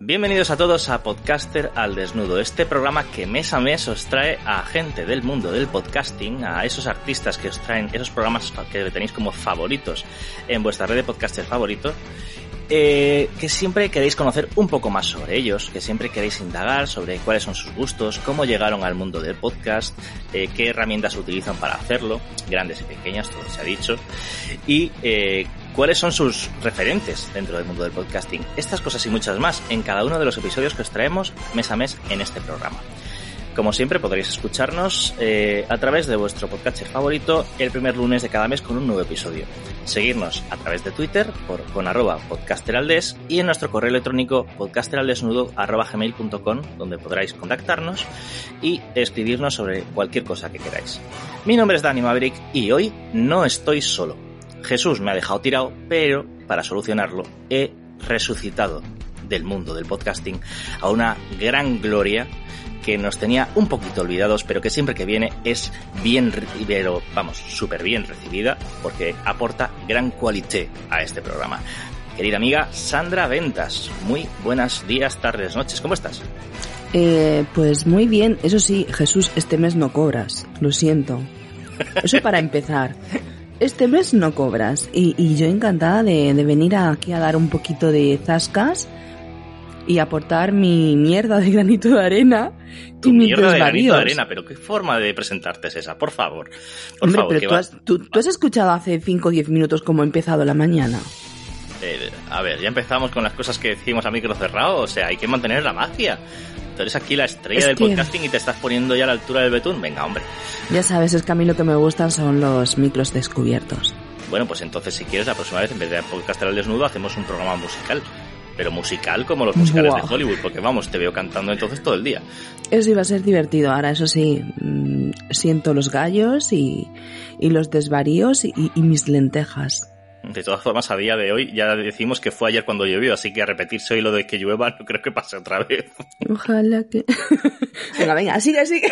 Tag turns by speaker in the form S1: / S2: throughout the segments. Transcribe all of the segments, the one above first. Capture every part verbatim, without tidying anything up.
S1: Bienvenidos a todos a Podcaster al Desnudo, este programa que mes a mes os trae a gente del mundo del podcasting, a esos artistas que os traen esos programas que tenéis como favoritos en vuestra red de podcaster favoritos, eh, que siempre queréis conocer un poco más sobre ellos, que siempre queréis indagar sobre cuáles son sus gustos, cómo llegaron al mundo del podcast, eh, qué herramientas utilizan para hacerlo, grandes y pequeñas, todo se ha dicho, y eh, cuáles son sus referentes dentro del mundo del podcasting. Estas cosas y muchas más en cada uno de los episodios que os traemos mes a mes en este programa. Como siempre podréis escucharnos eh, a través de vuestro podcaster favorito el primer lunes de cada mes con un nuevo episodio. Seguirnos a través de Twitter por, con arroba podcasteraldes y en nuestro correo electrónico podcasteraldesnudo arroba gmail punto com, donde podréis contactarnos y escribirnos sobre cualquier cosa que queráis. Mi nombre es Dani Maverick y hoy no estoy solo. Jesús me ha dejado tirado, pero para solucionarlo he resucitado del mundo del podcasting a una gran gloria que nos tenía un poquito olvidados, pero que siempre que viene es bien, pero vamos, súper bien recibida, porque aporta gran qualité a este programa. Querida amiga Sandra Ventas, muy buenos días, tardes, noches, ¿cómo estás?
S2: Eh, pues muy bien, eso sí, Jesús, este mes no cobras, lo siento. Eso para empezar. Este mes no cobras y, y yo encantada de, de venir aquí a dar un poquito de zascas y aportar mi mierda de granito de arena.
S1: Tu mierda de granito de arena, pero ¿qué forma de presentarte es esa? Por favor. Por
S2: Hombre,
S1: favor,
S2: pero
S1: que
S2: tú,
S1: va...
S2: has, tú, tú has escuchado hace cinco o diez minutos cómo ha empezado la mañana.
S1: Eh, a ver, ya empezamos con las cosas que decimos a micro cerrado, o sea, hay que mantener la magia. Tú eres aquí la estrella es del que... podcasting y te estás poniendo ya a la altura del betún. Venga, hombre.
S2: Ya sabes, es que a mí lo que me gustan son los micros descubiertos.
S1: Bueno, pues entonces si quieres la próxima vez en vez de Podcaster al Desnudo hacemos un programa musical. Pero musical como los musicales wow. de Hollywood, porque vamos, te veo cantando entonces todo el día.
S2: Eso iba a ser divertido. Ahora, eso sí, mmm, siento los gallos y, y los desvaríos y, y mis lentejas.
S1: De todas formas, a día de hoy ya decimos que fue ayer cuando llovió, así que a repetirse hoy lo de que llueva no creo que pase otra vez.
S2: Ojalá que... venga, venga, sigue, sigue.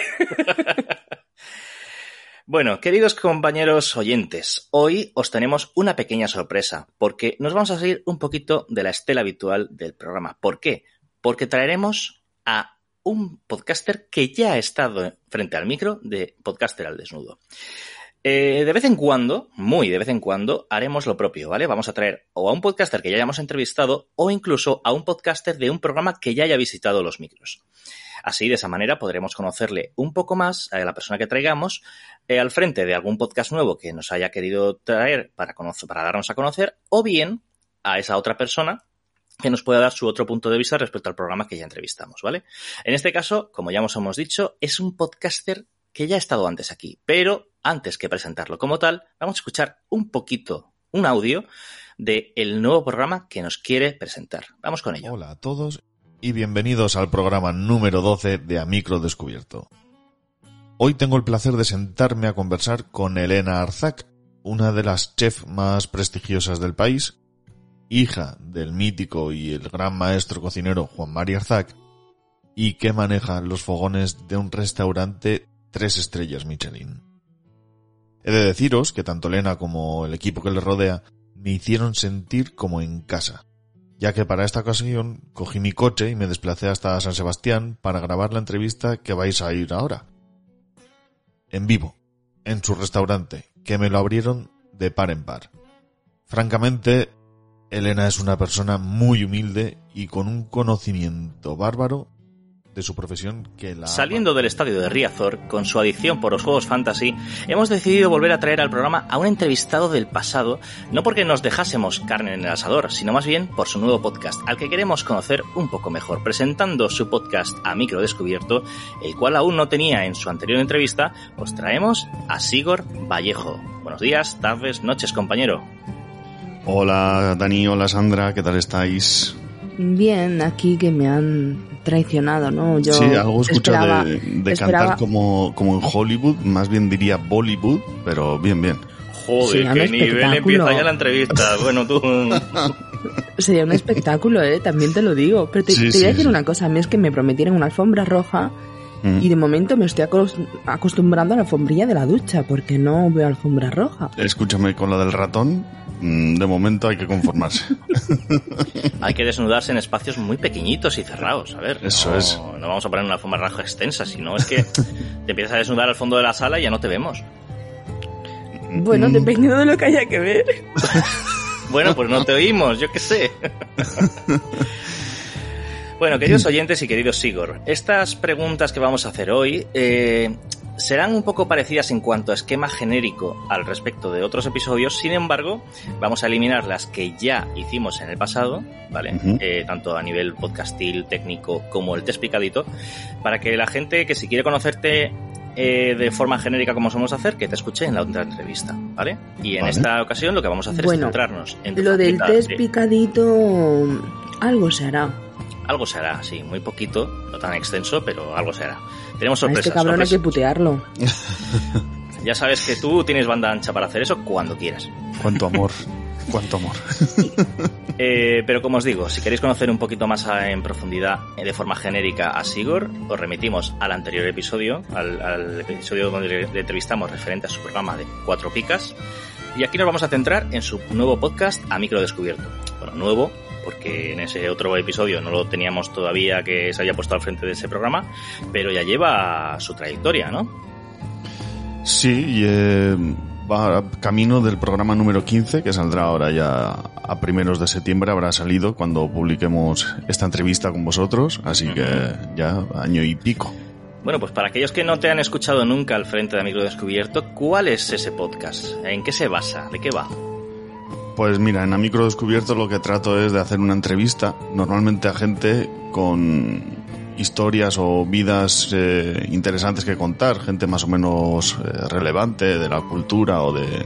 S1: Bueno, queridos compañeros oyentes, hoy os tenemos una pequeña sorpresa, porque nos vamos a salir un poquito de la estela habitual del programa. ¿Por qué? Porque traeremos a un podcaster que ya ha estado frente al micro de Podcaster al Desnudo. Eh, de vez en cuando, muy de vez en cuando, haremos lo propio, ¿vale? Vamos a traer o a un podcaster que ya hayamos entrevistado o incluso a un podcaster de un programa que ya haya visitado los micros. Así, de esa manera, podremos conocerle un poco más a la persona que traigamos eh, al frente de algún podcast nuevo que nos haya querido traer para, conocer, para darnos a conocer, o bien a esa otra persona que nos pueda dar su otro punto de vista respecto al programa que ya entrevistamos, ¿vale? En este caso, como ya os hemos dicho, es un podcaster que ya ha estado antes aquí, pero antes que presentarlo como tal, vamos a escuchar un poquito, un audio del nuevo programa que nos quiere presentar. Vamos con ello.
S3: Hola a todos y bienvenidos al programa número doce de A Micro Descubierto. Hoy tengo el placer de sentarme a conversar con Elena Arzac, una de las chefs más prestigiosas del país, hija del mítico y el gran maestro cocinero Juan Mari Arzac, y que maneja los fogones de un restaurante tres estrellas Michelin. He de deciros que tanto Elena como el equipo que le rodea me hicieron sentir como en casa, ya que para esta ocasión cogí mi coche y me desplacé hasta San Sebastián para grabar la entrevista que vais a oír ahora. En vivo, en su restaurante, que me lo abrieron de par en par. Francamente, Elena es una persona muy humilde y con un conocimiento bárbaro de su profesión que la...
S1: Saliendo del estadio de Riazor, con su adicción por los juegos fantasy, hemos decidido volver a traer al programa a un entrevistado del pasado, no porque nos dejásemos carne en el asador, sino más bien por su nuevo podcast, al que queremos conocer un poco mejor, presentando su podcast A Micro Descubierto, el cual aún no tenía en su anterior entrevista. Os traemos a Sigor Vallejo. Buenos días, tardes, noches, compañero.
S4: Hola Dani, hola Sandra, ¿qué tal estáis?
S2: Bien, aquí que me han traicionado, ¿no? Yo
S4: sí, algo escucho
S2: esperaba,
S4: de, de
S2: esperaba...
S4: cantar como, como en Hollywood, más bien diría Bollywood, pero bien, bien.
S1: Joder,
S2: sí,
S1: qué nivel empieza ya la entrevista. Bueno, tú...
S2: Sería un espectáculo, ¿eh? También te lo digo. Pero te,
S4: sí,
S2: te voy a
S4: sí,
S2: decir
S4: sí.
S2: una cosa. A mí es que me prometieron una alfombra roja Mm. Y de momento me estoy acostumbrando a la alfombrilla de la ducha, porque no veo alfombra roja.
S4: Escúchame, con la del ratón, de momento hay que conformarse.
S1: Hay que desnudarse en espacios muy pequeñitos y cerrados, a ver.
S4: Eso
S1: no,
S4: es.
S1: No vamos a poner una alfombra roja extensa, sino es que te empiezas a desnudar al fondo de la sala y ya no te vemos.
S2: Bueno, dependiendo de lo que haya que ver.
S1: Bueno, pues no te oímos, yo qué sé. Bueno, queridos oyentes y queridos Sigor, estas preguntas que vamos a hacer hoy eh, serán un poco parecidas en cuanto a esquema genérico al respecto de otros episodios. Sin embargo, vamos a eliminar las que ya hicimos en el pasado, ¿vale? Uh-huh. Eh, tanto a nivel podcastil, técnico, como el test picadito, para que la gente que si quiere conocerte eh, de forma genérica como somos hacer, que te escuche en la otra entrevista, ¿vale? Y en vale. esta ocasión lo que vamos a hacer
S2: bueno,
S1: es centrarnos en...
S2: Lo del test de... picadito, algo se hará.
S1: Algo se hará, sí, muy poquito, no tan extenso, pero algo se hará. Tenemos sorpresas.
S2: A este cabrón
S1: sorpresas.
S2: Hay que putearlo.
S1: Ya sabes que tú tienes banda ancha para hacer eso cuando quieras.
S4: Cuánto amor, cuánto amor.
S1: Eh, pero como os digo, si queréis conocer un poquito más a, en profundidad, de forma genérica, a Sigor, os remitimos al anterior episodio, al, al episodio donde le, le entrevistamos referente a su programa de Cuatro Picas. Y aquí nos vamos a centrar en su nuevo podcast, A Micro Descubierto. Bueno, nuevo, porque en ese otro episodio no lo teníamos todavía que se haya puesto al frente de ese programa, pero ya lleva su trayectoria, ¿no?
S4: Sí, y eh, va camino del programa número quince, que saldrá ahora ya a primeros de septiembre, habrá salido cuando publiquemos esta entrevista con vosotros, así que ya año y pico.
S1: Bueno, pues para aquellos que no te han escuchado nunca al frente de A Micro Descubierto, ¿cuál es ese podcast? ¿En qué se basa? ¿De qué va?
S4: Pues mira, en A Micro Descubierto lo que trato es de hacer una entrevista, normalmente a gente con historias o vidas eh, interesantes que contar, gente más o menos eh, relevante de la cultura o de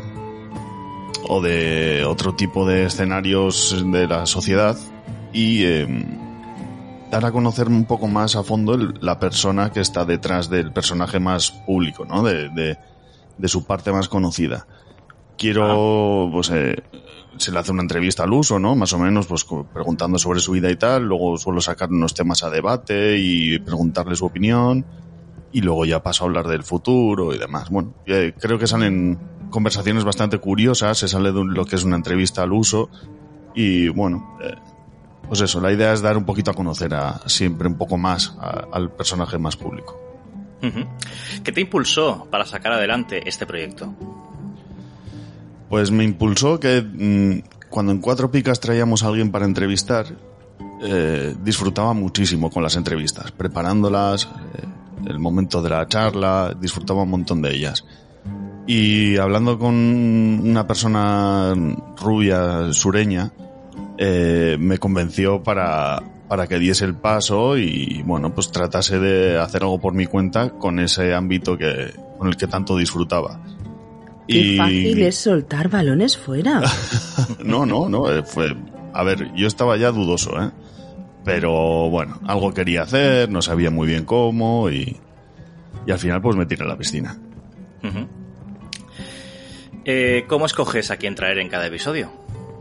S4: o de otro tipo de escenarios de la sociedad y eh, dar a conocer un poco más a fondo el, la persona que está detrás del personaje más público, ¿no? De, de, de su parte más conocida. Quiero, ah. pues, eh, se le hace una entrevista al uso, ¿no? Más o menos, pues, preguntando sobre su vida y tal. Luego suelo sacar unos temas a debate y preguntarle su opinión. Y luego ya paso a hablar del futuro y demás. Bueno, eh, creo que salen conversaciones bastante curiosas. Se sale de lo que es una entrevista al uso. Y bueno, eh, pues eso, la idea es dar un poquito a conocer a siempre un poco más a, al personaje más público.
S1: Uh-huh. ¿Qué te impulsó para sacar adelante este proyecto?
S4: Pues me impulsó que mmm, cuando en Cuatro Picas traíamos a alguien para entrevistar, eh, disfrutaba muchísimo con las entrevistas, preparándolas, eh, el momento de la charla, disfrutaba un montón de ellas. Y hablando con una persona rubia, sureña, eh, me convenció para, para que diese el paso y, bueno, pues tratase de hacer algo por mi cuenta con ese ámbito que, con el que tanto disfrutaba.
S2: Qué y... fácil es soltar balones fuera.
S4: No, no, no. Fue... A ver, yo estaba ya dudoso, ¿eh? Pero bueno, algo quería hacer, no sabía muy bien cómo y, y al final pues me tiré a la piscina.
S1: Uh-huh. Eh, ¿Cómo escoges a quién traer en cada episodio?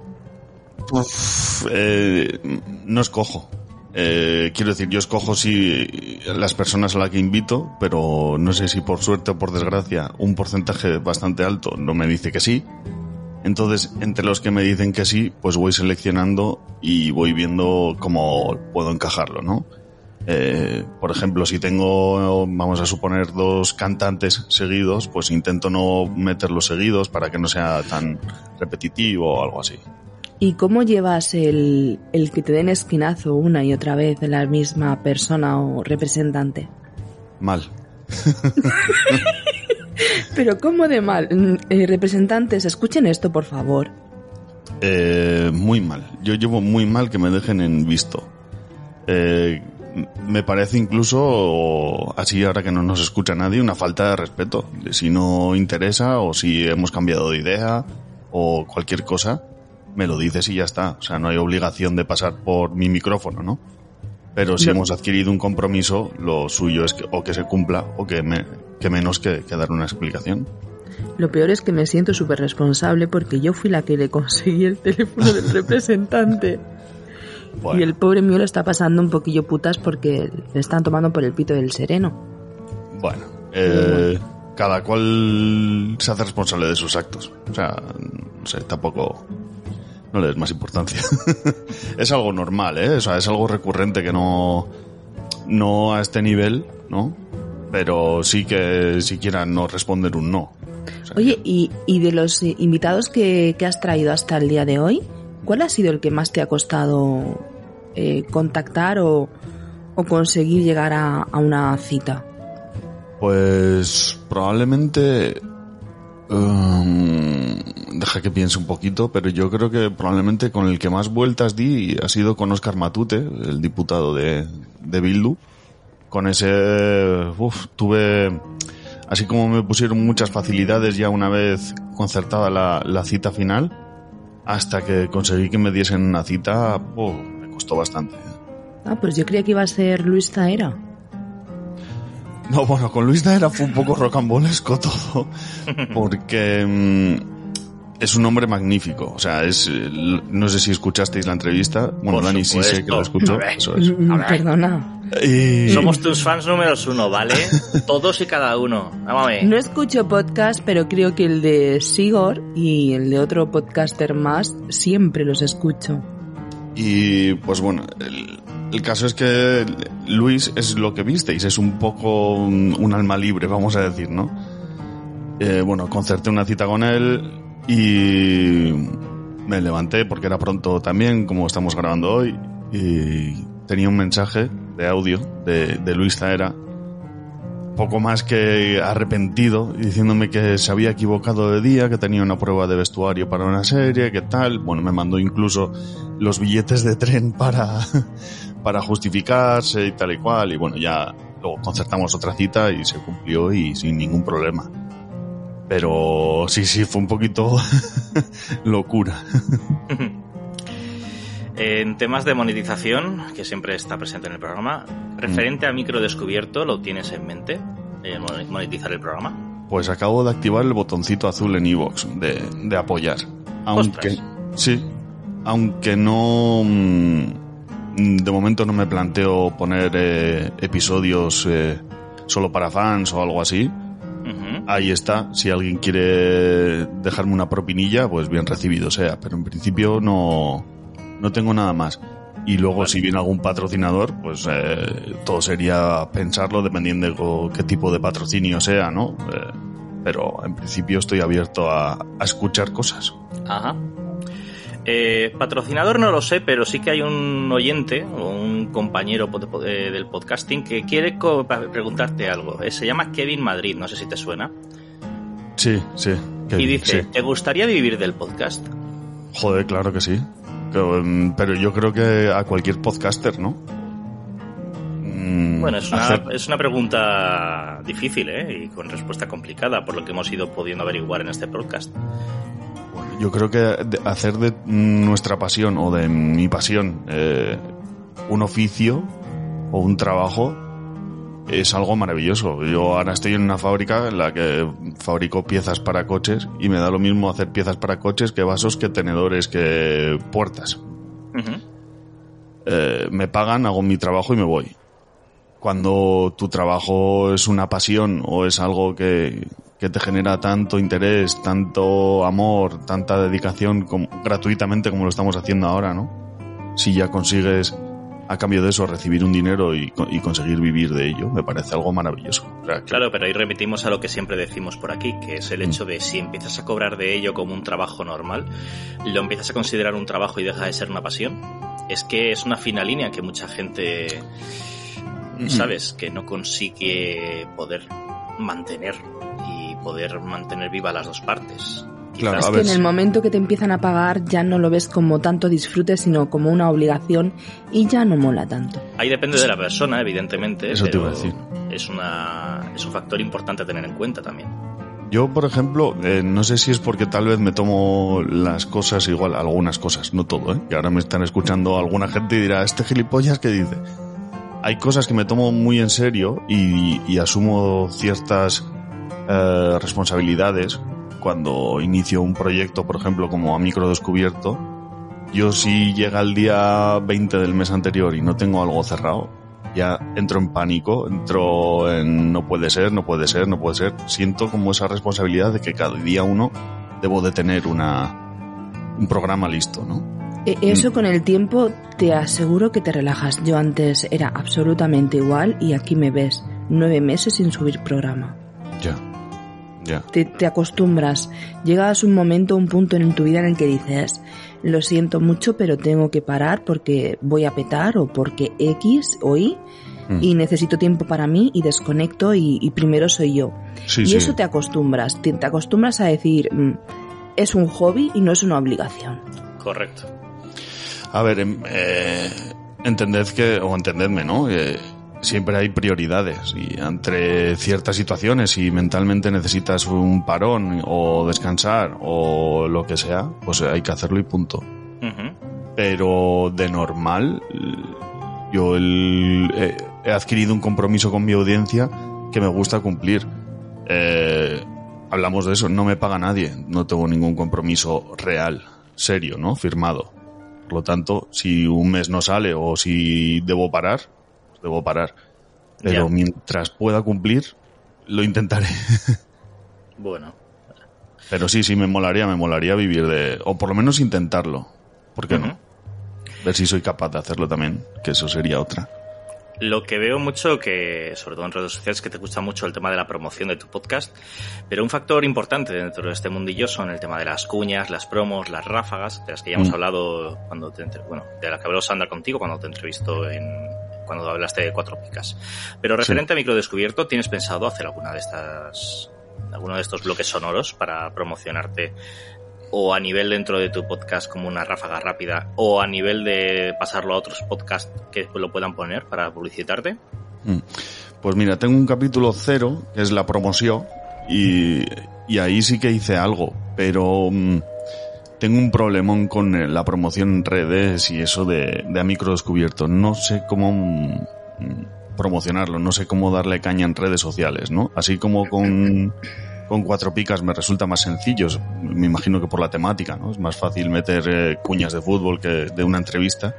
S4: Uf, eh, no escojo. Eh, quiero decir, yo escojo si las personas a las que invito, pero no sé si por suerte o por desgracia un porcentaje bastante alto no me dice que sí. Entonces, entre los que me dicen que sí, pues voy seleccionando y voy viendo cómo puedo encajarlo, ¿no? Eh, por ejemplo, si tengo, vamos a suponer, dos cantantes seguidos, pues intento no meterlos seguidos para que no sea tan repetitivo o algo así.
S2: ¿Y cómo llevas el, el que te den esquinazo una y otra vez de la misma persona o representante?
S4: Mal.
S2: Pero ¿cómo de mal? Eh, representantes, escuchen esto, por favor.
S4: Eh, muy mal. Yo llevo muy mal que me dejen en visto. Eh, me parece incluso, así ahora que no nos escucha nadie, una falta de respeto. Si no interesa o si hemos cambiado de idea o cualquier cosa, me lo dices y ya está. O sea, no hay obligación de pasar por mi micrófono, ¿no? Pero si no. hemos adquirido un compromiso, lo suyo es que o que se cumpla o que, me, que menos que, que dar una explicación.
S2: Lo peor es que me siento súper responsable porque yo fui la que le conseguí el teléfono del representante. Bueno. Y el pobre mío lo está pasando un poquillo putas porque le están tomando por el pito del sereno.
S4: Bueno, eh, cada cual se hace responsable de sus actos. O sea, no sé, tampoco... No le des más importancia. Es algo normal, ¿eh? O sea, es algo recurrente que no... No a este nivel, ¿no? Pero sí que siquiera no responder un no. O sea,
S2: Oye, y, y de los invitados que, que has traído hasta el día de hoy, ¿cuál ha sido el que más te ha costado eh, contactar o, o conseguir llegar a, a una cita?
S4: Pues probablemente... Um, deja que piense un poquito, pero yo creo que probablemente con el que más vueltas di ha sido con Óscar Matute, el diputado de, de Bildu. Con ese... Uf, tuve... Así como me pusieron muchas facilidades ya una vez concertada la, la cita final, hasta que conseguí que me diesen una cita, oh, me costó bastante.
S2: Ah, pues yo creía que iba a ser Luis Zaera.
S4: No, bueno, con Luis Daera fue un poco rocambolesco todo, porque mmm, es un hombre magnífico. O sea, es... No sé si escuchasteis la entrevista. Bueno,
S1: Por
S4: Dani sí sé que lo escuchó. Eso es.
S2: Mm, Perdona.
S4: Y...
S1: Somos tus fans números uno, ¿vale? Todos y cada uno. Vamos a ver.
S2: No escucho podcast, pero creo que el de Sigor y el de otro podcaster más siempre los escucho.
S4: Y pues bueno, el, el caso es que Luis es lo que visteis, es un poco un, un alma libre, vamos a decir, ¿no? Eh, bueno, concerté una cita con él y me levanté porque era pronto también, como estamos grabando hoy, y tenía un mensaje de audio de, de Luis Zaera, poco más que arrepentido, diciéndome que se había equivocado de día, que tenía una prueba de vestuario para una serie, que tal. Bueno, me mandó incluso los billetes de tren para, para justificarse y tal y cual. Y bueno, ya luego concertamos otra cita y se cumplió y sin ningún problema. Pero sí, sí, fue un poquito locura.
S1: En temas de monetización, que siempre está presente en el programa, referente a Micro Descubierto, ¿lo tienes en mente? Eh, monetizar el programa.
S4: Pues acabo de activar el botoncito azul en iVoox de, de apoyar. Aunque,
S1: Ostras.
S4: sí, aunque no, de momento no me planteo poner eh, episodios eh, solo para fans o algo así.
S1: Uh-huh.
S4: Ahí está, si alguien quiere dejarme una propinilla, pues bien recibido sea, pero en principio no, no tengo nada más. Y luego, vale, si viene algún patrocinador, pues eh, todo sería pensarlo dependiendo de qué tipo de patrocinio sea, ¿no? Eh, pero en principio estoy abierto a, a escuchar cosas.
S1: Ajá. Eh, patrocinador no lo sé, pero sí que hay un oyente o un compañero del podcasting que quiere co- preguntarte algo. Eh, se llama Kevin Madrid, no sé si te suena.
S4: Sí, sí. Kevin,
S1: y dice,
S4: sí.
S1: ¿te gustaría vivir del podcast?
S4: Joder, claro que sí. Pero yo creo que a cualquier podcaster, ¿no?
S1: Bueno, es una,
S4: hacer...
S1: es una pregunta difícil, ¿eh? Y con respuesta complicada, por lo que hemos ido pudiendo averiguar en este podcast.
S4: Bueno, yo creo que hacer de nuestra pasión o de mi pasión eh, un oficio o un trabajo es algo maravilloso. Yo ahora estoy en una fábrica en la que fabrico piezas para coches y me da lo mismo hacer piezas para coches que vasos, que tenedores, que puertas.
S1: Uh-huh.
S4: Eh, me pagan, hago mi trabajo y me voy. Cuando tu trabajo es una pasión o es algo que, que te genera tanto interés, tanto amor, tanta dedicación como, gratuitamente como lo estamos haciendo ahora, ¿no? Si ya consigues a cambio de eso recibir un dinero y, y conseguir vivir de ello, me parece algo maravilloso. O sea, que...
S1: Claro, pero ahí remitimos a lo que siempre decimos por aquí, que es el hecho de si empiezas a cobrar de ello como un trabajo normal, lo empiezas a considerar un trabajo y deja de ser una pasión. Es que es una fina línea que mucha gente, sabes, que no consigue poder mantener y poder mantener viva las dos partes.
S4: Claro,
S2: es
S4: a
S2: que
S4: ver,
S2: en el momento que te empiezan a pagar ya no lo ves como tanto disfrute, sino como una obligación y ya no mola tanto.
S1: Ahí depende de la persona, evidentemente.
S4: Eso te
S1: pero
S4: iba a decir.
S1: Es, una, es un factor importante a tener en cuenta también.
S4: Yo, por ejemplo, eh, no sé si es porque tal vez me tomo las cosas igual, algunas cosas, no todo, ¿eh? Que ahora me están escuchando alguna gente y dirá, ¿este gilipollas qué dice? Hay cosas que me tomo muy en serio y, y asumo ciertas eh, responsabilidades. Cuando inicio un proyecto, por ejemplo, como a Micro Descubierto, yo si llega el día veinte del mes anterior y no tengo algo cerrado, ya entro en pánico, entro en no puede ser, no puede ser, no puede ser. Siento como esa responsabilidad de que cada día uno debo de tener una, un programa listo, ¿no?
S2: Eso con el tiempo te aseguro que te relajas. Yo antes era absolutamente igual y aquí me ves nueve meses sin subir programa.
S4: Ya, ya.
S2: Te, te acostumbras. Llegas un momento, un punto en tu vida en el que dices, lo siento mucho, pero tengo que parar porque voy a petar o porque X o Y mm. y necesito tiempo para mí y desconecto y, y primero soy yo.
S4: Sí,
S2: y
S4: sí.
S2: eso te acostumbras. Te, te acostumbras a decir, es un hobby y no es una obligación.
S1: Correcto.
S4: A ver, eh, entended que, o entendedme, ¿no? Eh, siempre hay prioridades y entre ciertas situaciones, si mentalmente necesitas un parón o descansar o lo que sea, pues hay que hacerlo y punto. Uh-huh. Pero de normal, yo el, eh, he adquirido un compromiso con mi audiencia que me gusta cumplir. Eh, hablamos de eso, no me paga nadie, no tengo ningún compromiso real, serio, ¿no? Firmado. Por lo tanto, si un mes no sale o si debo parar, pues debo parar. Pero yeah. mientras pueda cumplir, lo intentaré.
S1: Bueno.
S4: Pero sí, sí, me molaría, me molaría vivir de... O por lo menos intentarlo. ¿Por qué uh-huh. no? Ver si soy capaz de hacerlo también, que eso sería otra.
S1: Lo que veo mucho, que sobre todo en redes sociales, que te gusta mucho el tema de la promoción de tu podcast, pero un factor importante dentro de este mundillo son el tema de las cuñas, las promos, las ráfagas, de las que ya hemos mm. hablado cuando te entre... bueno, de las que habló Sandra contigo cuando te entrevistó en cuando hablaste de Cuatro Picas. Pero referente sí. a Microdescubierto, ¿tienes pensado hacer alguna de estas, alguno de estos bloques sonoros para promocionarte? O a nivel dentro de tu podcast como una ráfaga rápida, o a nivel de pasarlo a otros podcasts que lo puedan poner para publicitarte?
S4: Pues mira, tengo un capítulo cero, que es la promoción, y, y ahí sí que hice algo, pero um, tengo un problemón con la promoción en redes y eso de, de a Microdescubierto. No sé cómo um, promocionarlo, no sé cómo darle caña en redes sociales, ¿no? Así como con... Con Cuatro Picas me resulta más sencillo, me imagino que por la temática, ¿no? Es más fácil meter eh, cuñas de fútbol que de una entrevista.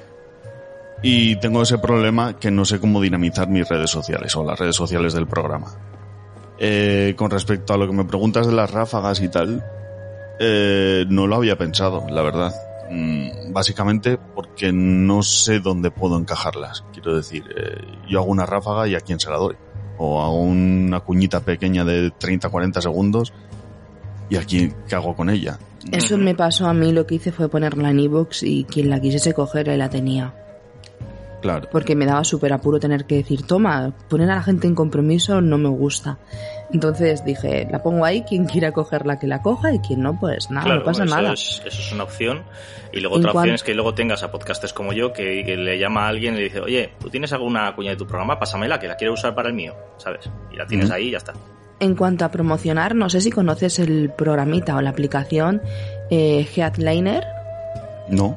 S4: Y tengo ese problema que no sé cómo dinamizar mis redes sociales o las redes sociales del programa. Eh, con respecto a lo que me preguntas de las ráfagas y tal, eh, no lo había pensado, la verdad. Mm, básicamente porque no sé dónde puedo encajarlas. Quiero decir, eh, yo hago una ráfaga y a quién se la doy. O hago una cuñita pequeña de treinta a cuarenta segundos y aquí, ¿qué hago con ella?
S2: Eso me pasó a mí, lo que hice fue ponerla en iVoox y quien la quisiese coger la tenía.
S4: Claro.
S2: Porque me daba súper apuro tener que decir, toma, poner a la gente en compromiso no me gusta. Entonces dije, la pongo ahí, quien quiera cogerla que la coja y quien no, pues nada,
S1: claro,
S2: no pasa
S1: eso
S2: nada.
S1: Es, eso es una opción. Y luego otra
S2: en
S1: opción
S2: cuan...
S1: es que luego tengas a podcasters como yo que, que le llama a alguien y le dice, oye, ¿tú tienes alguna cuña de tu programa? Pásamela, que la quiero usar para el mío, ¿sabes? Y la tienes mm. ahí y ya está.
S2: En cuanto a promocionar, no sé si conoces el programita o la aplicación eh, Headliner.
S4: No.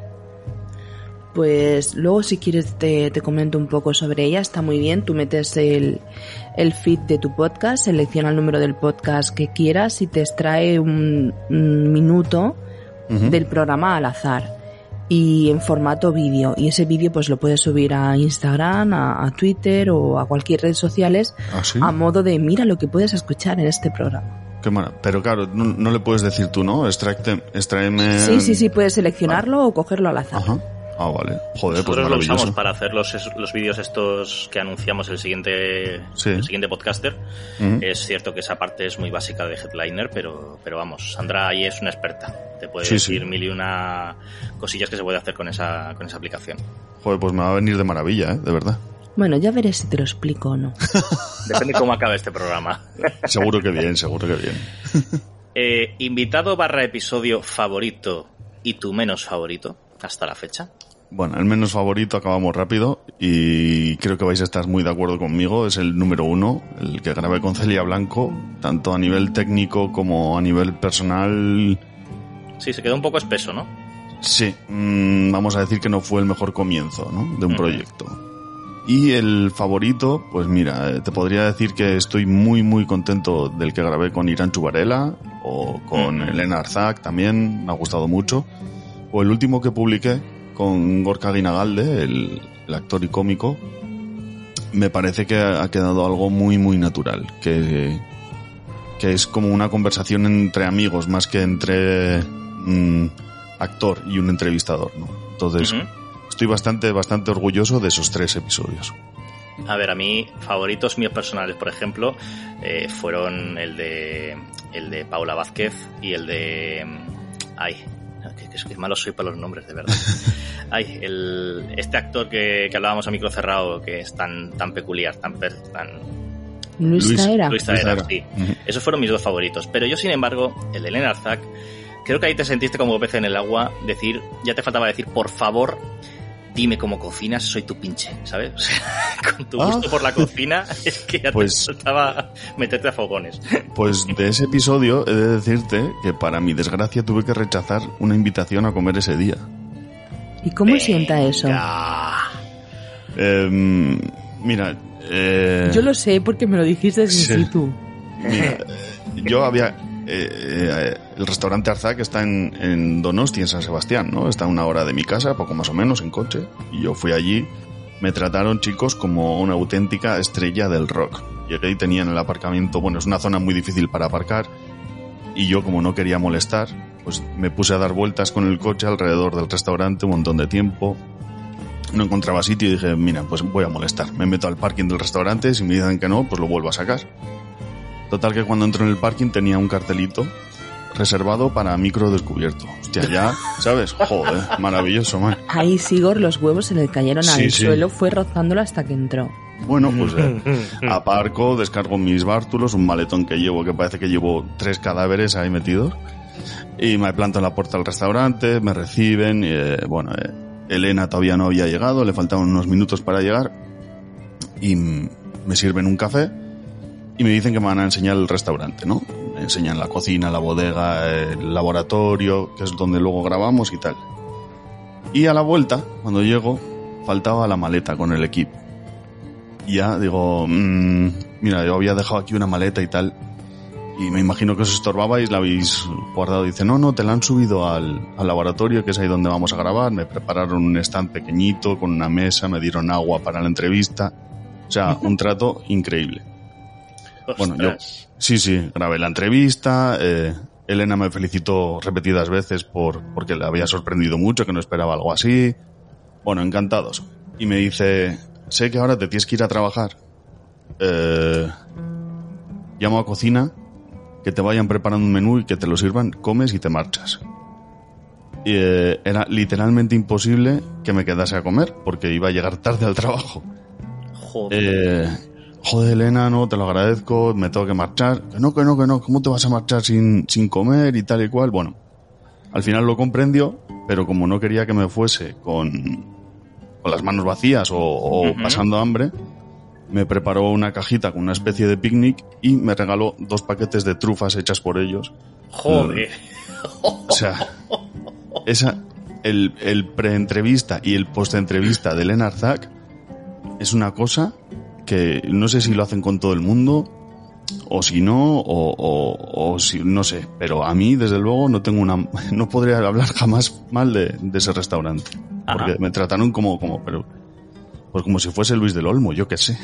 S2: Pues luego si quieres te, te comento un poco sobre ella, está muy bien, tú metes el, el feed de tu podcast, selecciona el número del podcast que quieras y te extrae un, un minuto uh-huh. del programa al azar y en formato vídeo, y ese vídeo pues lo puedes subir a Instagram, a, a Twitter o a cualquier red sociales.
S4: ¿Ah, sí?
S2: A modo de mira lo que puedes escuchar en este programa.
S4: Qué mala. Pero claro, no, no le puedes decir tú, ¿no? Extraete, extraeme...
S2: Sí, sí, sí, puedes seleccionarlo ah. o cogerlo al azar.
S4: Ajá. Ah, vale. Joder,
S1: Nosotros
S4: pues maravilloso.
S1: Lo usamos para hacer los, los vídeos estos que anunciamos el siguiente, sí. el siguiente podcaster. Uh-huh. Es cierto que esa parte es muy básica de Headliner, pero, pero vamos, Sandra ahí es una experta. Te puede sí, decir sí. mil y una cosillas que se puede hacer con esa, con esa aplicación.
S4: Joder, pues me va a venir de maravilla, ¿eh? De verdad.
S2: Bueno, ya veré si te lo explico o no.
S1: Depende cómo acabe este programa.
S4: Seguro que bien, seguro que bien.
S1: eh, invitado barra episodio favorito y tu menos favorito hasta la fecha.
S4: Bueno, el menos favorito, acabamos rápido, y creo que vais a estar muy de acuerdo conmigo, es el número uno, el que grabé con Celia Blanco, tanto a nivel técnico como a nivel personal.
S1: Sí, se quedó un poco espeso, ¿no?
S4: Sí, mmm, vamos a decir que no fue el mejor comienzo, ¿no? De un uh-huh. proyecto. Y el favorito, pues mira, te podría decir que estoy muy muy contento del que grabé con Irán Varela o con uh-huh. Elena Arzac también, me ha gustado mucho. O el último que publiqué con Gorka Guinagalde, el, el actor y cómico, me parece que ha quedado algo muy, muy natural, que, que es como una conversación entre amigos más que entre un actor y un entrevistador, ¿no? Entonces, uh-huh. estoy bastante, bastante orgulloso de esos tres episodios.
S1: A ver, a mí, favoritos míos personales, por ejemplo, eh, fueron el de el de Paula Vázquez y el de... Ay, que, que, que malo soy para los nombres, de verdad. Ay, el, este actor que, que hablábamos a micro cerrado, que es tan, tan peculiar, tan... tan
S2: Luis Taera.
S1: Luis Taera, sí. Uh-huh. Esos fueron mis dos favoritos. Pero yo, sin embargo, el de Elena Arzac, creo que ahí te sentiste como pez en el agua, decir, ya te faltaba decir, por favor, dime cómo cocinas, soy tu pinche, ¿sabes? O sea, con tu gusto ah. por la cocina, es que ya pues, te faltaba meterte a fogones.
S4: Pues de ese episodio he de decirte que para mi desgracia tuve que rechazar una invitación a comer ese día.
S2: ¿Y cómo Venga. sienta eso?
S4: Eh, mira... Eh,
S2: yo lo sé porque me lo dijiste in situ.
S4: Mira, yo había... Eh, eh, el restaurante Arzac está en, en Donosti, en San Sebastián, ¿no? Está a una hora de mi casa, poco más o menos, en coche. Y yo fui allí, me trataron, chicos, como una auténtica estrella del rock. Llegué y tenían el aparcamiento, bueno, es una zona muy difícil para aparcar. Y yo, como no quería molestar, pues me puse a dar vueltas con el coche alrededor del restaurante un montón de tiempo. No encontraba sitio y dije, mira, pues voy a molestar. Me meto al parking del restaurante, si me dicen que no, pues lo vuelvo a sacar. Total que cuando entro en el parking tenía un cartelito reservado para micro descubierto. Hostia, ya, ¿sabes? Joder, maravilloso, man.
S2: Ahí Sigor, los huevos se le cayeron sí, al sí. suelo, fue rozándolo hasta que entró.
S4: Bueno, pues eh, aparco, descargo mis bártulos, un maletón que llevo, que parece que llevo tres cadáveres ahí metidos, y me planto en la puerta del restaurante, me reciben, y, eh, bueno, eh, Elena todavía no había llegado, le faltaban unos minutos para llegar, y me sirven un café, y me dicen que me van a enseñar el restaurante, ¿no? Me enseñan la cocina, la bodega, el laboratorio, que es donde luego grabamos y tal. Y a la vuelta, cuando llego, faltaba la maleta con el equipo. Y ya digo, mmm, mira, yo había dejado aquí una maleta y tal, y me imagino que os estorbabais, la habéis guardado. Dice, no, no, te la han subido al, al laboratorio, que es ahí donde vamos a grabar. Me prepararon un stand pequeñito con una mesa, me dieron agua para la entrevista. O sea, un trato increíble. Bueno, yo sí, sí, grabé la entrevista, eh, Elena me felicitó repetidas veces por porque le había sorprendido mucho, que no esperaba algo así. Bueno, encantados. Y me dice, sé que ahora te tienes que ir a trabajar. Eh, llamo a cocina, que te vayan preparando un menú y que te lo sirvan, comes y te marchas. Y, eh, era literalmente imposible que me quedase a comer, porque iba a llegar tarde al trabajo.
S1: Joder.
S4: Eh, Joder, Elena, no, te lo agradezco, me tengo que marchar. Que no, que no, que no, ¿cómo te vas a marchar sin, sin comer y tal y cual? Bueno, al final lo comprendió, pero como no quería que me fuese con, con las manos vacías o, o uh-huh. pasando hambre, me preparó una cajita con una especie de picnic y me regaló dos paquetes de trufas hechas por ellos.
S1: Joder.
S4: O sea, esa, el, el pre-entrevista y el post-entrevista de Elena Arzac es una cosa que no sé si lo hacen con todo el mundo o si no o, o, o si no sé, pero a mí desde luego no tengo una no podría hablar jamás mal de, de ese restaurante. Ajá. Porque me trataron como como pero pues como si fuese Luis del Olmo, yo qué sé.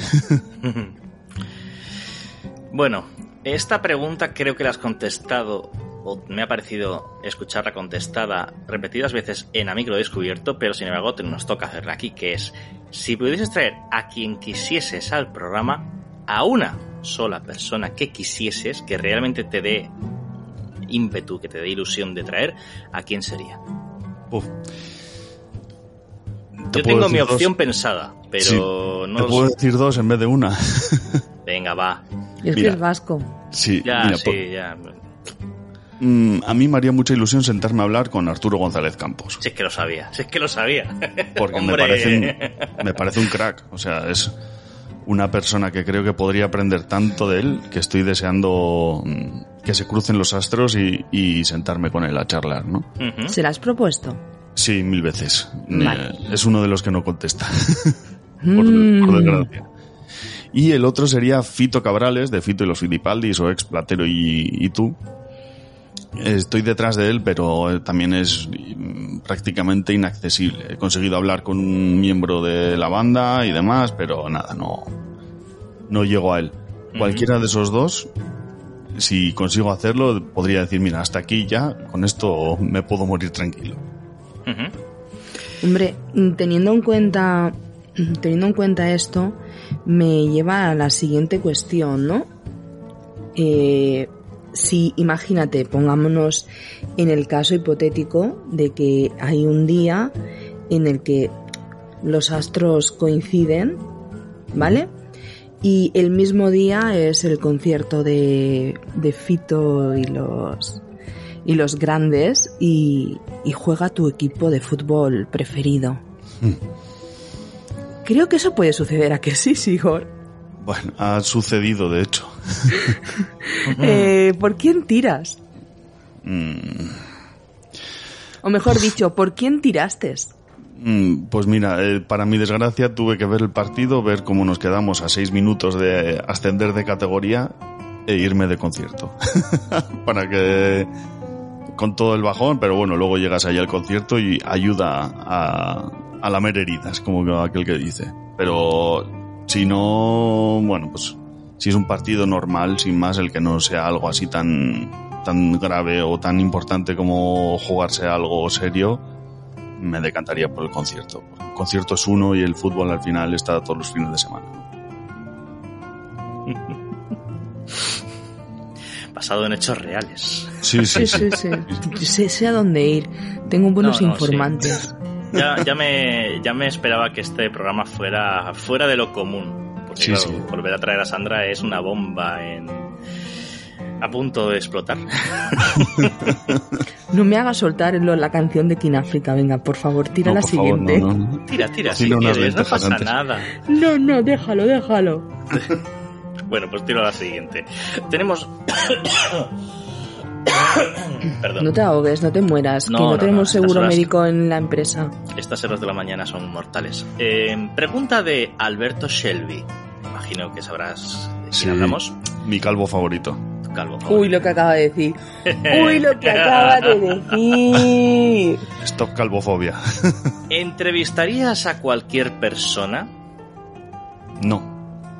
S1: Bueno, esta pregunta creo que la has contestado, o me ha parecido escucharla contestada repetidas veces en A Micro Descubierto, pero sin embargo nos toca hacerla aquí, que es, si pudieses traer a quien quisieses al programa, a una sola persona que quisieses, que realmente te dé ímpetu, que te dé ilusión de traer, ¿a quién sería?
S4: Uf.
S1: Yo tengo mi opción dos? pensada, pero
S4: sí,
S1: no...
S4: Te puedo decir dos en vez de una.
S1: Venga, va.
S2: Y es que es vasco.
S4: Sí,
S1: ya,
S4: mira,
S1: sí,
S4: por...
S1: ya...
S4: A mí me haría mucha ilusión sentarme a hablar con Arturo González Campos.
S1: Si es que lo sabía, si es que lo sabía.
S4: Porque me parece, un, me parece un crack. O sea, es una persona que creo que podría aprender tanto de él, que estoy deseando que se crucen los astros y, y sentarme con él a charlar, ¿no?
S2: Uh-huh. ¿Se la has propuesto?
S4: Sí, mil veces.
S2: Vale.
S4: Es uno de los que no contesta. por, mm. por desgracia. Y el otro sería Fito Cabrales, de Fito y los Filipaldis, o ex Platero y, y tú. estoy detrás de él, pero también es prácticamente inaccesible. He conseguido hablar con un miembro de la banda y demás, pero nada, no, no llego a él. Uh-huh. Cualquiera de esos dos, si consigo hacerlo, podría decir, mira, hasta aquí ya, con esto me puedo morir tranquilo.
S2: Uh-huh. Hombre, teniendo en cuenta, teniendo en cuenta esto, me lleva a la siguiente cuestión, ¿no? Eh, si, imagínate, pongámonos en el caso hipotético de que hay un día en el que los astros coinciden, ¿vale? Y el mismo día es el concierto de, de Fito y los y los grandes y, y juega tu equipo de fútbol preferido. Mm. Creo que eso puede suceder, ¿a que sí, Sigor?
S4: Bueno, ha sucedido, de hecho.
S2: eh, ¿Por quién tiras?
S4: Mm.
S2: O mejor dicho, ¿por quién tiraste?
S4: Mm, pues mira, eh, para mi desgracia tuve que ver el partido, ver cómo nos quedamos a seis minutos de ascender de categoría e irme de concierto. Para que... con todo el bajón, pero bueno, luego llegas ahí al concierto y ayuda a, a lamer heridas, como aquel que dice. Pero si no, bueno, pues si es un partido normal, sin más, el que no sea algo así tan, tan grave o tan importante como jugarse algo serio, me decantaría por el concierto. El concierto es uno y el fútbol al final está todos los fines de semana.
S1: Basado en hechos reales.
S4: Sí, sí,
S2: sí. sí, sí. sé, sé a dónde ir. Tengo buenos no, no, informantes.
S1: Sí. Ya, ya, me, ya me esperaba que este programa fuera fuera de lo común. Porque
S4: sí,
S1: claro,
S4: sí.
S1: volver a traer a Sandra es una bomba en a punto de explotar.
S2: No me hagas soltar la canción de King África. Venga, por favor, tira
S4: no,
S2: la
S4: por
S2: siguiente.
S4: Favor, no, no.
S1: Tira, tira, si quieres, no pasa antes. nada.
S2: No, no, déjalo, déjalo.
S1: Bueno, pues tiro a la siguiente. Tenemos... Perdón.
S2: No te ahogues, no te mueras,
S1: no,
S2: que no,
S1: no
S2: tenemos
S1: no,
S2: seguro
S1: horas,
S2: médico en la empresa.
S1: Estas horas de la mañana son mortales. Eh, pregunta de Alberto Shelby. Imagino que sabrás de quién
S4: sí,
S1: hablamos.
S4: Mi calvo favorito.
S1: Tu calvo favorito.
S2: Uy, lo que acaba de decir. Uy, lo que acaba de decir.
S4: Stop calvofobia.
S1: ¿Entrevistarías a cualquier persona?
S4: No.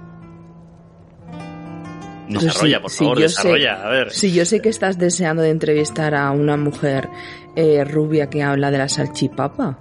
S1: Desarrolla,
S2: sí,
S1: por favor,
S2: sí,
S1: desarrolla,
S2: sé,
S1: a ver.
S2: Sí, yo sé que estás deseando de entrevistar a una mujer eh, rubia que habla de la salchipapa.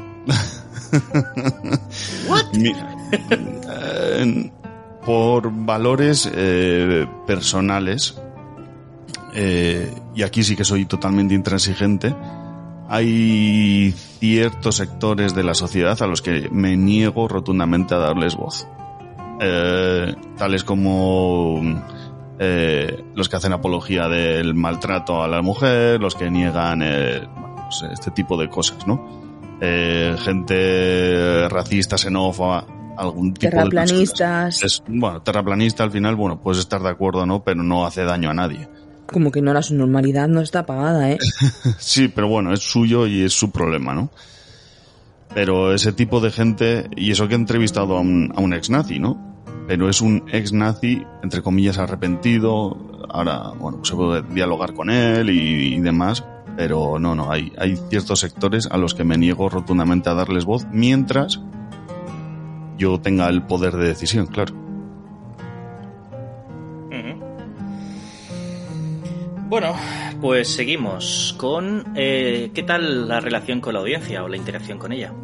S1: ¿What?
S4: Mi, eh, por valores eh, personales, eh, y aquí sí que soy totalmente intransigente, hay ciertos sectores de la sociedad a los que me niego rotundamente a darles voz. Eh, tales como eh, los que hacen apología del maltrato a la mujer, los que niegan eh, pues este tipo de cosas, ¿no? Eh, gente racista, xenófoba, algún tipo
S2: terraplanistas.
S4: de... Es, bueno, terraplanista al final, bueno, puedes estar de acuerdo, ¿no? Pero no hace daño a nadie.
S2: Como que no, la su normalidad no está pagada, ¿eh?
S4: Sí, pero bueno, es suyo y es su problema, ¿no? Pero ese tipo de gente, y eso que he entrevistado a un, a un ex-nazi, ¿no? Pero es un ex-nazi, entre comillas, arrepentido. Ahora, bueno, pues se puede dialogar con él y, y demás. Pero no, no, hay, hay ciertos sectores a los que me niego rotundamente a darles voz mientras yo tenga el poder de decisión, claro.
S1: Uh-huh. Bueno, pues seguimos con... Eh, ¿qué tal la relación con la audiencia o la interacción con ella?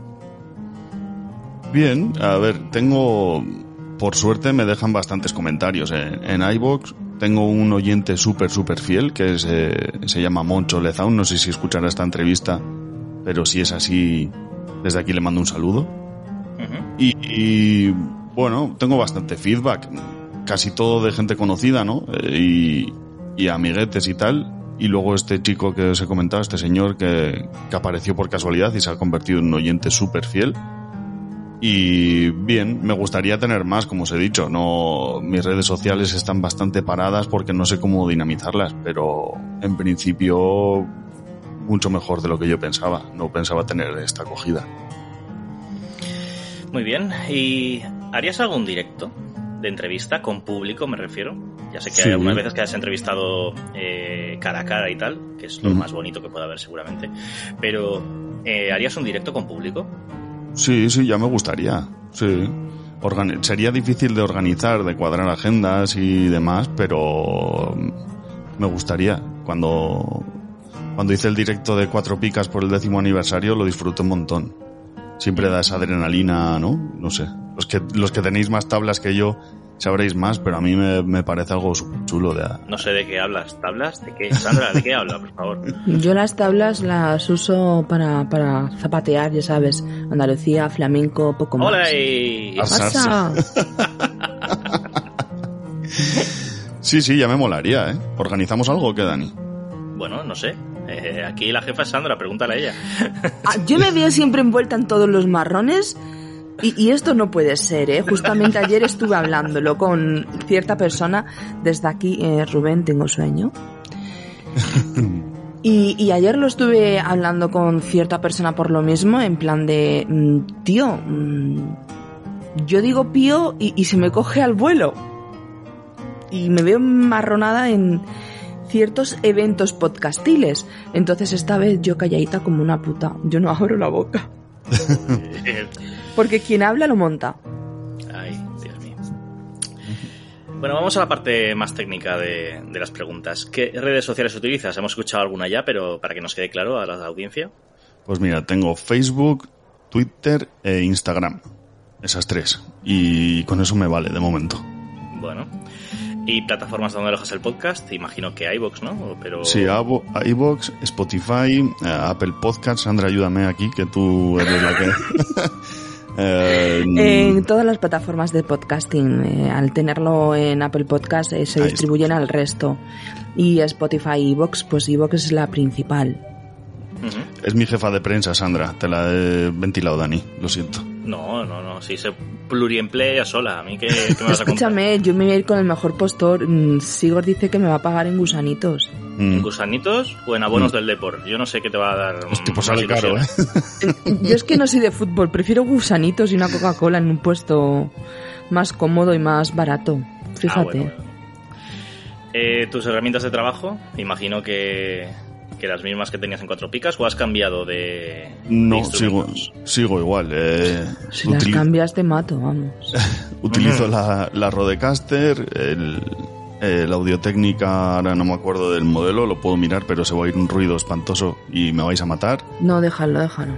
S4: Bien, a ver, tengo... Por suerte me dejan bastantes comentarios. En, en iVoox tengo un oyente súper, súper fiel que es, eh, se llama Moncho Lezaun. No sé si escuchará esta entrevista, pero si es así, desde aquí le mando un saludo. Uh-huh. Y, y bueno, tengo bastante feedback. Casi todo de gente conocida, ¿no? Eh, y, y amiguetes y tal. Y luego este chico que os he comentado, este señor que, que apareció por casualidad y se ha convertido en un oyente súper fiel. Y bien, me gustaría tener más, como os he dicho. No, mis redes sociales están bastante paradas porque no sé cómo dinamizarlas, pero en principio mucho mejor de lo que yo pensaba. No pensaba tener esta acogida.
S1: Muy bien. ¿Y harías algún directo de entrevista con público, me refiero? Ya sé que
S4: Sí.
S1: hay algunas veces que has entrevistado eh, cara a cara y tal, que es lo
S4: Mm.
S1: más bonito que puede haber seguramente. Pero, eh, ¿harías un directo con público?
S4: Sí, sí, ya me gustaría. Sí. Organi- sería difícil de organizar, de cuadrar agendas y demás, pero me gustaría. Cuando, cuando hice el directo de Cuatro Picas por el décimo aniversario lo disfruté un montón. Siempre da esa adrenalina, ¿no? No sé. Los que, los que tenéis más tablas que yo sabréis más, pero a mí me, me parece algo súper chulo de...
S1: No sé de qué hablas. ¿Tablas? ¿De qué? Sandra, ¿de qué hablas, por favor?
S2: Yo las tablas las uso para, para zapatear, ya sabes. Andalucía, flamenco, poco más.
S1: ¡Hola! Y...
S2: ¿Qué pasa?
S4: Sí, sí, ya me molaría, ¿eh? ¿Organizamos algo o qué, Dani?
S1: Bueno, no sé. Eh, aquí la jefa es Sandra, pregúntale a ella.
S2: Ah, yo me veo siempre envuelta en todos los marrones y, y esto no puede ser, ¿eh? Justamente ayer estuve hablándolo con cierta persona. Desde aquí, eh, Rubén, tengo sueño. Y, y ayer lo estuve hablando con cierta persona por lo mismo, en plan de, mm, tío, mm, yo digo pío y, y se me coge al vuelo. Y me veo marronada en ciertos eventos podcastiles. Entonces esta vez yo calladita como una puta. Yo no abro la boca. Porque quien habla lo monta.
S1: Ay, Dios mío. Bueno, vamos a la parte más técnica de, de las preguntas. ¿Qué redes sociales utilizas? Hemos escuchado alguna ya, pero para que nos quede claro a la audiencia.
S4: Pues mira, tengo Facebook, Twitter e Instagram. Esas tres. Y con eso me vale, de momento.
S1: Bueno. ¿Y plataformas donde alojas el podcast? Imagino que iVoox, ¿no? Pero...
S4: Sí, Avo- iVoox, Spotify, eh, Apple Podcast. Sandra, ayúdame aquí, que tú eres la que... eh,
S2: En todas las plataformas de podcasting, eh, al tenerlo en Apple Podcast, eh, se
S4: Ahí
S2: distribuyen al resto. Y Spotify y iVoox, pues iVoox es la principal.
S1: Uh-huh.
S4: Es mi jefa de prensa, Sandra. Te la he ventilado, Dani. Lo siento.
S1: No, no, no. Si se pluriemplea sola. ¿A mí qué, qué me vas a contar?
S2: Escúchame, yo me voy a ir con el mejor postor. Mm, Sigor dice que me va a pagar en gusanitos.
S4: Mm.
S1: ¿En gusanitos o en abonos
S4: Mm.
S1: del Depor? Yo no sé qué te va a dar.
S4: Hostia, pues
S1: más
S4: sale caro, ¿eh?
S1: ilusión.
S2: Yo es que no soy de fútbol, prefiero gusanitos y una Coca-Cola en un puesto más cómodo y más barato. Fíjate.
S1: Ah, bueno, bueno. Eh, ¿Tus herramientas de trabajo? Imagino que, que las mismas que tenías en Cuatro Picas, o has cambiado de, de
S4: No, sigo,
S1: instrumentos?
S4: sigo igual. Eh,
S2: Si las
S4: utili-
S2: cambias te mato, vamos.
S4: utilizo la, la Rodecaster, el, el Audio-Técnica, ahora no me acuerdo del modelo, lo puedo mirar, pero se va a ir un ruido espantoso y me vais a matar.
S2: No, déjalo, déjalo.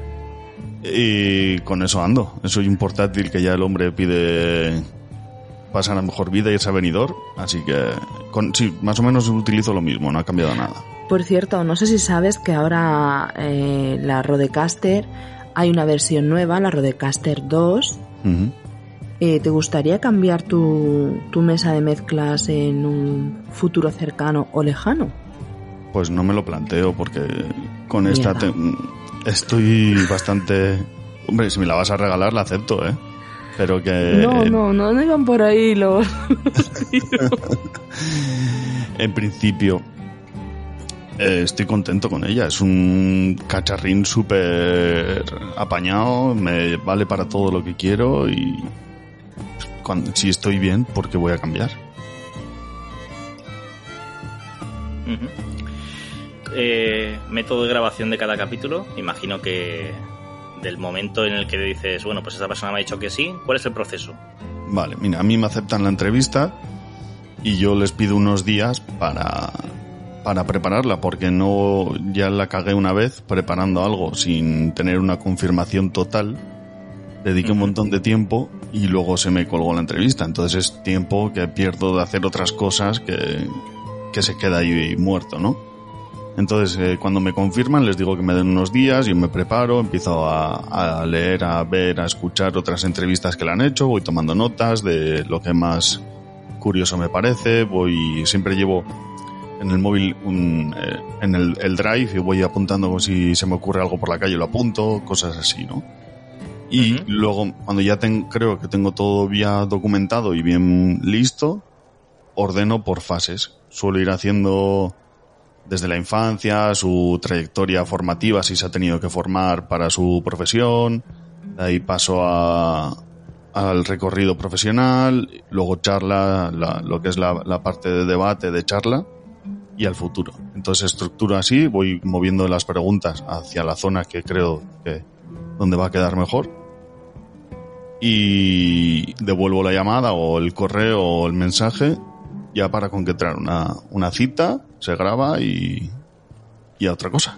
S4: Y con eso ando. Soy un portátil que ya el hombre pide pasar a mejor vida y irse a venidor. Así que, con, sí, más o menos utilizo lo mismo, no ha cambiado nada.
S2: Por cierto, no sé si sabes que ahora eh, la Rodecaster, hay una versión nueva, la Rodecaster dos.
S4: Ujú.
S2: Eh, ¿Te gustaría cambiar tu, tu mesa de mezclas en un futuro cercano o lejano?
S4: Pues no me lo planteo porque con esta
S2: Mierda.
S4: te- estoy bastante... Hombre, si me la vas a regalar la acepto, ¿eh? Pero que...
S2: No, no, no, no iban por ahí los...
S4: En principio, eh, estoy contento con ella. Es un cacharrín súper apañado, me vale para todo lo que quiero y cuando, si estoy bien, ¿por qué voy a cambiar?
S1: Ujú. Eh, método de grabación de cada capítulo. Imagino que del momento en el que dices, bueno, pues esta persona me ha dicho que sí, ¿cuál es el proceso?
S4: Vale, mira, a mí me aceptan la entrevista y yo les pido unos días para, para prepararla, porque no, ya la cagué una vez preparando algo sin tener una confirmación total. Dediqué un montón de tiempo y luego se me colgó la entrevista. Entonces es tiempo que pierdo de hacer otras cosas que, que se queda ahí muerto, ¿no? Entonces, eh, cuando me confirman, les digo que me den unos días, yo me preparo, empiezo a, a leer, a ver, a escuchar otras entrevistas que le han hecho, voy tomando notas de lo que más curioso me parece, voy, siempre llevo en el móvil un, eh, en el, el drive y voy apuntando si se me ocurre algo por la calle, lo apunto, cosas así, ¿no? Y
S1: Uh-huh.
S4: luego, cuando ya ten, creo que tengo todo bien documentado y bien listo, ordeno por fases. Suelo ir haciendo desde la infancia, su trayectoria formativa, si se ha tenido que formar para su profesión. De ahí paso a, al recorrido profesional, luego charla, la, lo que es la, la parte de debate, de charla, y al futuro. Entonces estructuro así, voy moviendo las preguntas hacia la zona que creo que donde va a quedar mejor, y devuelvo la llamada o el correo o el mensaje ya para concretar una, una cita, se graba y, y a otra cosa.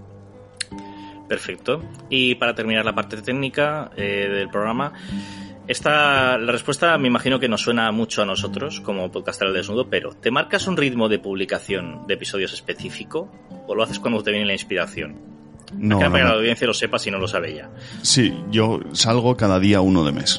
S1: Perfecto. Y para terminar la parte técnica eh, del programa, esta, la respuesta me imagino que nos suena mucho a nosotros como Podcaster al Desnudo, pero ¿te marcas un ritmo de publicación de episodios específico o lo haces cuando te viene la inspiración?
S4: No,
S1: para
S4: no,
S1: que
S4: no.
S1: la audiencia lo sepa si no lo sabe ya.
S4: Sí, yo salgo cada día uno de mes.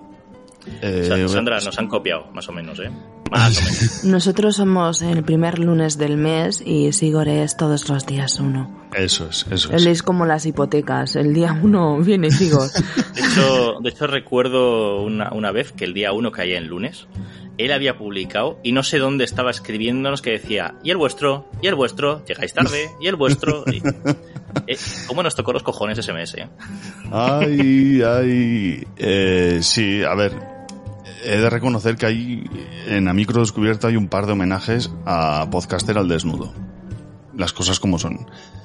S4: Eh,
S1: Sandra, nos han copiado, más o menos, ¿eh? Más o menos.
S2: Nosotros somos el primer lunes del mes y Sigor es todos los días uno.
S4: Eso es, eso
S2: Él
S4: es.
S2: es como las hipotecas, el día uno viene Sigor.
S1: De hecho, de hecho recuerdo una, una vez que el día uno caía en lunes, él había publicado y no sé dónde estaba escribiéndonos que decía, y el vuestro, y el vuestro, llegáis tarde, y el vuestro. Y, eh, ¿cómo nos tocó los cojones ese mes, eh?
S4: Ay, ay. Eh, sí, a ver, he de reconocer que hay, en A Micro Descubierto hay un par de homenajes a Podcaster al Desnudo. Las cosas como son.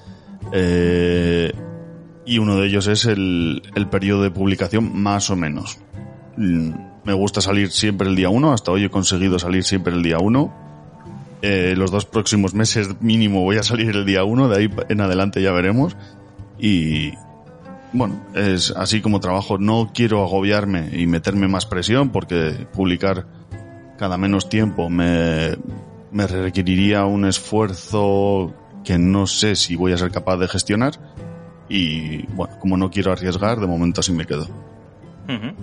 S4: Eh, y uno de ellos es el, el periodo de publicación más o menos. Me gusta salir siempre el día uno, hasta hoy he conseguido salir siempre el día uno. Eh, los dos próximos meses mínimo voy a salir el día uno, de ahí en adelante ya veremos. Y bueno, es así como trabajo. No quiero agobiarme y meterme más presión porque publicar cada menos tiempo me, me requeriría un esfuerzo que no sé si voy a ser capaz de gestionar. Y bueno, como no quiero arriesgar, de momento así me quedo.
S1: Uh-huh.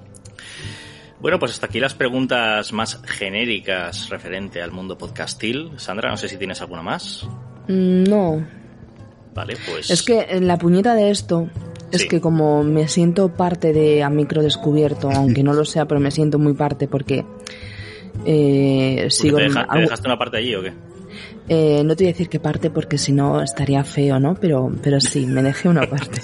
S1: Bueno, pues hasta aquí las preguntas más genéricas referente al mundo podcastil. Sandra, no sé si tienes alguna más.
S2: No.
S1: Vale, pues...
S2: Es que la puñeta de esto es
S1: Sí.
S2: que como me siento parte de A Micro Descubierto, aunque no lo sea, pero me siento muy parte porque... Eh, sigo
S1: ¿Te,
S2: en-
S1: deja- te dejaste una parte allí o qué?
S2: Eh, no te voy a decir qué parte porque si no estaría feo, ¿no? Pero, pero sí, me dejé una parte.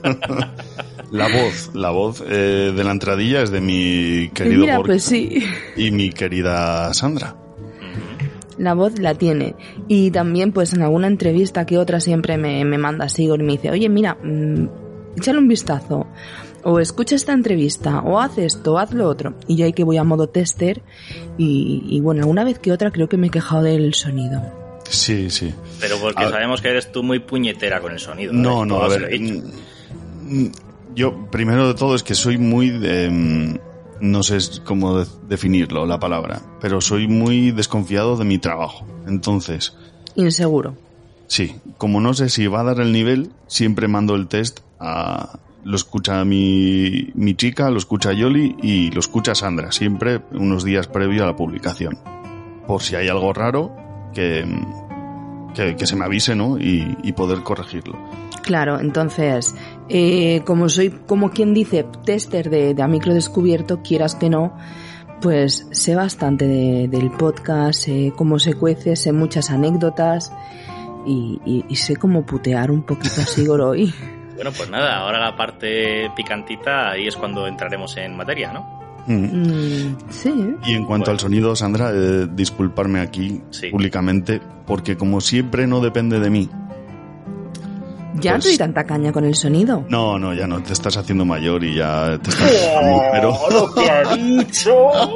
S4: La voz, la voz eh, de la entradilla es de mi querido
S2: Mira,
S4: Borja
S2: pues sí,
S4: y mi querida Sandra.
S2: la voz la tiene. Y también pues en alguna entrevista que otra siempre me, me manda Sigor y me dice, oye, mira, mmm, échale un vistazo. O escucha esta entrevista, o haz esto, o haz lo otro. Y yo ahí que voy a modo tester y, y bueno, alguna vez que otra creo que me he quejado del sonido.
S4: Sí, sí.
S1: Pero porque
S4: A-
S1: sabemos que eres tú muy puñetera con el sonido.
S4: No,
S1: ¿eh?
S4: no,
S1: Todo
S4: a
S1: se
S4: ver.
S1: lo he dicho.
S4: mm, mm, Yo, primero de todo, es que soy muy de... mm, No sé cómo de- definirlo, la palabra, pero soy muy desconfiado de mi trabajo. Entonces,
S2: Inseguro.
S4: sí, como no sé si va a dar el nivel, siempre mando el test a... Lo escucha mi, mi chica, lo escucha Yoli y lo escucha Sandra, siempre unos días previo a la publicación. Por si hay algo raro, que, que, que se me avise, ¿no? Y, y poder corregirlo.
S2: Claro, entonces, eh, como soy, como quien dice, tester de, de A Micro Descubierto, quieras que no, pues sé bastante de, del podcast, sé cómo se cuece, sé muchas anécdotas y, y, y sé cómo putear un poquito a Sigor hoy.
S1: Bueno, pues nada, ahora la parte picantita, ahí es cuando entraremos en materia, ¿no?
S4: Mm.
S2: Mm, sí.
S4: Y en cuanto
S1: Bueno.
S4: al sonido, Sandra, eh, disculparme aquí
S1: Sí.
S4: públicamente, porque como siempre no depende de mí.
S2: Ya no
S4: Pues-
S2: te doy tanta caña con el sonido.
S4: No, no, ya no, te estás haciendo mayor y ya te estás quejando, pero
S1: ¡Lo que ha dicho!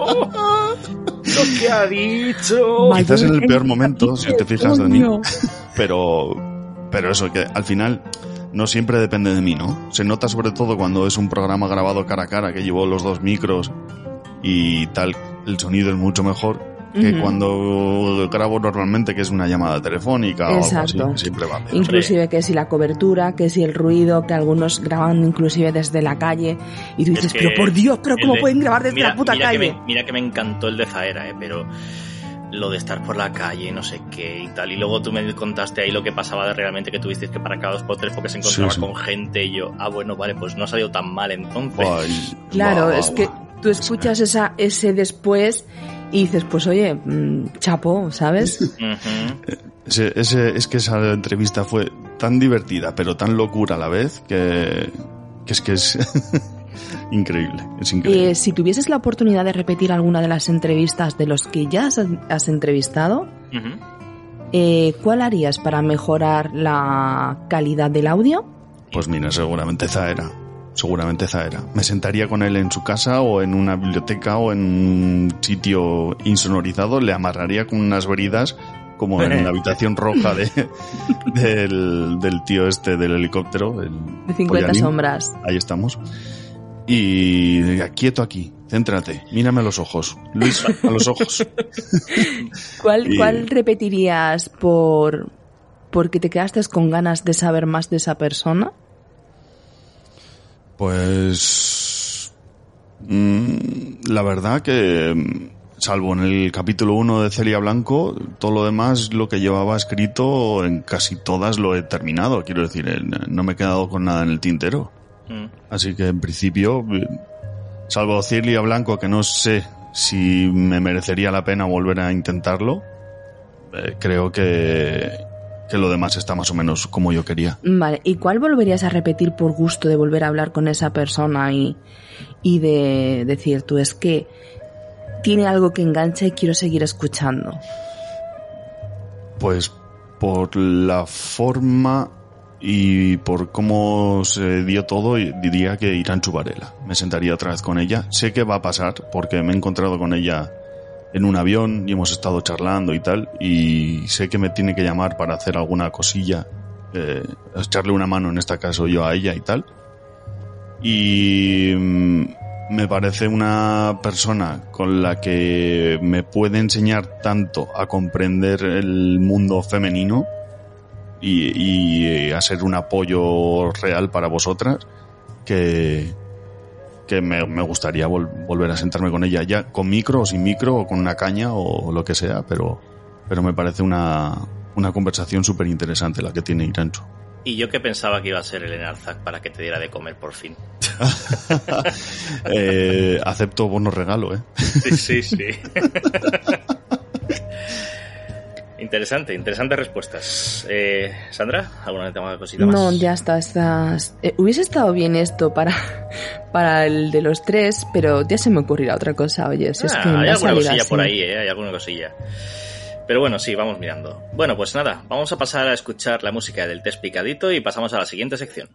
S1: ¡Lo que ha dicho!
S2: Mayor
S4: quizás en el peor
S2: en
S4: momento, si te
S2: capítulo,
S4: fijas de mí,
S2: coño.
S4: pero, pero eso, que al final no siempre depende de mí, ¿no? Se nota sobre todo cuando es un programa grabado cara a cara, que llevo los dos micros y tal, el sonido es mucho mejor que
S2: Ujú.
S4: cuando grabo normalmente, que es una llamada telefónica o algo así,
S2: Exacto.
S4: que siempre va peor.
S2: Inclusive que si la cobertura, que si el ruido, que algunos graban inclusive desde la calle y tú
S1: Es
S2: dices,
S1: que
S2: pero por Dios, pero
S1: el
S2: ¿cómo
S1: de-
S2: pueden grabar desde
S1: mira,
S2: la puta
S1: mira
S2: calle?
S1: Que me, mira que me encantó el de Zaera, eh, pero lo de estar por la calle, no sé qué y tal. Y luego tú me contaste ahí lo que pasaba de realmente que tuvisteis que parar cada dos por tres porque se encontraba
S4: Sí, sí.
S1: con gente y yo, ah, bueno, vale, pues no ha salido tan mal entonces.
S4: Ay,
S2: Claro,
S4: va,
S2: es
S4: va,
S2: que
S4: va.
S2: tú escuchas esa ese después y dices, pues oye, mmm, chapo, ¿sabes?
S1: Ujú.
S4: Ese, ese- es que esa entrevista fue tan divertida, pero tan locura a la vez, que, que es que es... Increíble, es increíble.
S2: Eh, si tuvieses la oportunidad de repetir alguna de las entrevistas de los que ya has, has entrevistado, uh-huh. eh, ¿cuál harías para mejorar la calidad del audio?
S4: Pues mira, seguramente Zaera. Seguramente Zaera. Me sentaría con él en su casa o en una biblioteca o en un sitio insonorizado, le amarraría con unas bridas como en la habitación roja de, del, del tío este del helicóptero. El
S2: de cincuenta Pollanín. Sombras.
S4: Ahí estamos. Y quieto aquí, céntrate, mírame a los ojos. Luis, a los ojos.
S2: ¿Cuál,
S4: y...
S2: ¿Cuál repetirías por porque te quedaste con ganas de saber más de esa persona?
S4: Pues mmm, la verdad que salvo en el capítulo uno de Celia Blanco, todo lo demás, lo que llevaba escrito en casi todas lo he terminado, quiero decir, no me he quedado con nada en el tintero. Mm. Así que en principio, salvo Celia Blanco, que no sé si me merecería la pena volver a intentarlo, eh, creo que que lo demás está más o menos como yo quería.
S2: Vale, ¿y cuál volverías a repetir por gusto de volver a hablar con esa persona y, y de decir tú, es que tiene algo que engancha y quiero seguir escuchando?
S4: Pues por la forma y por cómo se dio todo, diría que Irantxu Varela. Me sentaría otra vez con ella. Sé que va a pasar porque me he encontrado con ella en un avión y hemos estado charlando y tal, y sé que me tiene que llamar para hacer alguna cosilla, eh, echarle una mano en este caso yo a ella y tal, y mm, me parece una persona con la que me puede enseñar tanto a comprender el mundo femenino y, y a ser un apoyo real para vosotras, que que me, me gustaría vol- volver a sentarme con ella, ya con micro o sin micro o con una caña o lo que sea, pero pero me parece una, una conversación súper interesante la que tiene Irantxu.
S1: Y yo que pensaba que iba a ser Elena Arzac para que te diera de comer por fin.
S4: eh, acepto bono regalo, ¿eh?
S1: Sí, sí, sí. Interesante, interesantes respuestas. Eh, Sandra, ¿alguna cosita más?
S2: No, ya está. Estás... Eh, hubiese estado bien esto para, para el de los tres, pero ya se me ocurrirá otra cosa. Oye, si
S1: ah,
S2: es que
S1: hay alguna cosilla
S2: así.
S1: por ahí, ¿eh? Hay alguna cosilla. Pero bueno, sí, vamos mirando. Bueno, pues nada, vamos a pasar a escuchar la música del test picadito y pasamos a la siguiente sección.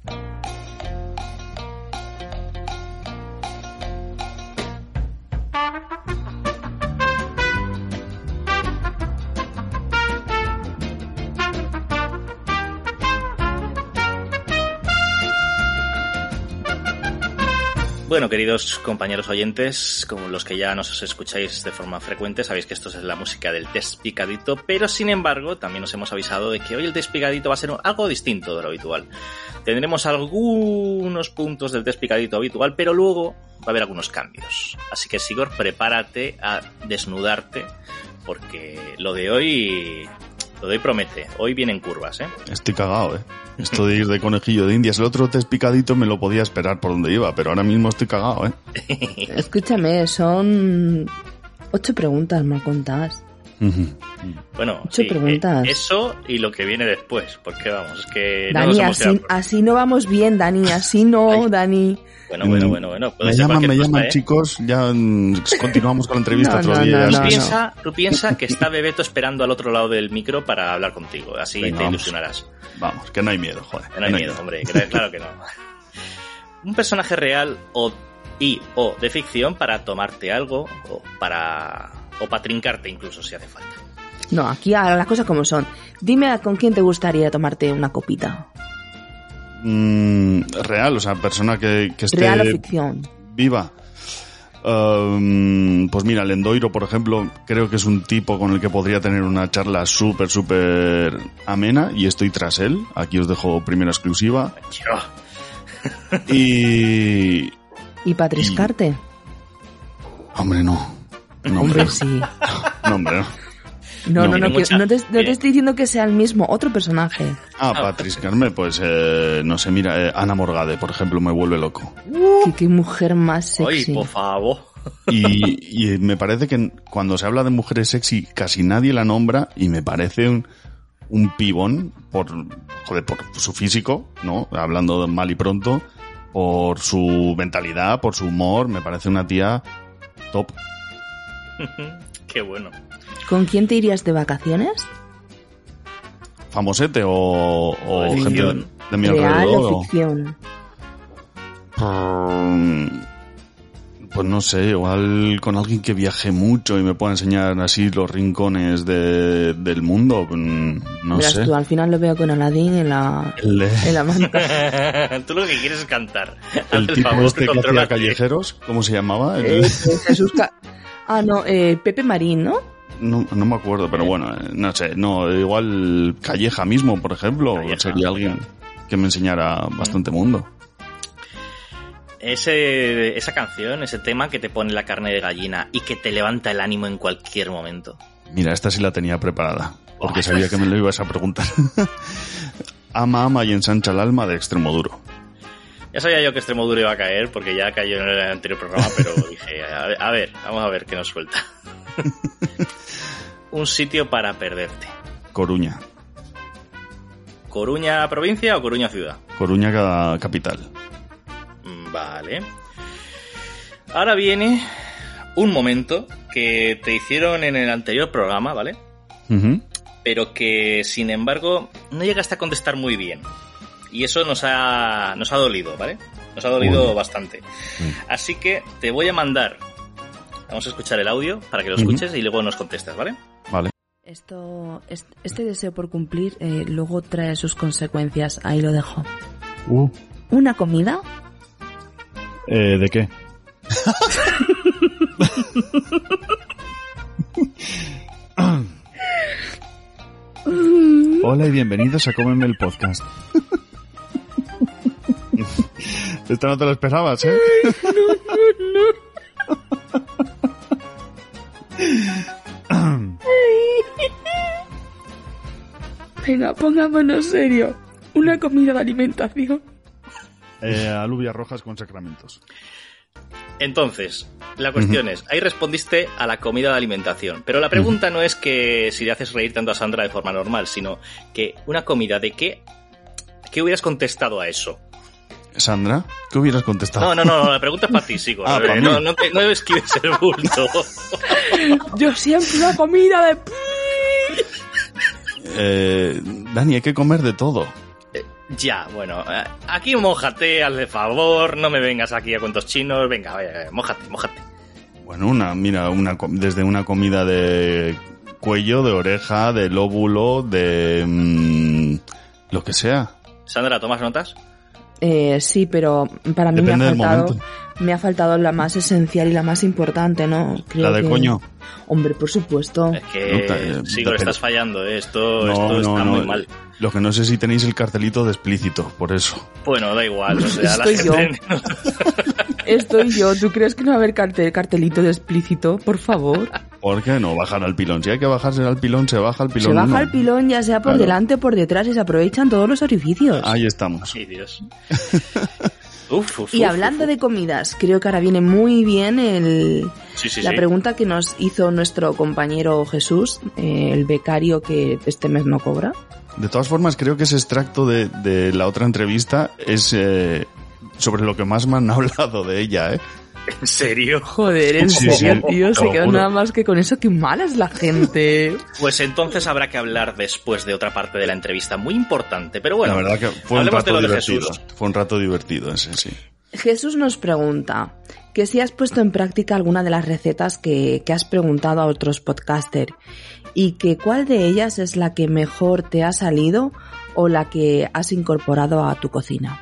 S1: Bueno, queridos compañeros oyentes, como los que ya nos escucháis de forma frecuente, sabéis que esto es la música del test picadito, pero sin embargo también os hemos avisado de que hoy el test picadito va a ser algo distinto de lo habitual. Tendremos algunos puntos del test picadito habitual, pero luego va a haber algunos cambios. Así que, Sigor, prepárate a desnudarte, porque lo de hoy... Lo de hoy promete. Hoy vienen curvas, ¿eh?
S4: Estoy cagado, ¿eh? Esto de ir de conejillo de indias. El otro test picadito me lo podía esperar por donde iba, pero ahora mismo estoy cagado, ¿eh?
S2: Escúchame, son ocho preguntas, me contás.
S1: Bueno,
S2: ocho
S1: sí,
S2: preguntas.
S1: Eh, eso y lo que viene después, porque vamos, es que...
S2: Dani,
S1: no nos hemos
S2: así, así no vamos bien, Dani, así no, Ay. Dani.
S1: Bueno, bueno, bueno, bueno.
S4: Me llaman, me llaman, ¿eh? Chicos, ya continuamos con la entrevista
S2: no,
S4: otro
S2: no,
S4: día.
S2: No, no,
S1: tú,
S2: no.
S1: piensa, tú piensa que está Bebeto esperando al otro lado del micro para hablar contigo, así Venga, te
S4: vamos.
S1: ilusionarás.
S4: Vamos, que no hay miedo, joder.
S1: Que no hay
S4: no
S1: miedo,
S4: hay
S1: hombre, que, claro que no. Un personaje real o y o de ficción para tomarte algo o para o para trincarte incluso si hace falta.
S2: No, aquí las cosas como son. Dime con quién te gustaría tomarte una copita.
S4: Mm, real, o sea, persona que, que esté
S2: real o ficción.
S4: Viva. Um, pues mira, Lendoiro, por ejemplo, creo que es un tipo con el que podría tener una charla súper, súper amena y estoy tras él. Aquí os dejo primera exclusiva. y...
S2: ¿Y para triscarte?
S4: Y... Hombre, no. no
S2: hombre,
S4: hombre,
S2: sí.
S4: No, hombre, no.
S2: No, no,
S1: no,
S2: no, que,
S1: mucha,
S2: no, te, no te estoy diciendo que sea el mismo, otro personaje.
S4: Ah, para triscarme, pues, eh, no sé, mira, eh, Ana Morgade, por ejemplo, me vuelve loco.
S2: Uh, qué, qué mujer más sexy.
S1: Ay, por favor.
S4: Y, y me parece que cuando se habla de mujeres sexy, casi nadie la nombra, y me parece un, un pibón por, joder, por su físico, ¿no? Hablando mal y pronto, por su mentalidad, por su humor. Me parece una tía top.
S1: Qué bueno.
S2: ¿Con quién te irías de vacaciones?
S4: ¿Famosete o, o gente de, de mi
S2: ¿Real
S4: alrededor?
S2: o ficción?
S4: O... Pues no sé, igual con alguien que viaje mucho y me pueda enseñar así los rincones de, del mundo, no
S2: Verás
S4: sé.
S2: tú, al final lo veo con Aladín en la,
S4: El,
S2: en la manta.
S1: Tú lo que quieres es cantar.
S4: el
S1: Haz
S4: tipo
S1: favor,
S4: este que hacía
S1: contrólate.
S4: callejeros, ¿cómo se llamaba? El-
S2: Eh, Jesús Ca- Ah, no, eh, Pepe Marín, ¿no?
S4: no, no me acuerdo, pero bueno, eh, no sé, no, igual Calleja mismo, por ejemplo,
S1: Calleja.
S4: sería alguien que me enseñara bastante mundo.
S1: Ese, esa canción, ese tema que te pone la carne de gallina y que te levanta el ánimo en cualquier momento.
S4: Mira, esta sí la tenía preparada, porque sabía que me lo ibas a preguntar. Ama, ama y ensancha el alma de Extremoduro.
S1: Ya sabía yo que Extremoduro iba a caer, porque ya cayó en el anterior programa, pero dije, a ver, a ver, vamos a ver qué nos suelta. Un sitio para perderte.
S4: Coruña.
S1: ¿Coruña provincia o Coruña ciudad?
S4: Coruña cada capital.
S1: Vale. Ahora viene un momento que te hicieron en el anterior programa, ¿vale?
S4: Uh-huh.
S1: Pero que, sin embargo, no llegaste a contestar muy bien. Y eso nos ha, nos ha dolido, ¿vale? Nos ha dolido
S4: Uy.
S1: bastante.
S4: Uy.
S1: Así que te voy a mandar... Vamos a escuchar el audio para que lo escuches uh-huh. y luego nos contestas, ¿vale?
S4: Vale.
S2: Esto, este, este deseo por cumplir eh, luego trae sus consecuencias. Ahí lo dejo.
S4: Uh.
S2: ¿Una comida?
S4: Eh, ¿De qué? Hola y bienvenidos a Cómeme el Podcast. Esto no te lo esperabas, ¿eh?
S2: Venga, pongámonos serio. Una comida de alimentación.
S4: Eh, alubias rojas con sacramentos.
S1: Entonces, la cuestión uh-huh. es, ahí respondiste a la comida de alimentación, pero la pregunta uh-huh. no es que si le haces reír tanto a Sandra de forma normal, sino que una comida de qué, ¿qué hubieras contestado a eso?
S4: Sandra, ¿qué hubieras contestado?
S1: No, no, no, la pregunta es para ti, sigo.
S4: Ah,
S1: eh, no, no, te, no esquives el bulto.
S2: Yo siempre una comida de...
S4: Eh, Dani, hay que comer de todo.
S1: Ya, bueno, aquí mójate, hazle favor, no me vengas aquí a cuentos chinos, venga, vaya, mójate, mójate.
S4: Bueno, una, mira, una desde una comida de cuello, de oreja, de lóbulo, de mmm, lo que sea.
S1: Sandra, ¿tomas notas?
S2: Eh, sí, pero para mí
S4: Depende
S2: me ha faltado
S4: del
S2: me ha faltado la más esencial y la más importante, ¿no? Creo
S4: la de
S2: que...
S4: coño.
S2: Hombre, por supuesto.
S1: Es que
S4: No, ta-
S1: sí, lo estás fallando, ¿eh? Esto,
S4: no,
S1: esto
S4: no,
S1: está
S4: no.
S1: muy mal.
S4: Lo que no sé si tenéis el cartelito de explícito, por eso.
S1: Bueno, da igual, o sea,
S2: Estoy
S1: la
S2: yo.
S1: gente...
S2: Estoy yo. ¿Tú crees que no va a haber cartel, cartelito de explícito? Por favor.
S4: ¿Por qué no bajar al pilón? Si hay que bajarse al pilón, se baja al pilón.
S2: Se baja
S4: uno.
S2: el pilón ya sea por
S4: Claro.
S2: delante o por detrás y se aprovechan todos los orificios.
S4: Ahí estamos.
S1: Ay, Dios. Uf, uf,
S2: Y
S1: uf,
S2: hablando
S1: uf.
S2: de comidas, creo que ahora viene muy bien el,
S1: Sí, sí,
S2: la
S1: sí.
S2: pregunta que nos hizo nuestro compañero Jesús, eh, el becario que este mes no cobra.
S4: De todas formas, creo que ese extracto de, de la otra entrevista es eh, sobre lo que más me han hablado de ella, ¿eh?
S1: ¿En serio?
S2: Joder, en
S4: Sí,
S2: serio,
S4: sí,
S2: tío,
S4: te
S2: se
S4: lo
S2: queda
S4: juro.
S2: nada más que con eso, qué mala es la gente.
S1: Pues entonces habrá que hablar después de otra parte de la entrevista muy importante, pero bueno,
S4: la verdad que fue un
S1: hablemos de
S4: rato
S1: lo de
S4: divertido.
S1: Jesús.
S4: Fue un rato divertido ese, sí.
S2: Jesús nos pregunta que si has puesto en práctica alguna de las recetas que, que has preguntado a otros podcasters y que cuál de ellas es la que mejor te ha salido o la que has incorporado a tu cocina.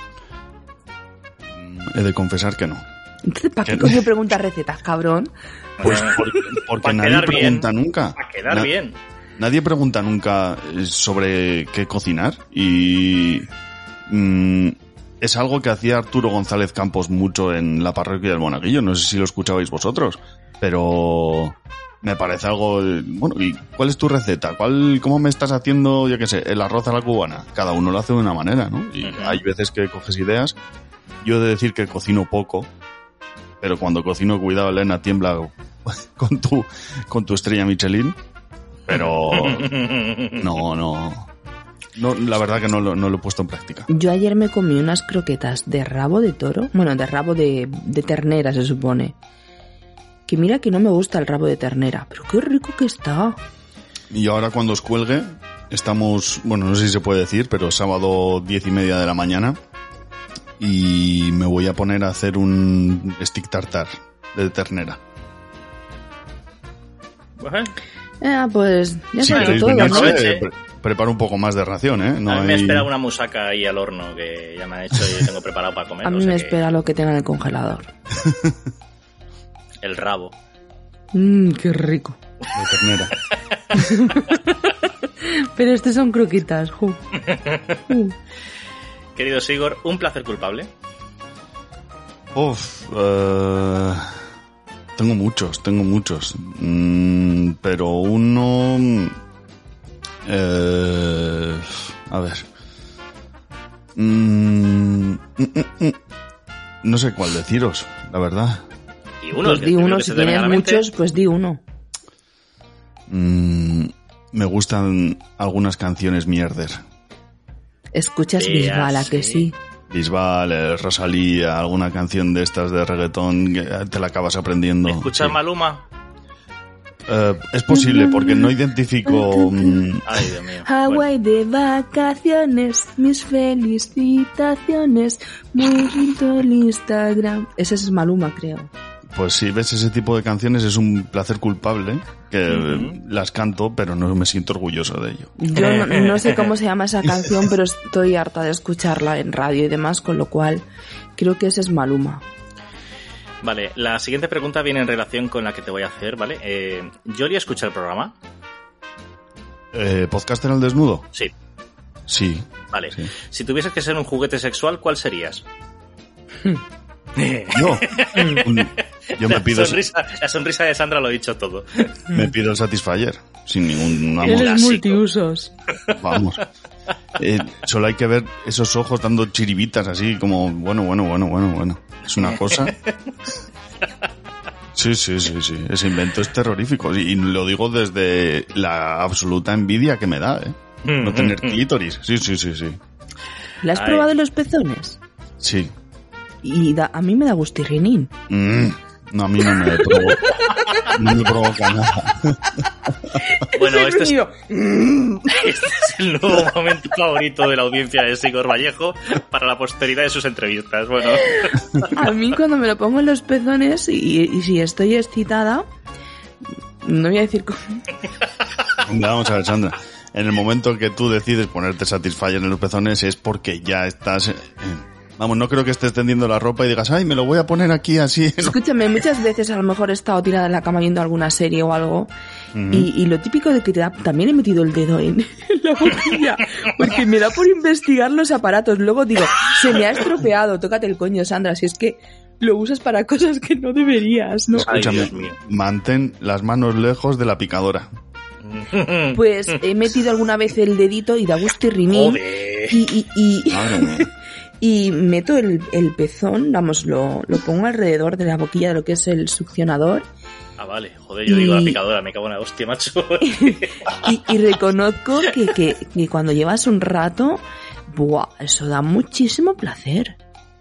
S4: He de confesar que no.
S2: Entonces, ¿para qué
S4: ¿Qué?
S2: coño preguntas recetas, cabrón?
S4: Pues porque, porque
S1: Pa'
S4: nadie
S1: quedar
S4: pregunta
S1: bien.
S4: nunca.
S1: Para quedar
S4: Na-
S1: bien.
S4: Nadie pregunta nunca eh, sobre qué cocinar y mm, es algo que hacía Arturo González Campos mucho en la parroquia del Monaguillo. No sé si lo escuchabais vosotros, pero me parece algo... eh, Bueno, ¿y cuál es tu receta? ¿Cuál, ¿Cómo me estás haciendo, yo qué sé, el arroz a la cubana? Cada uno lo hace de una manera, ¿no? Y
S1: Ujú.
S4: hay veces que coges ideas. Yo he de decir que cocino poco, pero cuando cocino, cuidado, Elena, tiembla con tu, con tu estrella Michelin. Pero no, no. No, la verdad que no lo, no lo he puesto en práctica.
S2: Yo ayer me comí unas croquetas de rabo de toro, bueno, de rabo de, de ternera se supone. Que mira que no me gusta el rabo de ternera, pero qué rico que está.
S4: Y ahora cuando os cuelgue, estamos, bueno, no sé si se puede decir, pero sábado diez y media de la mañana y me voy a poner a hacer un stick tartar de ternera.
S1: Bueno.
S2: Ah, pues ya
S4: Si
S2: sabes
S4: queréis
S2: todo,
S4: venirse,
S2: ¿no?
S1: Aproveche.
S4: pre- preparo un poco más de ración, ¿eh? No
S1: a mí me
S4: hay-
S1: espera una musaca ahí al horno que ya me han hecho y tengo preparado para comer.
S2: A
S1: o
S2: mí
S1: sea
S2: me
S1: que
S2: espera lo que tenga en el congelador.
S1: el rabo.
S2: Mmm, qué rico.
S4: de ternera.
S2: Pero estos son croquetas, ju. Uh.
S1: Querido Sigor, un placer culpable.
S4: Uf, eh, tengo muchos, tengo muchos. Mm, pero uno... Eh, a ver. Mm, mm, mm, mm. No sé cuál deciros, la verdad.
S1: Y uno,
S2: Pues
S1: que
S2: di
S1: primero
S2: uno,
S1: que
S2: si
S1: se te venga
S2: tienes
S1: a la mente.
S2: muchos, pues di uno.
S4: Mm, me gustan algunas canciones mierder.
S2: Escuchas
S1: Sí,
S2: Bisbal, ¿a
S1: así.
S2: que sí?
S4: Bisbal, eh, Rosalía, alguna canción de estas de reggaetón que te la acabas aprendiendo.
S1: ¿Escuchas
S4: Sí.
S1: Maluma?
S4: Eh, es posible porque no identifico... mm,
S1: Ay, Dios mío. Bueno,
S2: Hawái de vacaciones, mis felicitaciones, muy bonito el Instagram. Ese es Maluma, creo.
S4: pues si ves ese tipo de canciones es un placer culpable que
S1: Ujú.
S4: las canto pero no me siento orgulloso de ello.
S2: Yo no, no sé cómo se llama esa canción, pero estoy harta de escucharla en radio y demás, con lo cual creo que ese es Maluma.
S1: vale, la siguiente pregunta viene en relación con la que te voy a hacer, ¿vale? Eh, ¿Yori escucha el programa?
S4: Eh, ¿Podcaster al desnudo?
S1: Sí.
S4: Sí.
S1: Vale.
S4: Sí.
S1: Si tuvieses que ser un juguete sexual, ¿cuál serías?
S4: Yo, un- yo me
S1: la,
S4: pido,
S1: sonrisa, la sonrisa de Sandra lo ha dicho todo.
S4: me pido el Satisfyer sin ningún
S2: Él
S4: amor.
S2: es
S1: clásico.
S2: multiusos.
S4: Vamos. Eh, solo hay que ver esos ojos dando chiribitas así como, bueno, bueno, bueno, bueno, bueno. Es una cosa. Sí, sí, sí, sí. Ese invento es terrorífico. Y lo digo desde la absoluta envidia que me da, ¿eh? No tener clítoris. Sí, sí, sí, sí.
S2: ¿Le has
S1: Ay.
S2: probado los pezones?
S4: Sí.
S2: Y da- a mí me da gustirrinín.
S4: Mm, no, a mí no me provoca, no me provoca nada.
S1: Bueno, este es,
S2: Sonido.
S1: este es el nuevo momento favorito de la audiencia de Sigor Vallejo para la posteridad de sus entrevistas. Bueno,
S2: A mí cuando me lo pongo en los pezones y, y si estoy excitada, no voy a decir cómo.
S4: Hombre, vamos a ver, Sandra. En el momento que tú decides ponerte Satisfyer en los pezones es porque ya estás... eh, vamos, no creo que estés tendiendo la ropa y digas, ay, me lo voy a poner aquí así.
S2: Escúchame, muchas veces a lo mejor he estado tirada en la cama viendo alguna serie o algo y, y lo típico de que te da, también he metido el dedo en, en la boquilla porque me da por investigar los aparatos. Luego digo, se me ha estropeado, tócate el coño, Sandra, si es que lo usas para cosas que no deberías, ¿no?
S1: Ay,
S4: Escúchame,
S1: Dios mío.
S4: mantén las manos lejos de la picadora.
S2: Pues he metido alguna vez el dedito y da gustirrinín
S1: Joder.
S2: y, y, y,
S4: Madre mía.
S2: y meto el, el pezón, vamos, lo, lo pongo alrededor de la boquilla de lo que es el succionador
S1: Ah, vale. Joder, yo digo la
S2: Y-
S1: picadora, me cago en la hostia, macho.
S2: y, y reconozco que, que, que cuando llevas un rato, buah, eso da muchísimo placer.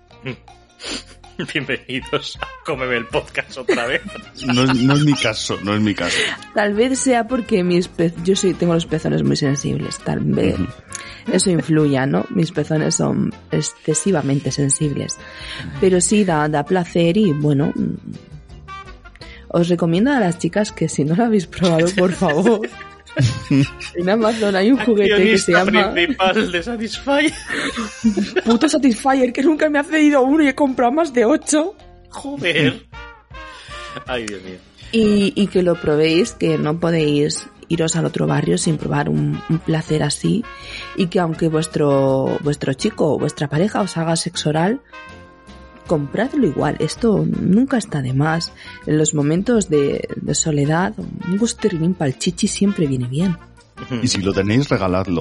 S1: Bienvenidos a Cómeme el Podcast otra vez.
S4: No es, no es mi caso, no es mi caso.
S2: Tal vez sea porque mis pe- yo sí tengo los pezones muy sensibles, tal vez eso influya, ¿no? Mis pezones son excesivamente sensibles. Pero sí da, da placer y bueno, mm, os recomiendo a las chicas que si no lo habéis probado, por favor. En Amazon hay un juguete que se
S1: Accionista
S2: llama
S1: principal de Satisfy.
S2: puto Satisfyer, que nunca me ha cedido uno y he comprado más de ocho.
S1: Joder. Ay, Dios mío.
S2: Y, y que lo probéis, que no podéis iros al otro barrio sin probar un, un placer así, y que aunque vuestro vuestro chico o vuestra pareja os haga sexo oral, compradlo igual. Esto nunca está de más. En los momentos de, de soledad, un gustirrinín para el chichi siempre viene bien.
S4: Y si lo tenéis, regaladlo.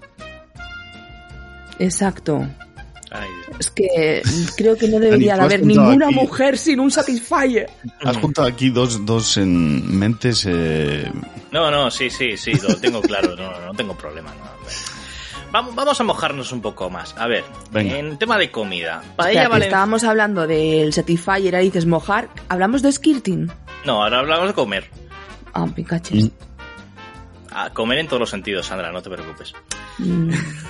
S2: Exacto.
S1: Ay, Dios.
S2: Es que creo que no debería de
S4: Dani, tú has
S2: haber
S4: juntado
S2: ninguna
S4: aquí-
S2: mujer sin un Satisfyer.
S4: Has juntado aquí dos, dos en mentes... Eh,
S1: No, no, sí, sí, sí, lo tengo claro, no, no tengo problema. No. Vamos, vamos a mojarnos un poco más. A ver,
S4: Venga.
S1: en tema de comida. Paella
S2: Espérate,
S1: valenciana.
S2: estábamos hablando del Satisfyer, ahora dices mojar. ¿Hablamos de skirting?
S1: No, ahora hablamos de comer.
S2: Ah, picaches.
S1: A comer en todos los sentidos, Sandra, no te preocupes.
S2: Mm.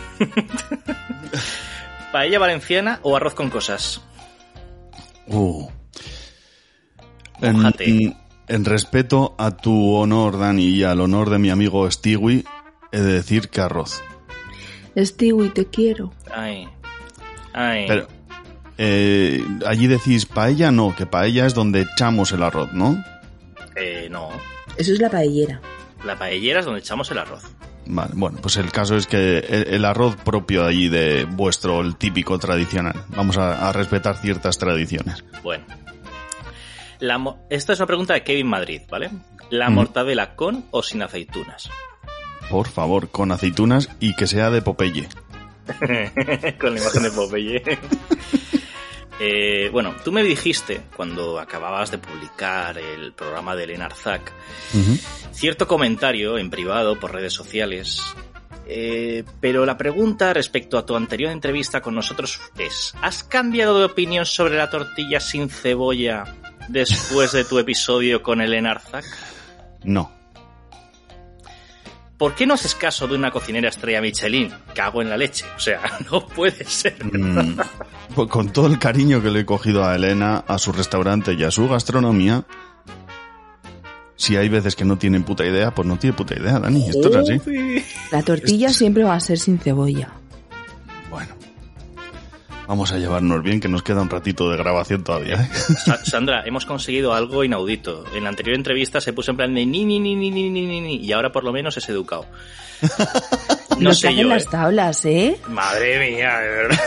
S1: ¿Paella valenciana o arroz con cosas?
S4: Uh. En,
S1: Mójate.
S4: en respeto a tu honor, Dani, y al honor de mi amigo Stewie, he de decir que arroz.
S2: Stewie, te quiero.
S1: Ay. Ay.
S4: Pero, eh, allí decís paella, no, que paella es donde echamos el arroz, ¿no?
S1: Eh, no.
S2: Eso es la paellera.
S1: La paellera es donde echamos el arroz.
S4: Vale, bueno, pues el caso es que el, el arroz propio allí de vuestro, el típico tradicional. Vamos a, a respetar ciertas tradiciones.
S1: Bueno. La mo- Esta es una pregunta de Kevin Madrid, ¿vale? ¿La
S4: Mm.
S1: mortadela con o sin aceitunas?
S4: Por favor, con aceitunas y que sea de Popeye.
S1: Con la imagen de Popeye. eh, bueno, tú me dijiste, cuando acababas de publicar el programa de Elena Arzac,
S4: Uh-huh.
S1: cierto comentario en privado por redes sociales, eh, pero la pregunta respecto a tu anterior entrevista con nosotros es: ¿has cambiado de opinión sobre la tortilla sin cebolla después de tu episodio con Elena Arzac?
S4: No.
S1: ¿Por qué no haces caso de una cocinera estrella Michelin? Cago en la leche. O sea, no puede ser.
S4: Mm, pues con todo el cariño que le he cogido a Elena, a su restaurante y a su gastronomía, si hay veces que no tienen puta idea, pues no tiene puta idea, Dani. Esto es así.
S1: Joder.
S2: La tortilla siempre va a ser sin cebolla.
S4: Bueno, vamos a llevarnos bien, que nos queda un ratito de grabación todavía, ¿eh?
S1: Sa- Sandra, hemos conseguido algo inaudito. En la anterior entrevista se puso en plan de ni, ni, ni, ni, ni, ni, ni, ni, y ahora por lo menos es educado. No
S2: Nos
S1: sé
S2: hacen
S1: yo,
S2: las
S1: ¿eh?
S2: tablas, ¿eh?
S1: Madre mía, de verdad.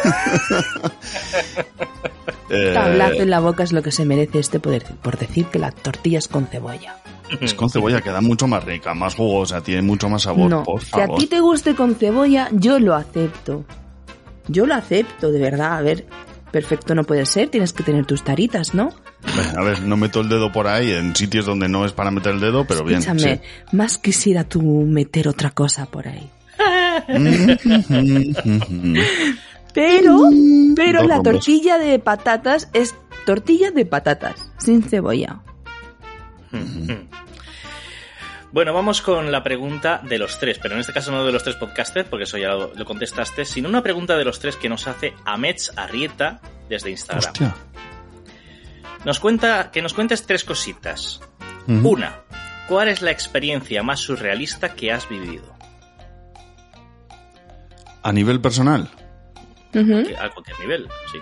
S4: Eh,
S2: Tablazo en la boca es lo que se merece este poder, por decir que la tortilla es con cebolla.
S4: es con cebolla, queda mucho más rica, más jugosa, tiene mucho más sabor,
S2: No,
S4: por
S2: si a
S4: favor.
S2: ti te guste con cebolla, yo lo acepto. Yo lo acepto, de verdad. A ver, perfecto no puede ser, tienes que tener tus taritas, ¿no?
S4: Bueno, a ver, no meto el dedo por ahí en sitios donde no es para meter el dedo, pero bien.
S2: Escúchame,
S4: Sí.
S2: más quisiera tú meter otra cosa por ahí. Pero, pero
S4: Dos
S2: la
S4: rombos.
S2: tortilla de patatas es tortilla de patatas, sin cebolla.
S1: Bueno, vamos con la pregunta de los tres, pero en este caso no de los tres podcasters, porque eso ya lo, lo contestaste, sino una pregunta de los tres que nos hace Amets Arrieta desde Instagram.
S4: Hostia.
S1: Nos cuenta, que nos cuentes tres cositas.
S4: Ujú.
S1: Una, ¿cuál es la experiencia más surrealista que has vivido?
S4: A nivel personal,
S2: Ujú.
S1: Que- A cualquier nivel, sí.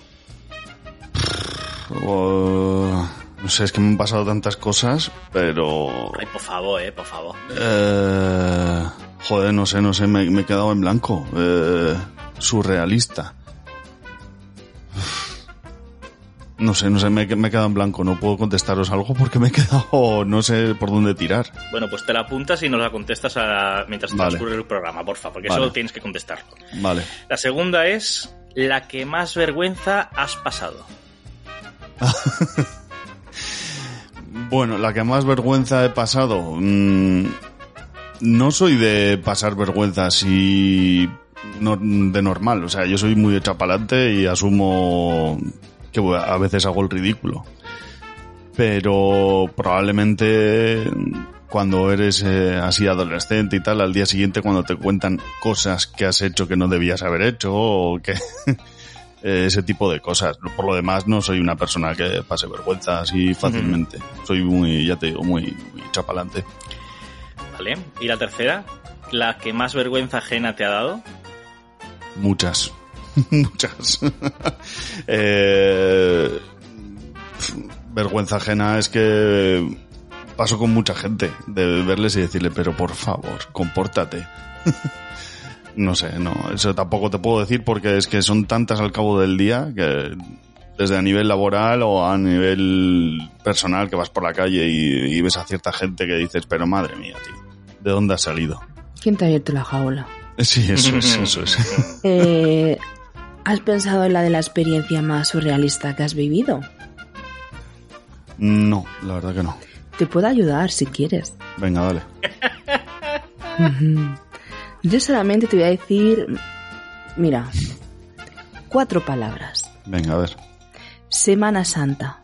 S4: o- no sé, es que me han pasado tantas cosas, pero...
S1: Ay, por favor, eh, por favor.
S4: Eh, joder, no sé, no sé, me, me he quedado en blanco. Eh, surrealista. No sé, no sé, me, he- me he quedado en blanco. No puedo contestaros algo porque me he quedado... No sé por dónde tirar.
S1: Bueno, pues te la apuntas y nos la contestas a- mientras
S4: Vale.
S1: transcurre el programa, porfa, porque
S4: Vale.
S1: eso tienes que contestarlo.
S4: Vale.
S1: La segunda es la que más vergüenza has pasado.
S4: Bueno, la que más vergüenza he pasado... mmm, no soy de pasar vergüenza así no- de normal. O sea, yo soy muy hecho pa'lante y asumo que bueno, a veces hago el ridículo. Pero probablemente cuando eres eh, así adolescente y tal, al día siguiente cuando te cuentan cosas que has hecho que no debías haber hecho o que... ese tipo de cosas. Por lo demás, no soy una persona que pase vergüenza así fácilmente. Soy muy, ya te digo, muy, muy chapalante.
S1: ¿Vale? Y la tercera, la que más vergüenza ajena te ha dado.
S4: Muchas. Muchas. eh, vergüenza ajena es que paso con mucha gente de verles y decirle, pero por favor, compórtate. No sé, no, eso tampoco te puedo decir porque es que son tantas al cabo del día que desde a nivel laboral o a nivel personal que vas por la calle y, y ves a cierta gente que dices, pero madre mía, tío, ¿de dónde has salido?
S2: ¿Quién te ha abierto la jaula?
S4: Sí, eso es, eso es.
S2: Eh, ¿Has pensado en la de la experiencia más surrealista que has vivido?
S4: No, la verdad que no.
S2: Te puedo ayudar si quieres.
S4: Venga, dale.
S2: Ujú. Yo solamente te voy a decir, mira, cuatro palabras.
S4: Venga, a ver.
S2: Semana Santa.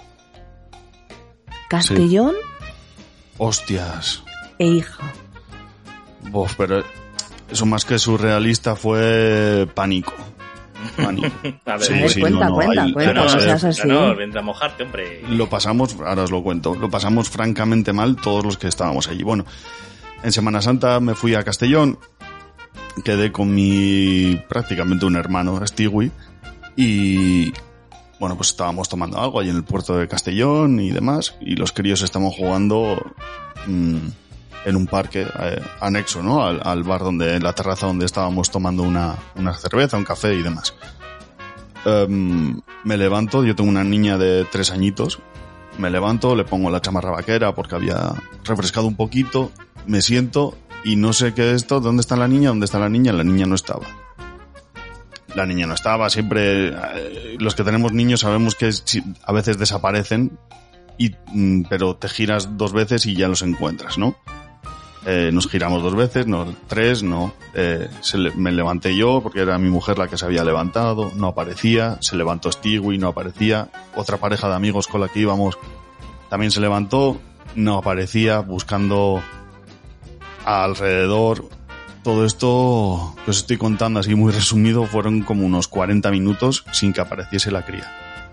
S2: Castellón.
S4: Sí. Hostias.
S2: E hija.
S4: Uf, pero eso más que surrealista fue pánico. Pánico.
S1: A ver,
S2: sí, a ver, sí, cuenta, no, no, cuenta, ahí, cuenta, no, no seas así.
S1: No, no, vendrá a mojarte, hombre.
S4: Lo pasamos, ahora os lo cuento, lo pasamos francamente mal todos los que estábamos allí. Bueno, en Semana Santa me fui a Castellón, quedé con mi prácticamente un hermano, Stewie, y bueno, pues estábamos tomando algo ahí en el puerto de Castellón y demás, y los críos estaban jugando mmm, en un parque eh, anexo, ¿no? Al, al bar donde, en la terraza donde estábamos tomando una, una cerveza, un café y demás. Um, me levanto, yo tengo una niña de tres añitos, me levanto, le pongo la chamarra vaquera porque había refrescado un poquito, me siento y no sé qué es esto, ¿dónde está la niña? ¿Dónde está la niña? La niña no estaba. La niña no estaba, siempre, eh, los que tenemos niños sabemos que a veces desaparecen, y, mm, pero te giras dos veces y ya los encuentras, ¿no? Eh, nos giramos dos veces, no tres, no. Eh, se le, me levanté yo porque era mi mujer la que se había levantado, no aparecía. Se levantó Stewie, no aparecía. Otra pareja de amigos con la que íbamos también se levantó, no aparecía, buscando alrededor. Todo esto que os estoy contando así muy resumido fueron como unos cuarenta minutos sin que apareciese la cría.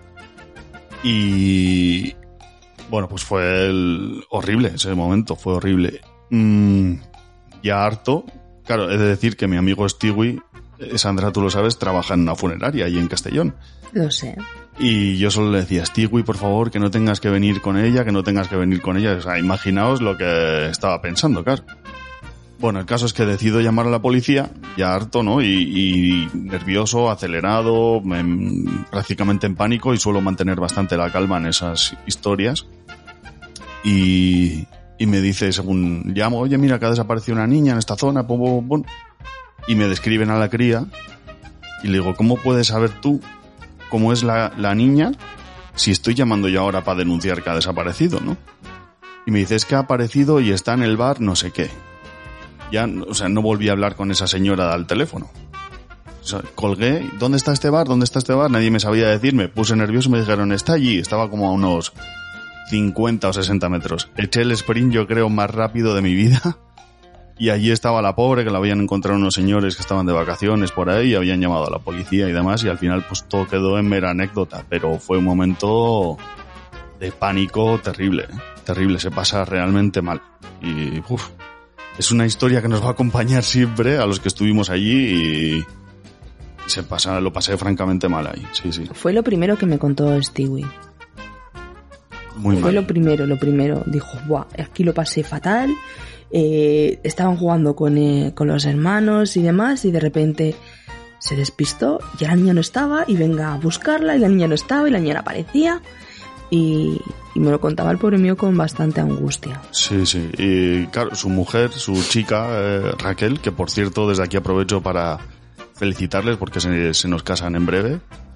S4: Y bueno, pues fue el, horrible ese momento, fue horrible. Mm, ya harto. Claro, he de decir que mi amigo Stewie, Sandra, tú lo sabes, trabaja en una funeraria ahí en Castellón.
S2: Lo sé.
S4: Y yo solo le decía, Stewie, por favor, que no tengas que venir con ella, que no tengas que venir con ella. O sea, imaginaos lo que estaba pensando, claro. Bueno, el caso es que decido llamar a la policía, ya harto, ¿no? Y, y nervioso, acelerado, me, prácticamente en pánico, y suelo mantener bastante la calma en esas historias. Y... Y me dice, según llamo, oye, mira, que ha desaparecido una niña en esta zona, pum, pum, pum. Y me describen a la cría. Y le digo, ¿cómo puedes saber tú cómo es la, la niña si estoy llamando yo ahora para denunciar que ha desaparecido, ¿no? Y me dice, es que ha aparecido y está en el bar no sé qué. Ya, o sea, no volví a hablar con esa señora al teléfono. O sea, colgué, ¿dónde está este bar? ¿Dónde está este bar? Nadie me sabía decir, me puse nervioso y me dijeron, está allí. Estaba como a unos cincuenta o sesenta metros. Eché el sprint, yo creo, más rápido de mi vida, y allí estaba la pobre, que la habían encontrado unos señores que estaban de vacaciones por ahí y habían llamado a la policía y demás, y al final pues todo quedó en mera anécdota, pero fue un momento de pánico terrible, ¿eh? Terrible, se pasa realmente mal. Y uf, es una historia que nos va a acompañar siempre a los que estuvimos allí, y se pasa, lo pasé francamente mal ahí, sí, sí.
S2: Fue lo primero que me contó Stewie.
S4: Muy
S2: Fue
S4: mal.
S2: lo primero, lo primero. Dijo, buah, aquí lo pasé fatal. Eh, estaban jugando con, eh, con los hermanos y demás, y de repente se despistó, ya la niña no estaba, y venga a buscarla, y la niña no estaba, y la niña no aparecía. Y, y me lo contaba el pobre mío con bastante angustia.
S4: Sí, sí. Y claro, su mujer, su chica, eh, Raquel, que por cierto desde aquí aprovecho para felicitarles porque se, se nos casan en breve.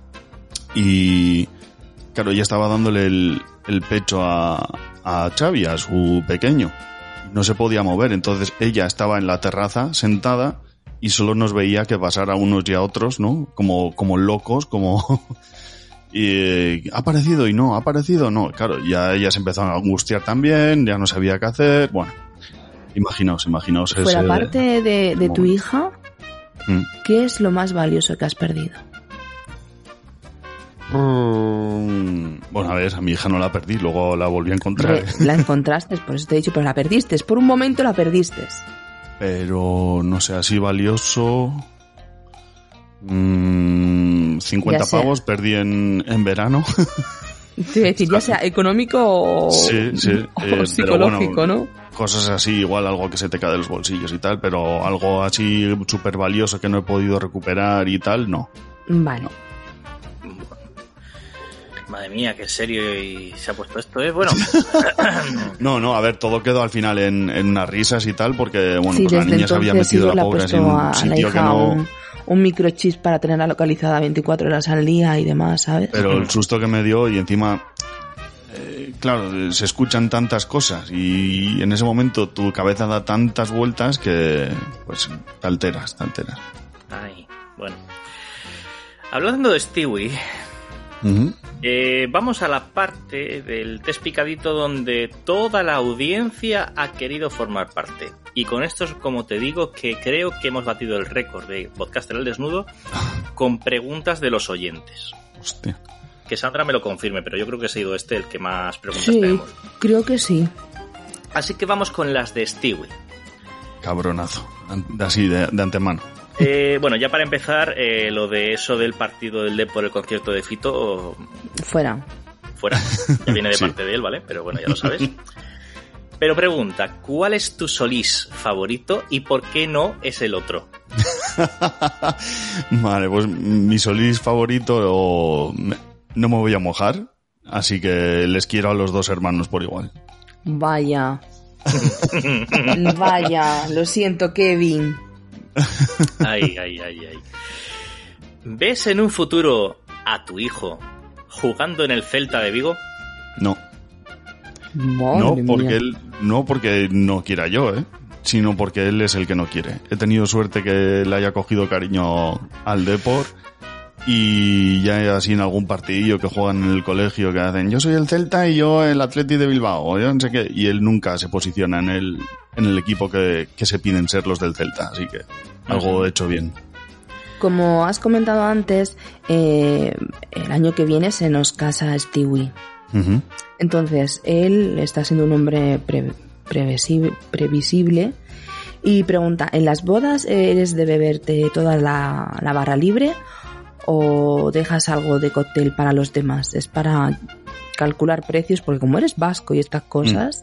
S4: Y claro, ella estaba dándole el, el pecho a, a Xavi, a su pequeño. No se podía mover, entonces ella estaba en la terraza sentada y solo nos veía que pasar a unos y a otros, ¿no? Como, como locos, como... y eh, ha aparecido y no, ha aparecido, no. Claro, ya ella se empezó a angustiar también, ya no sabía qué hacer, bueno. Imaginaos, imaginaos ese...
S2: Fuera parte de, de tu hija,
S4: ¿Mm?
S2: ¿qué es lo más valioso que has perdido?
S4: Bueno, a ver, a mi hija no la perdí, luego la volví a encontrar.
S2: La encontraste, por eso te he dicho, pero la perdiste. Por un momento la perdiste.
S4: Pero, no sé, así valioso... Mmm, cincuenta pavos perdí en, en verano.
S2: Te iba a decir, ya sea económico o,
S4: sí, sí,
S2: o
S4: eh,
S2: psicológico,
S4: bueno,
S2: ¿no?
S4: Cosas así, igual algo que se te cae de los bolsillos y tal, pero algo así súper valioso que no he podido recuperar y tal, no.
S2: Vale.
S4: No.
S1: Madre mía, qué serio y se ha puesto esto, ¿eh? Bueno.
S4: No, no, a ver, todo quedó al final en, en unas risas y tal, porque, bueno,
S2: Sí,
S4: pues la
S2: desde
S4: niña se había
S2: entonces
S4: metido
S2: Igor
S4: la
S2: le ha
S4: pobre así
S2: puesto
S4: en un
S2: a la
S4: sitio que
S2: hija
S4: no...
S2: un, un microchip para tenerla localizada veinticuatro horas al día y demás, ¿sabes?
S4: Pero el susto que me dio, y encima, eh, claro, se escuchan tantas cosas y en ese momento tu cabeza da tantas vueltas que pues te alteras, te alteras.
S1: Ay, bueno. Hablando de Stewie,
S4: Uh-huh.
S1: eh, vamos a la parte del test picadito donde toda la audiencia ha querido formar parte. Y con esto, como te digo, que creo que hemos batido el récord de Podcaster al Desnudo con preguntas de los oyentes.
S4: Hostia.
S1: Que Sandra me lo confirme, pero yo creo que ha sido este el que más preguntas
S2: Sí,
S1: tenemos.
S2: creo que sí.
S1: Así que vamos con las de Stewie.
S4: Cabronazo. Así, de, de antemano.
S1: Eh, bueno, ya para empezar, eh, lo de eso del partido del D por el concierto de Fito,
S2: Fuera.
S1: fuera. Ya viene de
S4: Sí.
S1: parte de él, ¿vale? Pero bueno, ya lo sabes. Pero pregunta, ¿cuál es tu Solís favorito y por qué no es el otro?
S4: Vale, pues mi Solís favorito o- no me voy a mojar, así que les quiero a los dos hermanos por igual.
S2: Vaya. Vaya, lo siento, Kevin.
S1: Ay, ay, ay, ay. ¿Ves en un futuro a tu hijo jugando en el Celta de Vigo?
S4: No,
S2: Madre
S4: no
S2: mía.
S4: porque él, no porque no quiera yo, ¿eh? Sino porque él es el que no quiere. He tenido suerte que le haya cogido cariño al Depor y ya así en algún partidillo que juegan en el colegio que hacen yo soy el Celta y yo el Atleti de Bilbao, o yo no sé qué, y él nunca se posiciona en el, en el equipo que, que se piden ser los del Celta, así que algo he hecho bien.
S2: Como has comentado antes, eh, el año que viene se nos casa Stewie.
S4: Ujú.
S2: Entonces, él está siendo un hombre pre- previsible, previsible y pregunta, ¿en las bodas eres de beberte toda la, la barra libre o dejas algo de cóctel para los demás? Es para calcular precios, porque como eres vasco y estas cosas...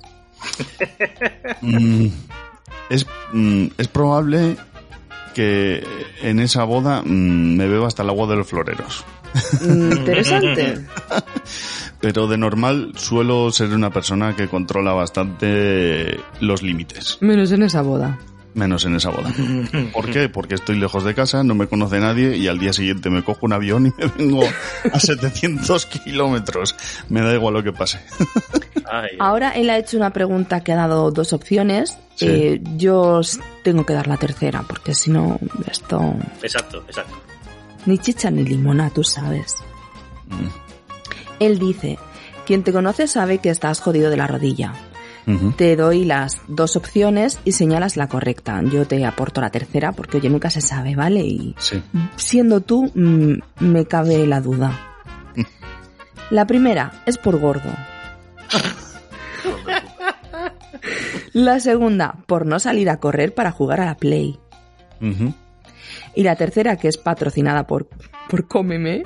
S4: Mm, es, mm, es probable que en esa boda mm, me beba hasta el agua de los floreros.
S2: Mm, interesante.
S4: Pero de normal suelo ser una persona que controla bastante los límites,
S2: Menos en esa boda.
S4: menos en esa boda. ¿Por qué? Porque estoy lejos de casa, no me conoce nadie y al día siguiente me cojo un avión y me vengo a setecientos kilómetros. Me da igual lo que pase.
S1: Ay,
S2: Ahora él ha hecho una pregunta que ha dado dos opciones.
S4: Sí.
S2: Eh, yo os tengo que dar la tercera, porque si no, esto...
S1: exacto, exacto.
S2: Ni chicha ni limona, tú sabes.
S4: Mm.
S2: Él dice, quien te conoce sabe que estás jodido de la rodilla.
S4: Ujú.
S2: Te doy las dos opciones y señalas la correcta. Yo te aporto la tercera porque, oye, nunca se sabe, ¿vale? Y
S4: Sí.
S2: siendo tú, mm, me cabe la duda. La primera es por gordo. La segunda, por no salir a correr para jugar a la Play.
S4: Ujú.
S2: Y la tercera, que es patrocinada por, por Cómeme,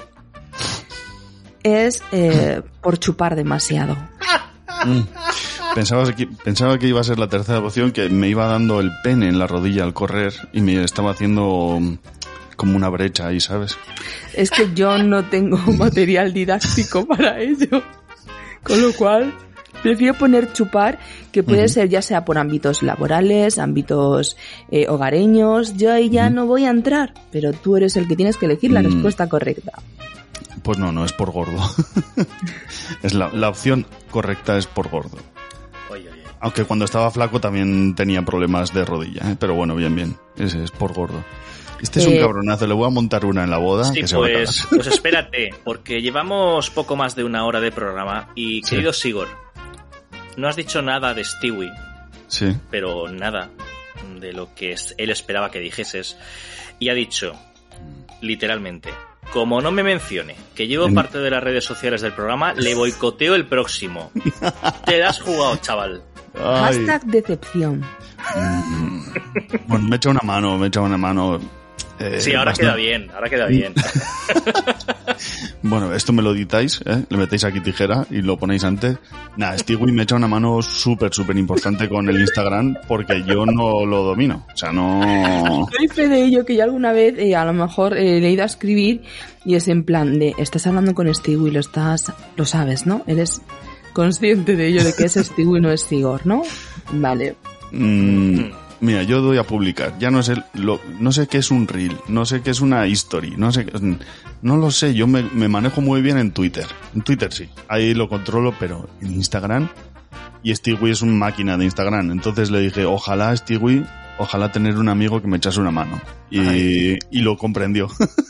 S2: es eh, por chupar demasiado.
S4: Mm. Pensaba que, pensaba que iba a ser la tercera opción, que me iba dando el pene en la rodilla al correr y me estaba haciendo mm, como una brecha ahí, ¿sabes?
S2: Es que yo no tengo material didáctico para ello. Con lo cual, prefiero poner chupar, que puede
S4: Ujú.
S2: ser ya sea por ámbitos laborales, ámbitos eh, hogareños. Yo ahí ya
S4: Ujú.
S2: no voy a entrar, pero tú eres el que tienes que elegir la
S4: Mm.
S2: respuesta correcta.
S4: Pues no, no es por gordo. es la, la opción correcta es por gordo.
S1: Oye, oye.
S4: Aunque cuando estaba flaco también tenía problemas de rodilla, ¿eh? Pero bueno, bien, bien. Ese es por gordo. Este es
S2: Eh,
S4: un cabronazo, le voy a montar una en la boda
S1: Sí,
S4: que se va a
S1: pues,
S4: cagar.
S1: pues espérate, porque llevamos poco más de una hora de programa y,
S4: Sí.
S1: querido Sigor, no has dicho nada de Stewie,
S4: Sí.
S1: pero nada de lo que es- él esperaba que dijeses, y ha dicho, literalmente, como no me mencione que llevo
S4: En-
S1: parte de las redes sociales del programa, le boicoteo el próximo. Te la has jugado, chaval.
S4: Ay.
S2: Hashtag decepción.
S4: Mm. Bueno, me echa una mano, me echa una mano. eh,
S1: Sí, ahora
S4: bastante-
S1: queda bien, ahora queda bien.
S4: Bueno, esto me lo editáis, ¿eh? Le metéis aquí tijera y lo ponéis antes. Nada, Stewie me echa una mano súper, súper importante con el Instagram porque yo no lo domino. O sea, no...
S2: Doy fe de ello, que yo alguna vez eh, a lo mejor eh, le he ido a escribir y es en plan de, estás hablando con Stewie, lo estás, lo sabes, ¿no? Eres consciente de ello, de que es Stewie y no es Sigor, ¿no? Vale.
S4: Mm, Mira, yo doy a publicar. Ya no sé lo, no sé qué es un reel, no sé qué es una history, no sé, no lo sé. Yo me, me manejo muy bien en Twitter. En Twitter sí, ahí lo controlo, pero en Instagram. Y Stewie es una máquina de Instagram. Entonces le dije, ojalá Stewie, ojalá tener un amigo que me echase una mano. Y, y lo comprendió.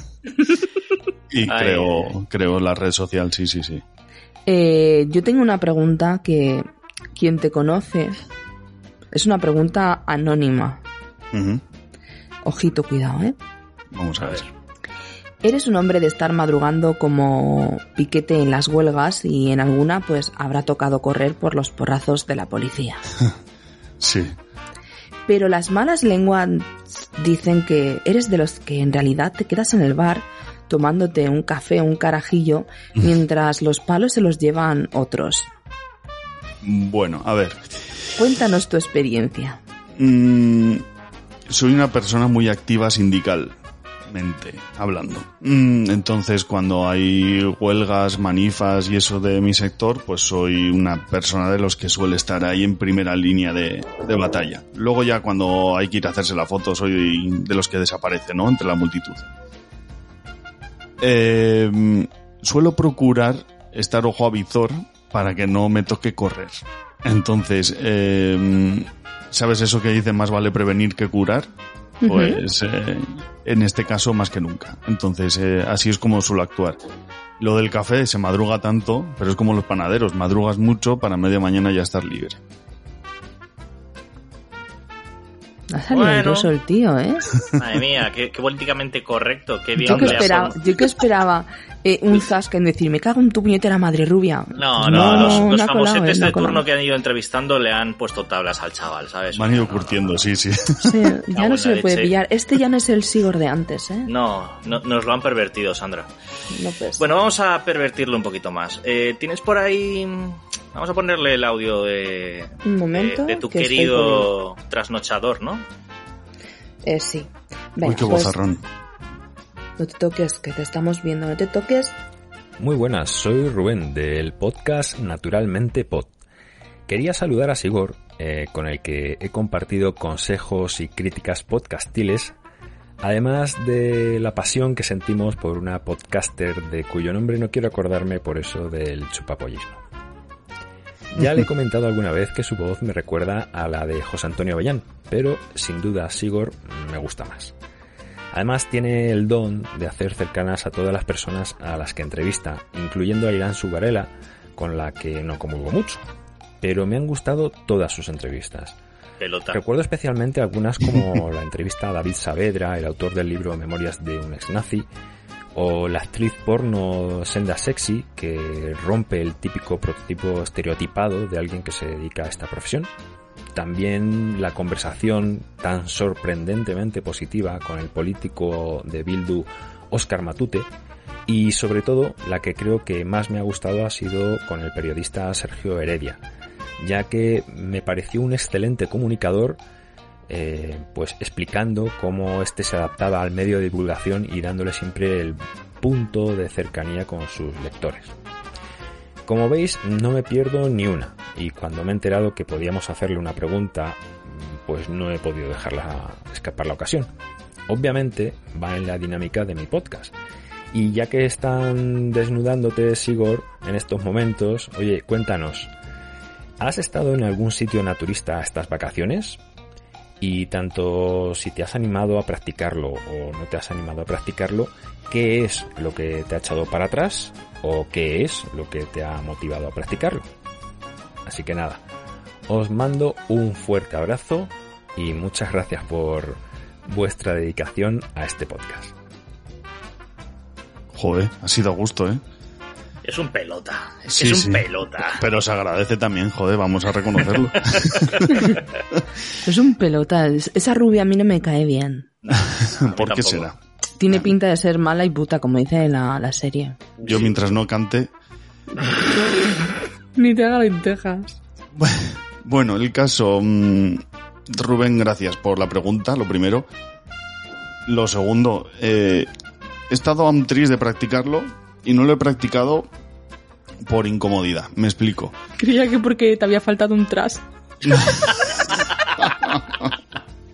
S4: Y
S1: Ay.
S4: creo, creo la red social, sí, sí, sí.
S2: Eh, yo tengo una pregunta que quien te conoce es una pregunta anónima.
S4: Uh-huh.
S2: Ojito, cuidado, ¿eh?
S4: Vamos a ver.
S2: Eres un hombre de estar madrugando como piquete en las huelgas y en alguna pues habrá tocado correr por los porrazos de la policía.
S4: Sí.
S2: Pero las malas lenguas dicen que eres de los que en realidad te quedas en el bar tomándote un café o un carajillo mientras los palos se los llevan otros.
S4: Bueno, a ver.
S2: Cuéntanos tu experiencia.
S4: Mm, soy una persona muy activa sindicalmente hablando. Mm, entonces, cuando hay huelgas, manifas y eso de mi sector, pues soy una persona de los que suele estar ahí en primera línea de, de batalla. Luego ya cuando hay que ir a hacerse la foto, soy de los que desaparece, ¿no? Entre la multitud. Eh, suelo procurar estar ojo a visor para que no me toque correr. Entonces, eh, ¿sabes eso que dicen más vale prevenir que curar? Pues eh, en este caso más que nunca. Entonces, eh, así es como suelo actuar. Lo del café se madruga tanto, pero es como los panaderos, madrugas mucho para media mañana ya estar libre.
S2: Ha salido
S1: Bueno.
S2: airoso el tío, ¿eh?
S1: Madre mía, qué, qué políticamente correcto, qué bien
S2: Yo que
S1: le ha
S2: esperaba,
S1: son-
S2: yo que esperaba eh, un zasca en decir, me cago en tu puñetera madre rubia.
S1: No, no, los, los
S2: una colada,
S1: famosetes
S2: una
S1: de turno
S2: colada.
S1: que han ido entrevistando le han puesto tablas al chaval, ¿sabes?
S4: Me han ido
S1: No, no,
S4: curtiendo,
S1: no,
S4: sí, sí.
S2: Sí, ya
S1: Cago
S2: no
S1: en
S2: se
S1: la
S2: le puede
S1: leche.
S2: pillar. Este ya no es el Sigor de antes, ¿eh?
S1: No, no, nos lo han pervertido, Sandra.
S2: No, pues.
S1: Bueno, vamos a pervertirlo un poquito más. Eh, ¿Tienes por ahí...? Vamos a ponerle el audio de,
S2: Un momento,
S1: de, de tu
S2: que estoy
S1: querido trasnochador, ¿no?
S2: Eh, sí. Venga,
S4: Uy, qué
S2: pues,
S4: bozarrón.
S2: no te toques, que te estamos viendo. No te toques.
S5: Muy buenas, soy Rubén del podcast Naturalmente Pod. Quería saludar a Sigor, eh, con el que he compartido consejos y críticas podcastiles, además de la pasión que sentimos por una podcaster de cuyo nombre no quiero acordarme por eso del chupapollismo. Ya le he comentado alguna vez que su voz me recuerda a la de José Antonio Avellán, pero sin duda Sigor me gusta más. Además tiene el don de hacer cercanas a todas las personas a las que entrevista, incluyendo a Irán Sugarela, con la que no comulgo mucho. Pero me han gustado todas sus entrevistas.
S1: Pelota.
S5: Recuerdo especialmente algunas como la entrevista a David Saavedra, el autor del libro Memorias de un ex-nazi, o la actriz porno Senda Sexy, que rompe el típico prototipo estereotipado de alguien que se dedica a esta profesión. También la conversación tan sorprendentemente positiva con el político de Bildu Óscar Matute, y sobre todo la que creo que más me ha gustado ha sido con el periodista Sergio Heredia, ya que me pareció un excelente comunicador, eh, pues explicando cómo este se adaptaba al medio de divulgación y dándole siempre el punto de cercanía con sus lectores. Como veis, no me pierdo ni una, y cuando me he enterado que podíamos hacerle una pregunta, pues no he podido dejarla escapar la ocasión. Obviamente va en la dinámica de mi podcast. Y ya que están desnudándote, Sigor, en estos momentos, oye, cuéntanos, ¿has estado en algún sitio naturista estas vacaciones? Y tanto si te has animado a practicarlo o no te has animado a practicarlo, ¿qué es lo que te ha echado para atrás o qué es lo que te ha motivado a practicarlo? Así que nada, os mando un fuerte abrazo y muchas gracias por vuestra dedicación a este podcast.
S4: Joder, ha sido a gusto, ¿eh?
S1: Es un pelota. Es,
S4: Sí,
S1: es un
S4: sí.
S1: pelota.
S4: Pero se agradece también, joder, vamos a reconocerlo.
S2: Es un pelota. Esa rubia a mí no me cae bien.
S4: ¿Por qué
S1: tampoco.
S4: será?
S2: Tiene pinta de ser mala y puta, como dice la, la serie.
S4: Yo mientras no cante...
S2: Ni te haga lentejas.
S4: Bueno, el caso... mmm, Rubén, gracias por la pregunta, lo primero. Lo segundo, eh, he estado a un tris de practicarlo y no lo he practicado por incomodidad. Me explico.
S2: Creía que porque te había faltado un tras.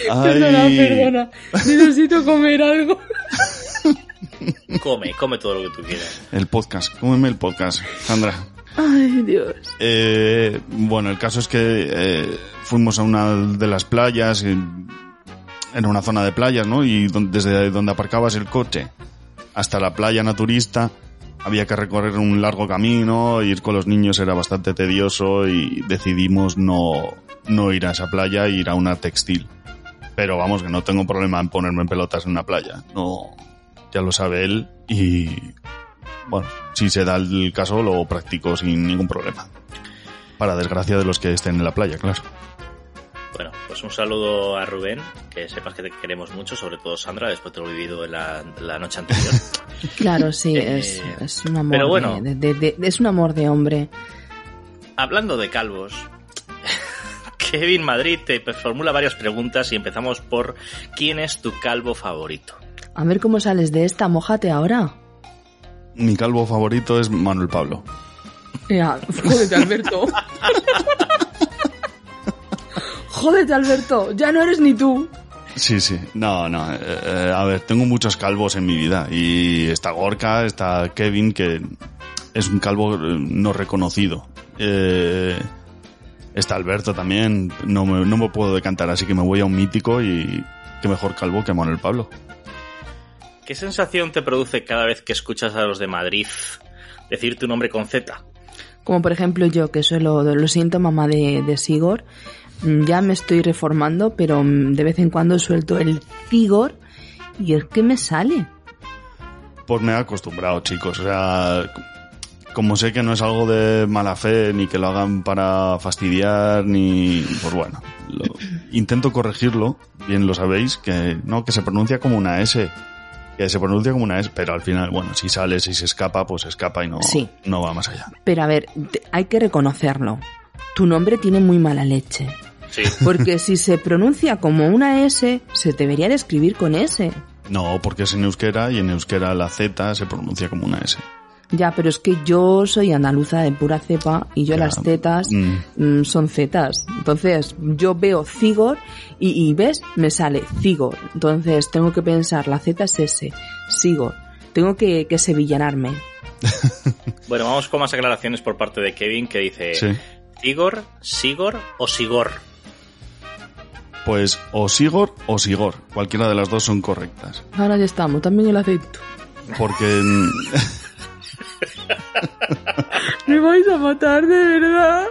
S2: Perdona, perdona. Necesito comer algo.
S1: Come, come todo lo que tú quieras.
S4: El podcast, cómeme el podcast, Sandra.
S2: Ay, Dios.
S4: Eh, bueno, el caso es que eh, fuimos a una de las playas, en una zona de playas, ¿no? Y donde, desde donde aparcabas el coche hasta la playa naturista había que recorrer un largo camino, ir con los niños era bastante tedioso y decidimos no, no ir a esa playa e ir a una textil. Pero vamos, que no tengo problema en ponerme en pelotas en una playa, no, ya lo sabe él y... Bueno, si se da el caso, lo practico sin ningún problema. Para desgracia de los que estén en la playa, claro.
S1: Bueno, pues un saludo a Rubén, que sepas que te queremos mucho, sobre todo Sandra, después de lo vivido en la, la noche anterior.
S2: Claro, sí,
S1: eh,
S2: es, es un amor
S1: pero bueno,
S2: de, de, de, de, es un amor de hombre.
S1: Hablando de calvos, Kevin Madrid te formula varias preguntas y empezamos por ¿quién es tu calvo favorito?
S2: A ver cómo sales de esta, mójate ahora.
S4: Mi calvo favorito es Manuel Pablo.
S2: Ya, jódete, Alberto. Jódete, Alberto, ya no eres ni tú.
S4: Sí, sí. No, no. Eh, a ver, tengo muchos calvos en mi vida. Y está Gorka, está Kevin, que es un calvo no reconocido. Eh, está Alberto también. No me, no me puedo decantar, así que me voy a un mítico y qué mejor calvo que Manuel Pablo.
S1: ¿Qué sensación te produce cada vez que escuchas a los de Madrid decir tu nombre con Z?
S2: Como por ejemplo yo, que suelo, lo siento, mamá de, de Sigor, ya me estoy reformando, pero de vez en cuando suelto el Sigor y es que me sale.
S4: Pues me he acostumbrado, chicos. O sea, como sé que no es algo de mala fe, ni que lo hagan para fastidiar, ni... Pues bueno, lo, intento corregirlo, bien lo sabéis, que no, que se pronuncia como una S. Que se pronuncia como una S, pero al final, bueno, si sale, si se escapa, pues se escapa y no,
S2: sí.
S4: no va más allá.
S2: Pero a ver, te, hay que reconocerlo. Tu nombre tiene muy mala leche.
S1: Sí.
S2: Porque si se pronuncia como una S, se debería de escribir con S.
S4: No, porque es en euskera y en euskera la Z se pronuncia como una S.
S2: Ya, pero es que yo soy andaluza de pura cepa y yo ya. Las zetas mm. Mm, son zetas. Entonces, yo veo Cigor y, y ¿ves? Me sale Cigor. Entonces, tengo que pensar, la Z es S, Sigor. Tengo que, que sevillanarme.
S1: Bueno, vamos con más aclaraciones por parte de Kevin, que dice
S4: sí.
S1: Cigor, Sigor o Sigor.
S4: Pues o Sigor o Sigor. Cualquiera de las dos son correctas.
S2: Ahora ya estamos, también el acento.
S4: Porque...
S2: Me vais a matar, de verdad.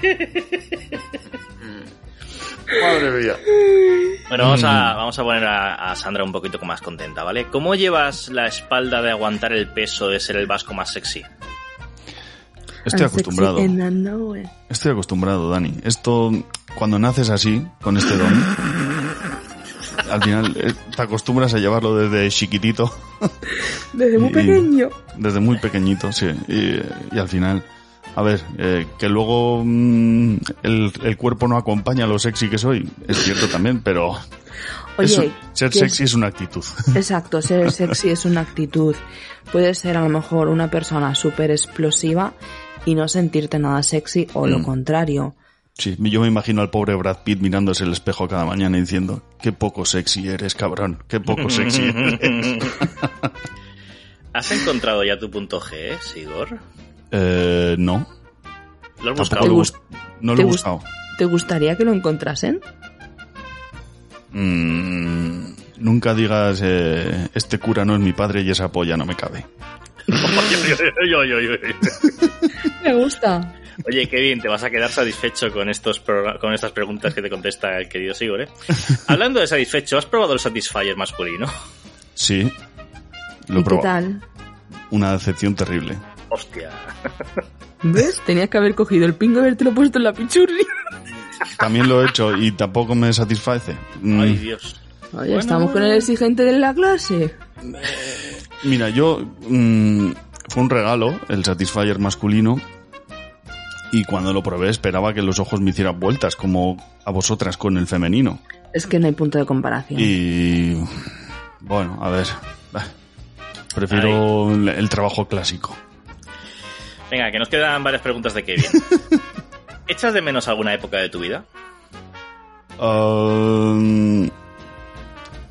S4: Madre mía.
S1: Bueno, vamos a, vamos a poner a, a Sandra un poquito más contenta, ¿vale? ¿Cómo llevas la espalda de aguantar el peso de ser el vasco más sexy?
S4: Estoy acostumbrado. Estoy acostumbrado, Dani. Esto, cuando naces así, con este don, al final te acostumbras a llevarlo desde chiquitito.
S2: Desde muy pequeño.
S4: Desde muy pequeñito, sí. Y, y al final, a ver, eh, que luego mmm, el, el cuerpo no acompaña a lo sexy que soy, es cierto también, pero...
S2: Oye,
S4: eso, ser sexy es... es una actitud.
S2: Exacto, ser sexy es una actitud. Puedes ser a lo mejor una persona súper explosiva y no sentirte nada sexy o mm. lo contrario.
S4: Sí, yo me imagino al pobre Brad Pitt mirándose el espejo cada mañana y diciendo, qué poco sexy eres, cabrón, qué poco sexy eres.
S1: ¿Has encontrado ya tu punto G, Sigor?
S4: Eh, no.
S1: ¿Lo has buscado?
S4: Lo gust- no lo he buscado.
S2: ¿Te gustaría que lo encontrasen?
S4: Mm, nunca digas, eh, este cura no es mi padre y esa polla no me cabe.
S2: Me gusta.
S1: Oye, Kevin, te vas a quedar satisfecho con estos pro- con estas preguntas que te contesta el querido Sigor, ¿eh? Hablando de satisfecho, ¿has probado el Satisfyer masculino?
S4: Sí, lo he
S2: ¿Y
S4: probado.
S2: qué tal?
S4: Una decepción terrible.
S1: Hostia.
S2: ¿Ves? Tenías que haber cogido el pingo y haberte lo puesto en la pichurri.
S4: También lo he hecho y tampoco me satisface. Mm.
S1: Ay, Dios.
S2: Oye, bueno, estamos bueno. con el exigente de la clase.
S4: Mira, yo... Mmm, fue un regalo, el Satisfyer masculino. Y cuando lo probé esperaba que los ojos me hicieran vueltas, como a vosotras con el femenino.
S2: Es que no hay punto de comparación.
S4: Y... bueno, a ver... prefiero el, el trabajo clásico.
S1: Venga, que nos quedan varias preguntas de Kevin. ¿Echas de menos alguna época de tu vida?
S4: Uh,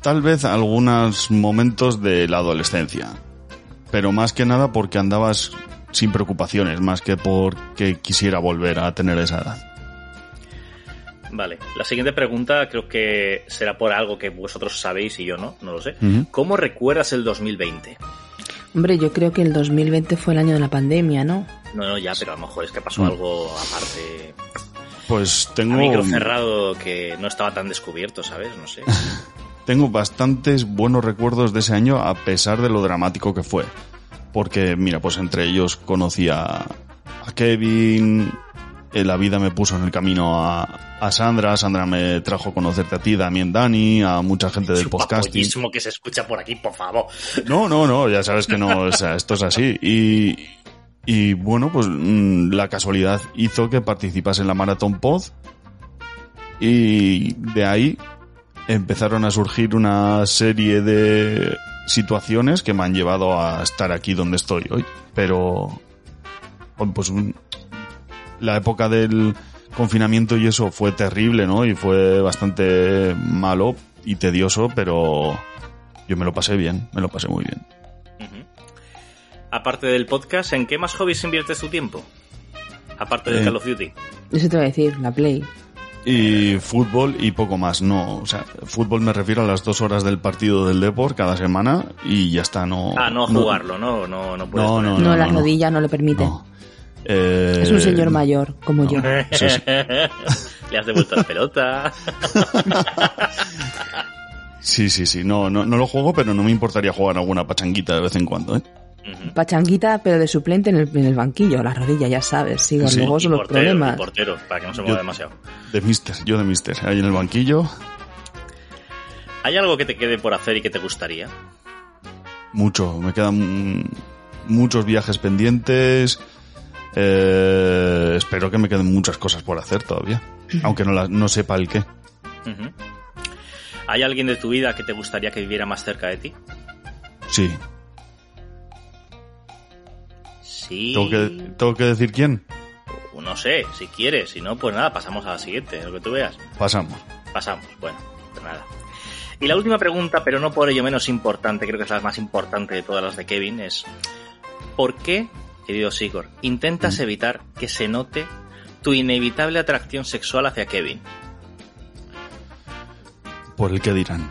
S4: Tal vez algunos momentos de la adolescencia, pero más que nada porque andabas sin preocupaciones, más que porque quisiera volver a tener esa edad.
S1: Vale, la siguiente pregunta creo que será por algo que vosotros sabéis y yo no, no lo sé.
S4: Uh-huh.
S1: ¿Cómo recuerdas el dos mil veinte?
S2: Hombre, yo creo que el dos mil veinte fue el año de la pandemia, ¿no?
S1: No, no, ya, pero a lo mejor es que pasó algo aparte.
S4: Pues tengo...
S1: A micro cerrado que no estaba tan descubierto, ¿sabes? No sé.
S4: Tengo bastantes buenos recuerdos de ese año a pesar de lo dramático que fue. Porque, mira, pues entre ellos conocí a, a Kevin, eh, la vida me puso en el camino a, a Sandra, Sandra me trajo a conocerte a ti, también Dani, a mucha gente del podcasting.
S1: Es que se escucha por aquí, por favor.
S4: No, no, no, ya sabes que no, o sea, esto es así. Y, y bueno, pues mmm, la casualidad hizo que participase en la Maratón Pod y de ahí empezaron a surgir una serie de situaciones que me han llevado a estar aquí donde estoy hoy. Pero pues un, la época del confinamiento y eso fue terrible, ¿no? Y fue bastante malo y tedioso, pero yo me lo pasé bien, me lo pasé muy bien.
S1: Uh-huh. Aparte del podcast, ¿en qué más hobbies inviertes tu tiempo? Aparte de eh, Call of Duty.
S2: Eso te voy a decir, la Play.
S4: Y fútbol y poco más, no, o sea, fútbol me refiero a las dos horas del partido del Depor cada semana y ya está, no...
S1: Ah, no jugarlo, no, no, no puedes.
S4: No, no,
S2: no,
S4: no,
S2: no, la
S4: no,
S2: rodilla no le permite.
S4: No. Eh...
S2: Es un señor mayor, como no, yo.
S4: Eso sí.
S1: Le has devuelto la pelota.
S4: Sí, sí, sí, no, no, no lo juego, pero no me importaría jugar alguna pachanguita de vez en cuando, ¿eh?
S2: Uh-huh. Pachanguita, pero de suplente en el, en el banquillo, la rodilla, ya sabes, sigo,
S4: sí,
S2: luego son los
S1: portero,
S2: problemas.
S1: Y portero, para que no se mueva
S4: yo,
S1: demasiado.
S4: De mister, yo de mister, ahí en el banquillo.
S1: ¿Hay algo que te quede por hacer y que te gustaría?
S4: Mucho, me quedan muchos viajes pendientes. Eh, espero que me queden muchas cosas por hacer todavía, uh-huh. aunque no, la, no sepa el qué.
S1: Uh-huh. ¿Hay alguien de tu vida que te gustaría que viviera más cerca de ti?
S4: Sí.
S1: Sí.
S4: ¿Tengo que, ¿Tengo que decir quién?
S1: No sé, si quieres, si no, pues nada, pasamos a la siguiente, lo que tú veas.
S4: Pasamos.
S1: Pasamos, bueno, pues nada. Y la última pregunta, pero no por ello menos importante, creo que es la más importante de todas las de Kevin, es ¿por qué, querido Sigor, intentas mm. evitar que se note tu inevitable atracción sexual hacia Kevin?
S4: Por el que dirán.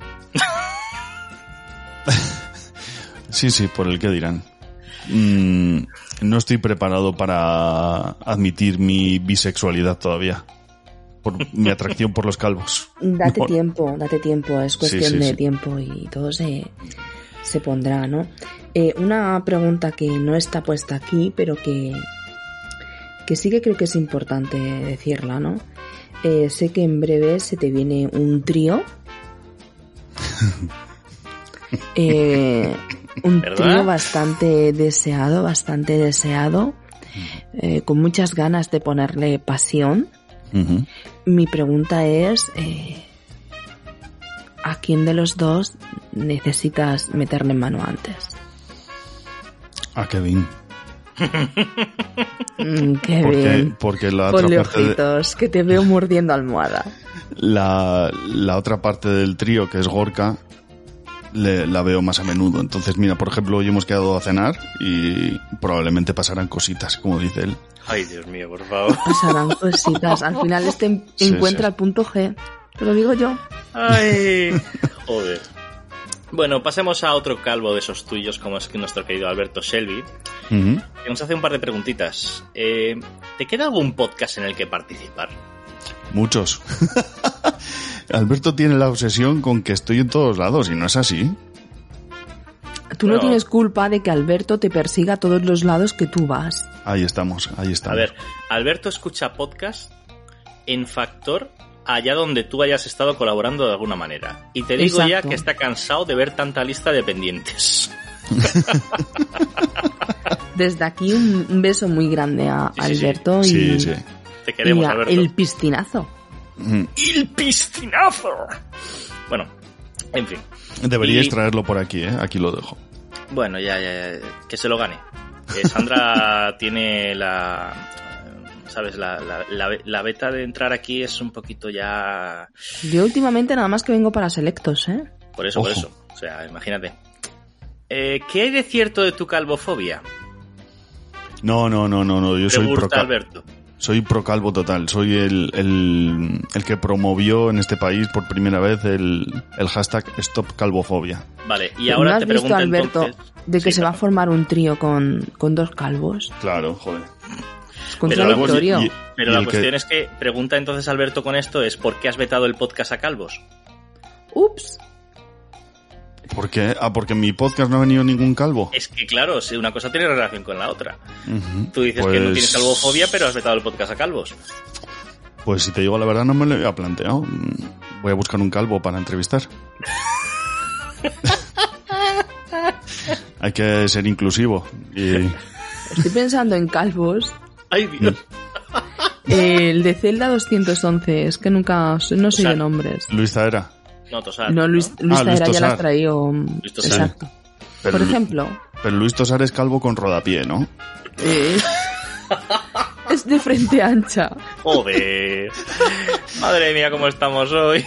S4: Sí, sí, por el que dirán. Mm, no estoy preparado para admitir mi bisexualidad todavía. Por mi atracción por los calvos.
S2: Date
S4: no.
S2: tiempo, date tiempo, es cuestión sí, sí, de sí. tiempo y todo se, se pondrá, ¿no? Eh, una pregunta que no está puesta aquí, pero que, que sí que creo que es importante decirla, ¿no? Eh, sé que en breve se te viene un trío. eh, un ¿verdad? Trío bastante deseado, bastante deseado, eh, con muchas ganas de ponerle pasión. Uh-huh. Mi pregunta es, eh, ¿a quién de los dos necesitas meterle mano antes?
S4: A Kevin.
S2: Mm, Kevin.
S4: Porque, porque la
S2: Ponle
S4: otra parte
S2: ojitos, de... que te veo mordiendo almohada.
S4: La, la otra parte del trío, que es Gorka, le, la veo más a menudo. Entonces, mira, por ejemplo, hoy hemos quedado a cenar y probablemente pasarán cositas, como dice él.
S1: Ay, Dios mío, por favor.
S2: Pasarán cositas. Al final este sí, encuentra sí. el punto G. Te lo digo yo.
S1: Ay, joder. Bueno, pasemos a otro calvo de esos tuyos, como es nuestro querido Alberto Shelby, uh-huh. que nos hace un par de preguntitas. Eh, ¿Te queda algún podcast en el que participar?
S4: Muchos. Alberto tiene la obsesión con que estoy en todos lados, y no es así.
S2: Tú no, no tienes culpa de que Alberto te persiga a todos los lados que tú vas.
S4: Ahí estamos, ahí estamos.
S1: A ver, Alberto escucha podcast en Factor allá donde tú hayas estado colaborando de alguna manera. Y te digo Exacto. ya que está cansado de ver tanta lista de pendientes.
S2: Desde aquí un, un beso muy grande a
S1: sí,
S2: Alberto
S1: sí,
S2: sí.
S4: y, sí, sí.
S1: Te queremos,
S2: y a
S1: Alberto.
S2: El piscinazo.
S4: Mm.
S1: ¡El piscinazo! Bueno, en fin.
S4: Deberíais
S1: y... traerlo
S4: por aquí, ¿eh? Aquí lo dejo.
S1: Bueno, ya, ya, ya que se lo gane. Eh, Sandra tiene la... ¿Sabes? La, la, la, la beta de entrar aquí es un poquito ya...
S2: Yo últimamente nada más que vengo para selectos, ¿eh?
S1: Por eso,
S3: Ojo.
S1: por eso. O sea, imagínate. Eh, ¿Qué hay de cierto de tu calvofobia?
S4: No, no, no, no, no. Yo soy pro,
S1: Pregunta Alberto.
S4: soy pro calvo total. Soy el, el, el que promovió en este país por primera vez el, el hashtag Stop Calvofobia.
S1: Vale, y ahora
S2: ¿No has
S1: te
S2: visto,
S1: pregunto
S2: Alberto,
S1: entonces...
S2: de que
S1: Sí,
S2: se va a
S1: perdón.
S2: formar un trío con, con dos calvos?
S4: Claro, joder.
S2: Es contradictorio.
S4: y- y-
S1: Pero
S4: y
S1: la
S4: el
S1: cuestión
S4: que-
S1: es que pregunta entonces Alberto con esto es ¿por qué has vetado el podcast a calvos?
S2: Ups.
S4: ¿Por qué? Ah, porque en mi podcast no ha venido ningún calvo.
S1: Es que claro, si una cosa tiene relación con la otra.
S4: Ujú.
S1: Tú dices
S4: Pues-
S1: que no tienes calvofobia, pero has vetado el podcast a calvos.
S4: Pues si te digo la verdad, no me lo había planteado. Mm, Voy a buscar un calvo para entrevistar. Hay que ser inclusivo. Y
S2: Estoy pensando en calvos.
S1: ¡Ay, Dios!
S2: El de Zelda doscientos once. Es que nunca... No sé de nombres.
S4: Luis Zaera.
S1: No, Tosar.
S2: No, Luis, Luis
S4: Ah, Luis
S2: Zaera ya
S4: Tosar.
S2: las traído.
S1: Luis Tosar.
S2: Exacto.
S4: Pero,
S2: Por ejemplo,
S4: pero Luis Tosar es calvo con rodapié, ¿no?
S2: eh, es de frente ancha.
S1: ¡Joder! Madre mía, cómo estamos hoy.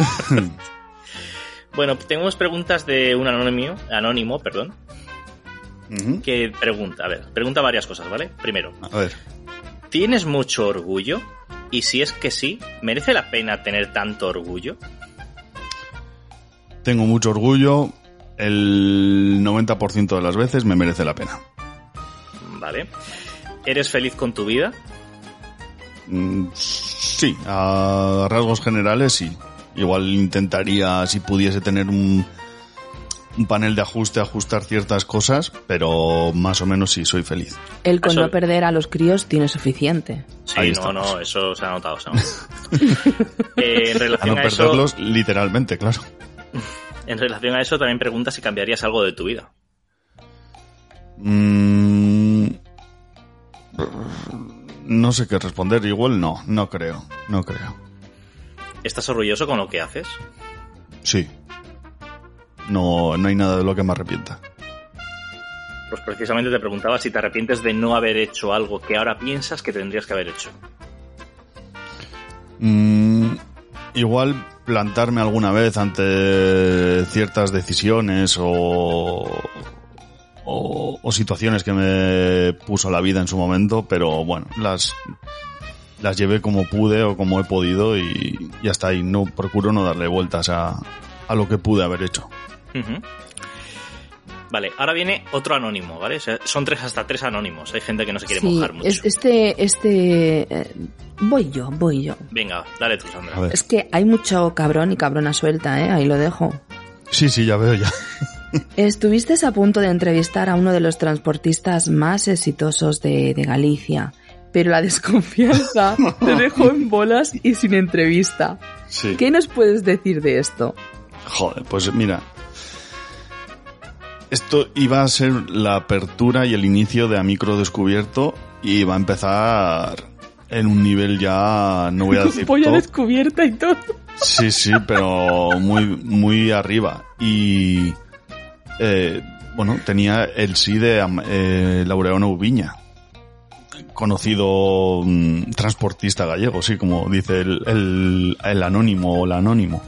S1: Bueno, tenemos preguntas de un anónimo, anónimo, perdón,
S4: Ujú.
S1: que pregunta, a ver, pregunta varias cosas, ¿vale? Primero,
S4: A ver.
S1: ¿tienes mucho orgullo? Y si es que sí, ¿merece la pena tener tanto orgullo?
S4: Tengo mucho orgullo. El noventa por ciento de las veces me merece la pena.
S1: ¿Vale? ¿Eres feliz con tu vida?
S4: Mm, Sí, a rasgos generales sí. Igual intentaría, si pudiese tener un, un panel de ajuste, ajustar ciertas cosas, pero más o menos sí, soy feliz.
S2: El con
S1: Eso-
S2: no perder a los críos tiene suficiente.
S1: Sí,
S4: Ahí
S1: no,
S4: estamos.
S1: no, eso se ha notado. Se ha notado. Eh, en
S4: A
S1: relación
S4: no
S1: a, eso,
S4: perderlos literalmente, claro.
S1: en relación a eso, también pregunta si cambiarías algo de tu vida.
S4: Mm, no sé qué responder, igual no, no creo, no creo.
S1: ¿Estás orgulloso con lo que haces?
S4: Sí. No, no hay nada de lo que me arrepienta.
S1: Pues precisamente te preguntaba si te arrepientes de no haber hecho algo que ahora piensas que tendrías que haber hecho.
S4: Mm, igual plantarme alguna vez ante ciertas decisiones o, o, o situaciones que me puso la vida en su momento, pero bueno, las, las llevé como pude o como he podido y, y hasta ahí. No procuro no darle vueltas a, a lo que pude haber hecho.
S1: Ujú. Vale, ahora viene otro anónimo, ¿vale? O sea, son tres hasta tres anónimos. Hay gente que no se quiere
S2: Sí,
S1: mojar mucho.
S2: es- este, este, eh, voy yo, voy yo.
S1: Venga, dale tú, Sandra.
S4: A ver.
S2: Es que hay mucho cabrón y cabrona suelta, ¿eh? Ahí lo dejo.
S4: Sí, sí, ya veo ya.
S2: Estuviste a punto de entrevistar a uno de los transportistas más exitosos de, de Galicia, pero la desconfianza te dejó en bolas y sin entrevista.
S4: Sí.
S2: ¿Qué nos puedes decir de esto?
S4: Joder, pues mira. Esto iba a ser la apertura y el inicio de A Micro Descubierto y va a empezar en un nivel ya, no voy a decir
S2: Polla
S4: top.
S2: descubierta y todo.
S4: Sí, sí, pero muy, muy arriba. Y, eh, bueno, tenía el sí de Am- eh, Laureano Ubiña, conocido mm, transportista gallego, sí, como dice el, el, el anónimo o el anónimo.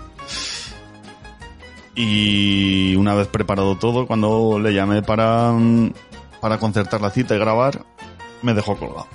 S4: Y una vez preparado todo, cuando le llamé para, mm, para concertar la cita y grabar, me dejó colgado.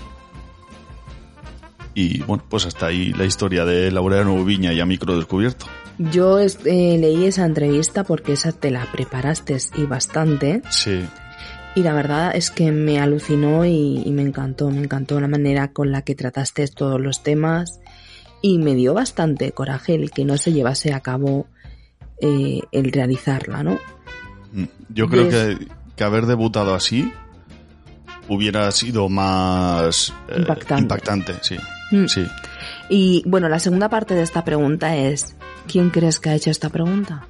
S4: Y bueno, pues hasta ahí la historia de Laureano Ubiña y A Micro Descubierto.
S2: Yo eh, leí esa entrevista porque esa te la preparaste y bastante.
S4: Sí.
S2: Y la verdad es que me alucinó y, y me encantó, me encantó la manera con la que trataste todos los temas y me dio bastante coraje el que no se llevase a cabo eh, el realizarla, ¿no?
S4: Yo creo
S2: Yes.
S4: que, que haber debutado así hubiera sido más eh,
S2: Impactante.
S4: impactante, sí.
S2: Mm.
S4: Sí.
S2: Y bueno, la segunda parte de esta pregunta es, ¿quién crees que ha hecho esta pregunta?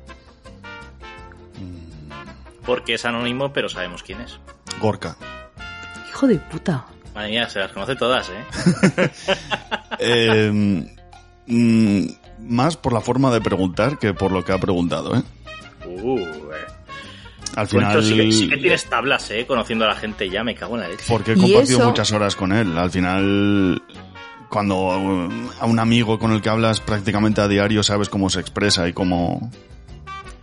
S1: Porque es anónimo, pero sabemos quién es.
S4: Gorka.
S2: Hijo de puta.
S1: Madre mía, se las conoce todas, ¿eh?
S4: Eh, mm, más por la forma de preguntar que por lo que ha preguntado, ¿eh?
S1: Uh, eh.
S4: Al
S1: Cuento,
S4: final...
S1: sí, que, sí que tienes tablas, ¿eh? Conociendo a la gente ya, me cago en la leche.
S4: Porque he
S2: Y
S4: compartido
S2: eso-
S4: muchas horas con él. Al final, cuando uh, a un amigo con el que hablas prácticamente a diario sabes cómo se expresa y cómo,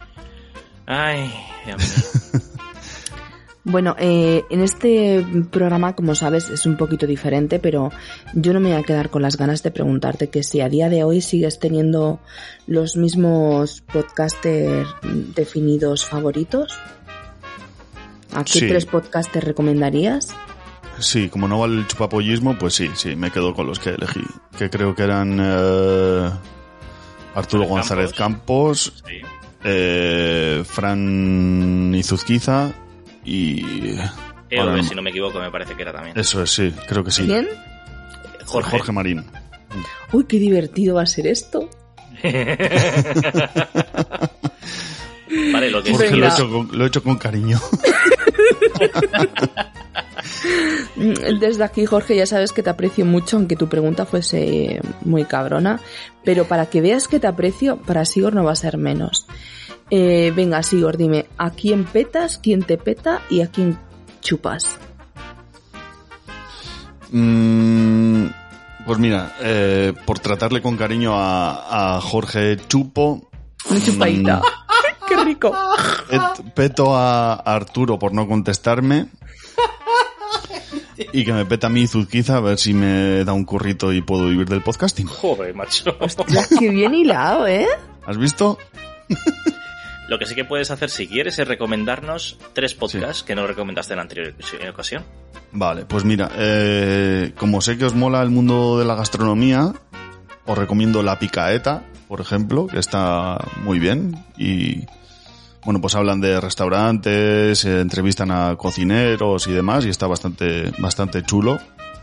S1: Ay, Dios mío.
S2: Bueno, eh, en este programa, como sabes, es un poquito diferente, pero yo no me voy a quedar con las ganas de preguntarte que si a día de hoy sigues teniendo los mismos podcasters definidos favoritos. ¿A qué
S4: Sí.
S2: tres podcasters recomendarías?
S4: Sí, como no vale el chupapollismo, pues sí, sí, me quedo con los que elegí. Que creo que eran eh, Arturo González Campos,
S1: Sí.
S4: eh, Fran Izuzquiza y...
S1: Eove,
S4: ahora
S1: si no me equivoco, me parece que era también.
S4: Eso es, sí, creo que sí.
S2: ¿Quién?
S1: Jorge.
S4: Jorge Marín.
S2: Uy, qué divertido va a ser esto.
S1: Vale, lo que
S4: Jorge
S1: sí
S4: lo he,
S2: Venga.
S4: hecho con, lo he hecho con cariño.
S2: Desde aquí, Jorge, ya sabes que te aprecio mucho, aunque tu pregunta fuese muy cabrona, pero para que veas que te aprecio, para Sigor no va a ser menos. Eh, venga, Sigor, dime, ¿a quién petas, quién te peta y a quién chupas?
S4: Mm, pues mira, eh, por tratarle con cariño a, a Jorge Chupo,
S2: Una chupadita. ¡Qué rico!
S4: pet- peto a Arturo por no contestarme y que me peta a mí Zuzquiza a ver si me da un currito y puedo vivir del podcasting.
S1: Joder, macho.
S2: Ya, qué bien hilado, ¿eh?
S4: ¿Has visto?
S1: Lo que sí que puedes hacer si quieres es recomendarnos tres podcasts que no recomendaste en la anterior ocasión.
S4: Vale, pues mira, eh, como sé que os mola el mundo de la gastronomía, os recomiendo La Picaeta, por ejemplo, que está muy bien y bueno, pues hablan de restaurantes, eh, entrevistan a cocineros y demás y está bastante, bastante chulo.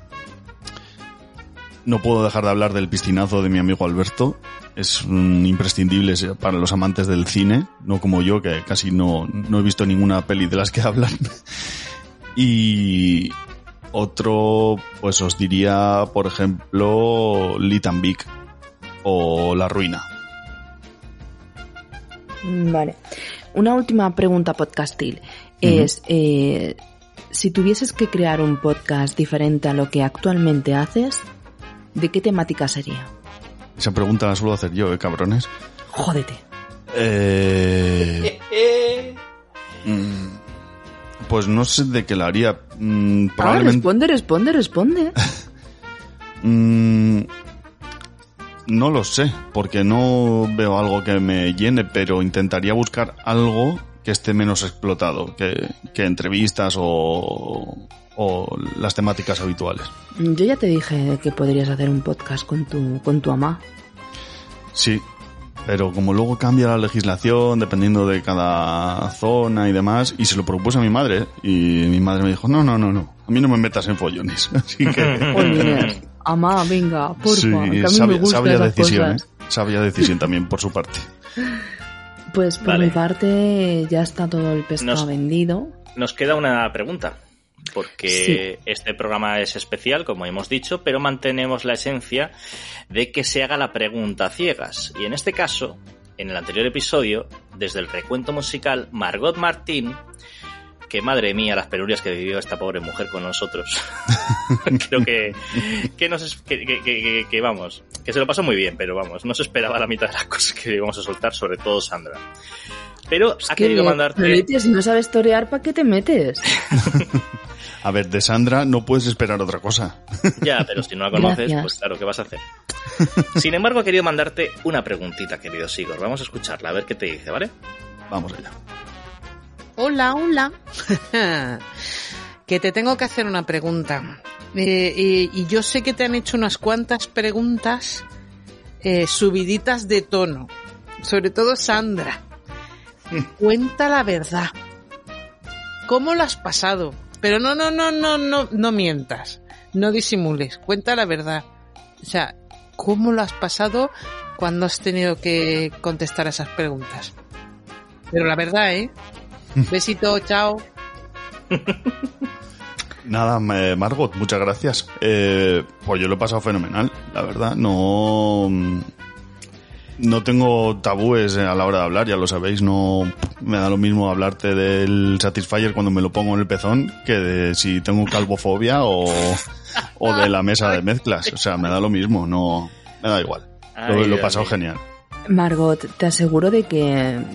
S4: No puedo dejar de hablar del piscinazo de mi amigo Alberto. Es un imprescindible para los amantes del cine, no como yo, que casi no, no he visto ninguna peli de las que hablan. Y otro, pues os diría, por ejemplo, Lit and Big o La Ruina.
S2: Vale. Una última pregunta podcastil. Es, eh, si tuvieses que crear un podcast diferente a lo que actualmente haces, ¿de qué temática sería?
S4: Esa pregunta la suelo hacer yo, ¿eh, cabrones?
S2: Jódete.
S4: Eh, mm, pues no sé de qué la haría. Mm,
S2: Ah,
S4: probablemente...
S2: responde, responde, responde.
S4: Mm, no lo sé, porque no veo algo que me llene, pero intentaría buscar algo que esté menos explotado que, que entrevistas o, o las temáticas habituales.
S2: Yo ya te dije que podrías hacer un podcast con tu, con tu ama.
S4: Sí, pero como luego cambia la legislación dependiendo de cada zona y demás, y se lo propuse a mi madre, y mi madre me dijo, no, no, no, no, a mí no me metas en follones. Así que...
S2: Oye, ama, venga, porfa,
S4: sí,
S2: que a mí
S4: sabia,
S2: me gustan
S4: sabia
S2: esas
S4: decisión,
S2: cosas.
S4: ¿eh? Sabia decisión también por su parte.
S2: Pues por
S1: Vale.
S2: mi parte ya está todo el pescado
S1: Nos-
S2: vendido.
S1: Nos queda una pregunta, porque
S2: Sí.
S1: este programa es especial, como hemos dicho, pero mantenemos la esencia de que se haga la pregunta a ciegas. Y en este caso, en el anterior episodio, desde el recuento musical, Margot Martín, que madre mía las penurias que vivió esta pobre mujer con nosotros, creo que que, nos, es- que, que, que, que vamos, que se lo pasó muy bien, pero vamos, no se esperaba la mitad de las cosas que íbamos a soltar, sobre todo Sandra. Pero
S2: Es
S1: ha
S2: que,
S1: querido mandarte...
S2: Lolita, si no sabes torear, ¿para qué te metes?
S4: A ver, de Sandra no puedes esperar otra cosa.
S1: Ya, pero si no la conoces,
S2: Gracias.
S1: pues claro, ¿qué vas a hacer? Sin embargo, he querido mandarte una preguntita, querido Sigor. Vamos a escucharla, a ver qué te dice, ¿vale?
S4: Vamos allá.
S6: Hola, hola. Que te tengo que hacer una pregunta. Eh, eh, y yo sé que te han hecho unas cuantas preguntas eh, subiditas de tono. Sobre todo Sandra. Cuenta la verdad. ¿Cómo lo has pasado? Pero no, no, no, no, no, no mientas. No disimules. Cuenta la verdad. O sea, ¿cómo lo has pasado cuando has tenido que contestar a esas preguntas? Pero la verdad, ¿eh? Besito, chao.
S4: Nada, eh, Margot, muchas gracias. Eh, pues yo lo he pasado fenomenal, la verdad. No, no tengo tabúes a la hora de hablar, ya lo sabéis. No me da lo mismo hablarte del Satisfyer cuando me lo pongo en el pezón que de si tengo calvofobia o, o de la mesa de mezclas. O sea, me da lo mismo, no me da igual. Lo,
S1: Ay,
S4: lo he
S1: Dios
S4: pasado
S1: mío.
S4: genial.
S2: Margot, te aseguro de que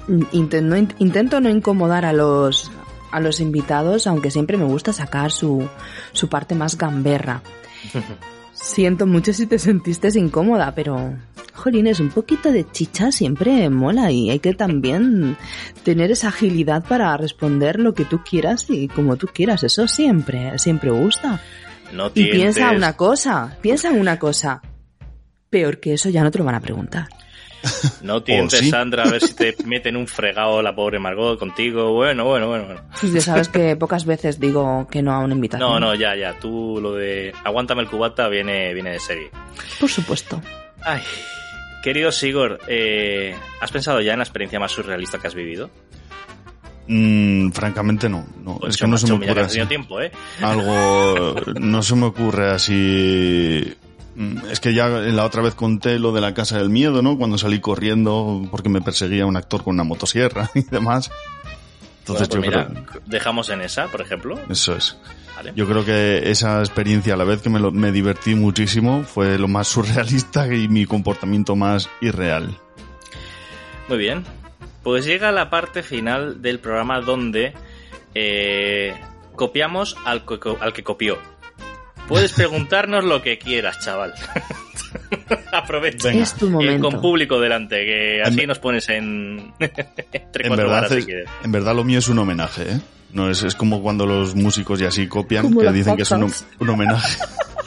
S2: Intento, intento no incomodar a los a los invitados, aunque siempre me gusta sacar su, su parte más gamberra. Siento mucho si te sentiste incómoda, pero jolines, un poquito de chicha siempre mola y hay que también tener esa agilidad para responder lo que tú quieras y como tú quieras. Eso siempre, siempre gusta.
S1: No
S2: y piensa una cosa, piensa una cosa. Peor que eso ya no te lo van a preguntar.
S1: No tientes,
S4: sí.
S1: Sandra, a ver si te meten un fregado la pobre Margot contigo. Bueno, bueno, bueno. bueno.
S2: Pues ya sabes que pocas veces digo que no a una invitación.
S1: No, no, ya, ya. Tú lo de aguántame el cubata viene, viene de serie.
S2: Por supuesto.
S1: Ay, querido Sigor, eh, ¿has pensado ya en la experiencia más surrealista que has vivido?
S4: Mm, francamente no. no.
S1: Pues
S4: es que no
S1: macho,
S4: se me
S1: mira que
S4: ocurre
S1: has tenido
S4: así.
S1: tiempo, ¿eh?
S4: Algo... No se me ocurre así... Es que ya la otra vez conté lo de la Casa del Miedo, ¿no? Cuando salí corriendo porque me perseguía un actor con una motosierra y demás. Entonces
S1: Bueno, pues
S4: yo
S1: mira,
S4: creo...
S1: dejamos en esa, por ejemplo.
S4: Eso es.
S1: Vale.
S4: Yo creo que esa experiencia, a la vez que me, lo, me divertí muchísimo, fue lo más surrealista y mi comportamiento más irreal.
S1: Muy bien. Pues llega la parte final del programa donde eh, copiamos al, co- al que copió. Puedes preguntarnos lo que quieras, chaval. Aprovecha.
S2: Es tu momento.
S1: Y con público delante, que así
S4: En-
S1: nos pones en entre
S4: En
S1: cuatro
S4: verdad,
S1: varas si
S4: es-
S1: quieres.
S4: en verdad lo mío es un homenaje, ¿eh? No es, es como cuando los músicos y así copian,
S2: Como
S4: que
S2: las
S4: dicen que es un,
S2: vacas.
S4: un homenaje.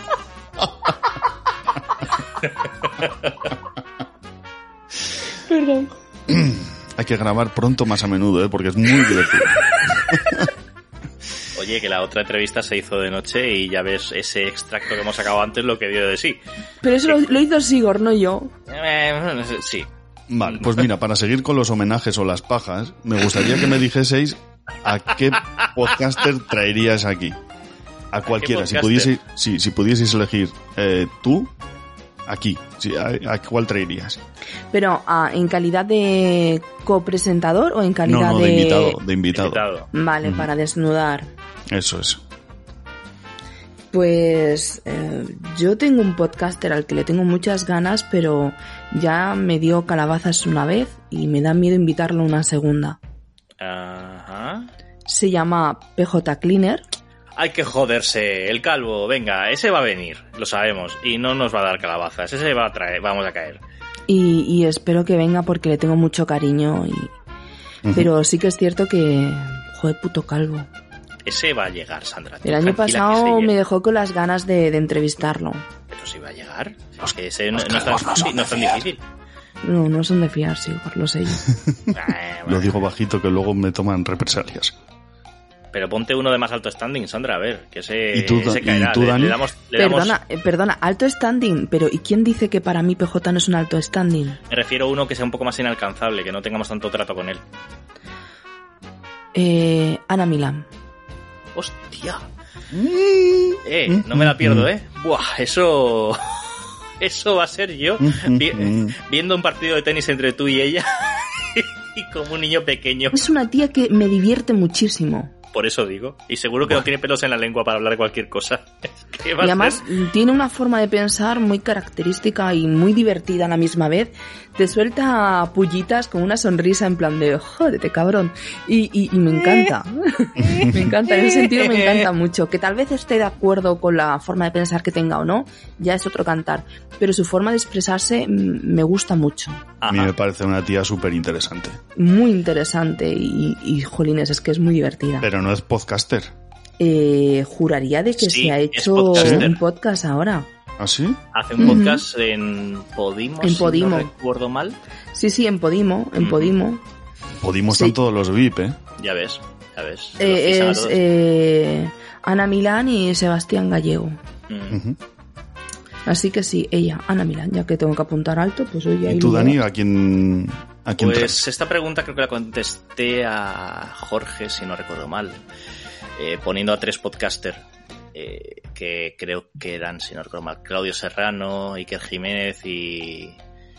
S2: Perdón.
S4: Hay que grabar pronto más a menudo, ¿eh? Porque es muy divertido.
S1: Oye, que la otra entrevista se hizo de noche y ya ves ese extracto que hemos sacado antes lo que dio de sí.
S2: Pero eso lo, lo hizo Sigor, no yo.
S1: Eh, sí.
S4: Vale, pues mira, para seguir con los homenajes o las pajas, me gustaría que me dijeseis a qué podcaster traerías aquí. A cualquiera. Si
S1: podcaster?
S4: pudieseis, sí, si pudieseis elegir eh, tú, aquí. Sí, a, ¿A cuál traerías?
S2: Pero ah, ¿en calidad de copresentador o en
S4: No,
S2: calidad
S4: no, de invitado. De invitado.
S1: Invitado.
S2: Vale,
S4: Ujú.
S2: para desnudar.
S4: Eso es.
S2: Pues eh, yo tengo un podcaster al que le tengo muchas ganas, pero ya me dio calabazas una vez y me da miedo invitarlo una segunda.
S1: Ajá.
S2: Se llama P J Cleaner.
S1: Hay que joderse, el calvo, venga, ese va a venir, lo sabemos, y no nos va a dar calabazas, ese va a traer, vamos a caer.
S2: Y, y espero que venga porque le tengo mucho cariño. Y...
S4: Ujú.
S2: Pero sí que es cierto que... Joder, puto calvo.
S1: Ese va a llegar, Sandra. tú
S2: El año
S1: tranquila que
S2: pasado
S1: ese
S2: me
S1: llega.
S2: dejó con las ganas de, de entrevistarlo.
S1: Pero si va a llegar, es que ese no, no es tan, no es tan difícil.
S2: No, no son de fiar, sí, lo sé yo.
S1: Eh,
S4: Lo
S1: bueno.
S4: digo bajito que luego me toman represalias.
S1: Pero ponte uno de más alto standing, Sandra, a ver, que ese,
S4: ¿Y tú,
S1: ese
S4: y
S1: caerá.
S4: tú,
S1: Le-
S4: Dani?
S1: le damos, le damos-
S2: Perdona, eh, perdona, alto standing, pero ¿y quién dice que para mí P J no es un alto standing?
S1: me refiero a uno que sea un poco más inalcanzable, que no tengamos tanto trato con él.
S2: Eh, Ana Milán.
S1: ¡Hostia! Eh, no me la pierdo, ¿eh? Buah, eso... Eso va a ser yo vi- viendo un partido de tenis entre tú y ella y como un niño pequeño.
S2: Es una tía que me divierte muchísimo.
S1: Por eso digo. Y seguro que no tiene pelos en la lengua para hablar de cualquier cosa. Es que va
S2: Y
S1: a
S2: además
S1: ser-
S2: tiene una forma de pensar muy característica y muy divertida a la misma vez. Te suelta pullitas con una sonrisa en plan de jódete cabrón. Y, y, y me encanta. Me encanta, en ese sentido me encanta mucho. Que tal vez esté de acuerdo con la forma de pensar que tenga o no, ya es otro cantar. Pero su forma de expresarse mm, me gusta mucho.
S4: A mí
S1: Ajá.
S4: me parece una tía súper interesante.
S2: Muy interesante y, y jolines, es que es muy divertida.
S4: Pero no es podcaster.
S2: Eh, juraría de que
S1: Sí,
S2: se ha
S1: es
S2: hecho
S1: podcaster.
S2: un podcast ahora.
S4: ¿Ah, sí?
S1: Hace un
S2: Ujú.
S1: podcast en Podimo,
S2: En
S1: si
S2: Podimo.
S1: no recuerdo mal.
S2: Sí, sí, en Podimo, en
S1: Ujú.
S2: Podimo.
S4: Podimos
S2: Sí.
S4: están todos los V I P, ¿eh?
S1: Ya ves, ya ves. Los
S2: Eh,
S1: fijan a
S2: es
S1: todos.
S2: eh, Ana Milán y Sebastián Gallego.
S1: Mm.
S4: Ujú.
S2: Así que sí, ella, Ana Milán, ya que tengo que apuntar alto, pues oye, ahí
S4: ¿Y tú,
S2: lo
S4: Dani,
S2: llevo.
S4: a quién, a quién
S1: Pues
S4: traes?
S1: esta pregunta creo que la contesté a Jorge, si no recuerdo mal, eh, poniendo a tres podcasters eh, que creo que eran, si no recuerdo mal, Claudio Serrano, Iker Jiménez y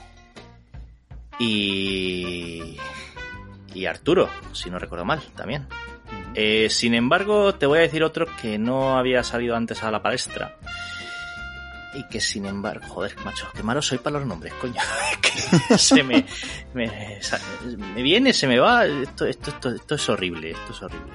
S1: y y Arturo, si no recuerdo mal, también. Eh, sin embargo, te voy a decir otro que no había salido antes a la palestra. y que sin embargo, joder, macho, qué malo soy para los nombres, coño. Que se me, me, me viene, se me va, esto, esto, esto, esto es horrible, esto es horrible.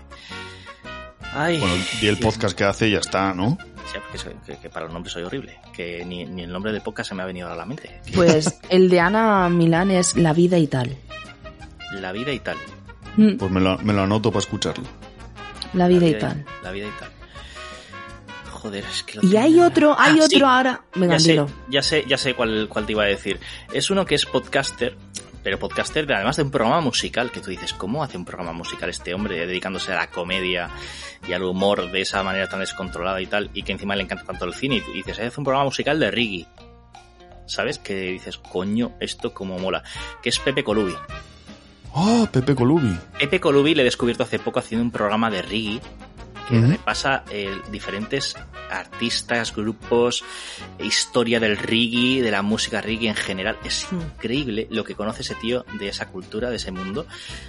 S1: Ay,
S4: bueno, y el podcast que hace y ya está, ¿no?
S1: Sí, porque soy, que, que para los nombres soy horrible, que ni, ni el nombre del podcast se me ha venido a la mente. Que...
S2: Pues el de Ana Milán es La vida y tal.
S1: La vida y tal.
S2: Mm.
S4: Pues me lo, me lo anoto para escucharlo.
S2: La vida,
S1: la vida
S2: y tal.
S1: La vida y tal. Joder, es que lo
S2: Y
S1: tenía...
S2: hay otro, hay
S1: ah,
S2: otro
S1: sí.
S2: ahora. Venga,
S1: ya sé,
S2: dilo.
S1: ya sé, ya sé cuál, cuál te iba a decir. Es uno que es podcaster, pero podcaster de, además de un programa musical, que tú dices, ¿cómo hace un programa musical este hombre dedicándose a la comedia y al humor de esa manera tan descontrolada y tal, y que encima le encanta tanto el cine? Y tú dices, hace un programa musical de reggae. ¿Sabes? Que dices, coño, esto como mola. Que es Pepe Colubi.
S4: ¡Oh, Pepe Colubi!
S1: Pepe Colubi le he descubierto hace poco haciendo un programa de reggae que
S4: Uh-huh.
S1: repasa eh, diferentes artistas, grupos, historia del reggae, de la música reggae en general. Es increíble lo que conoce ese tío de esa cultura, de ese mundo.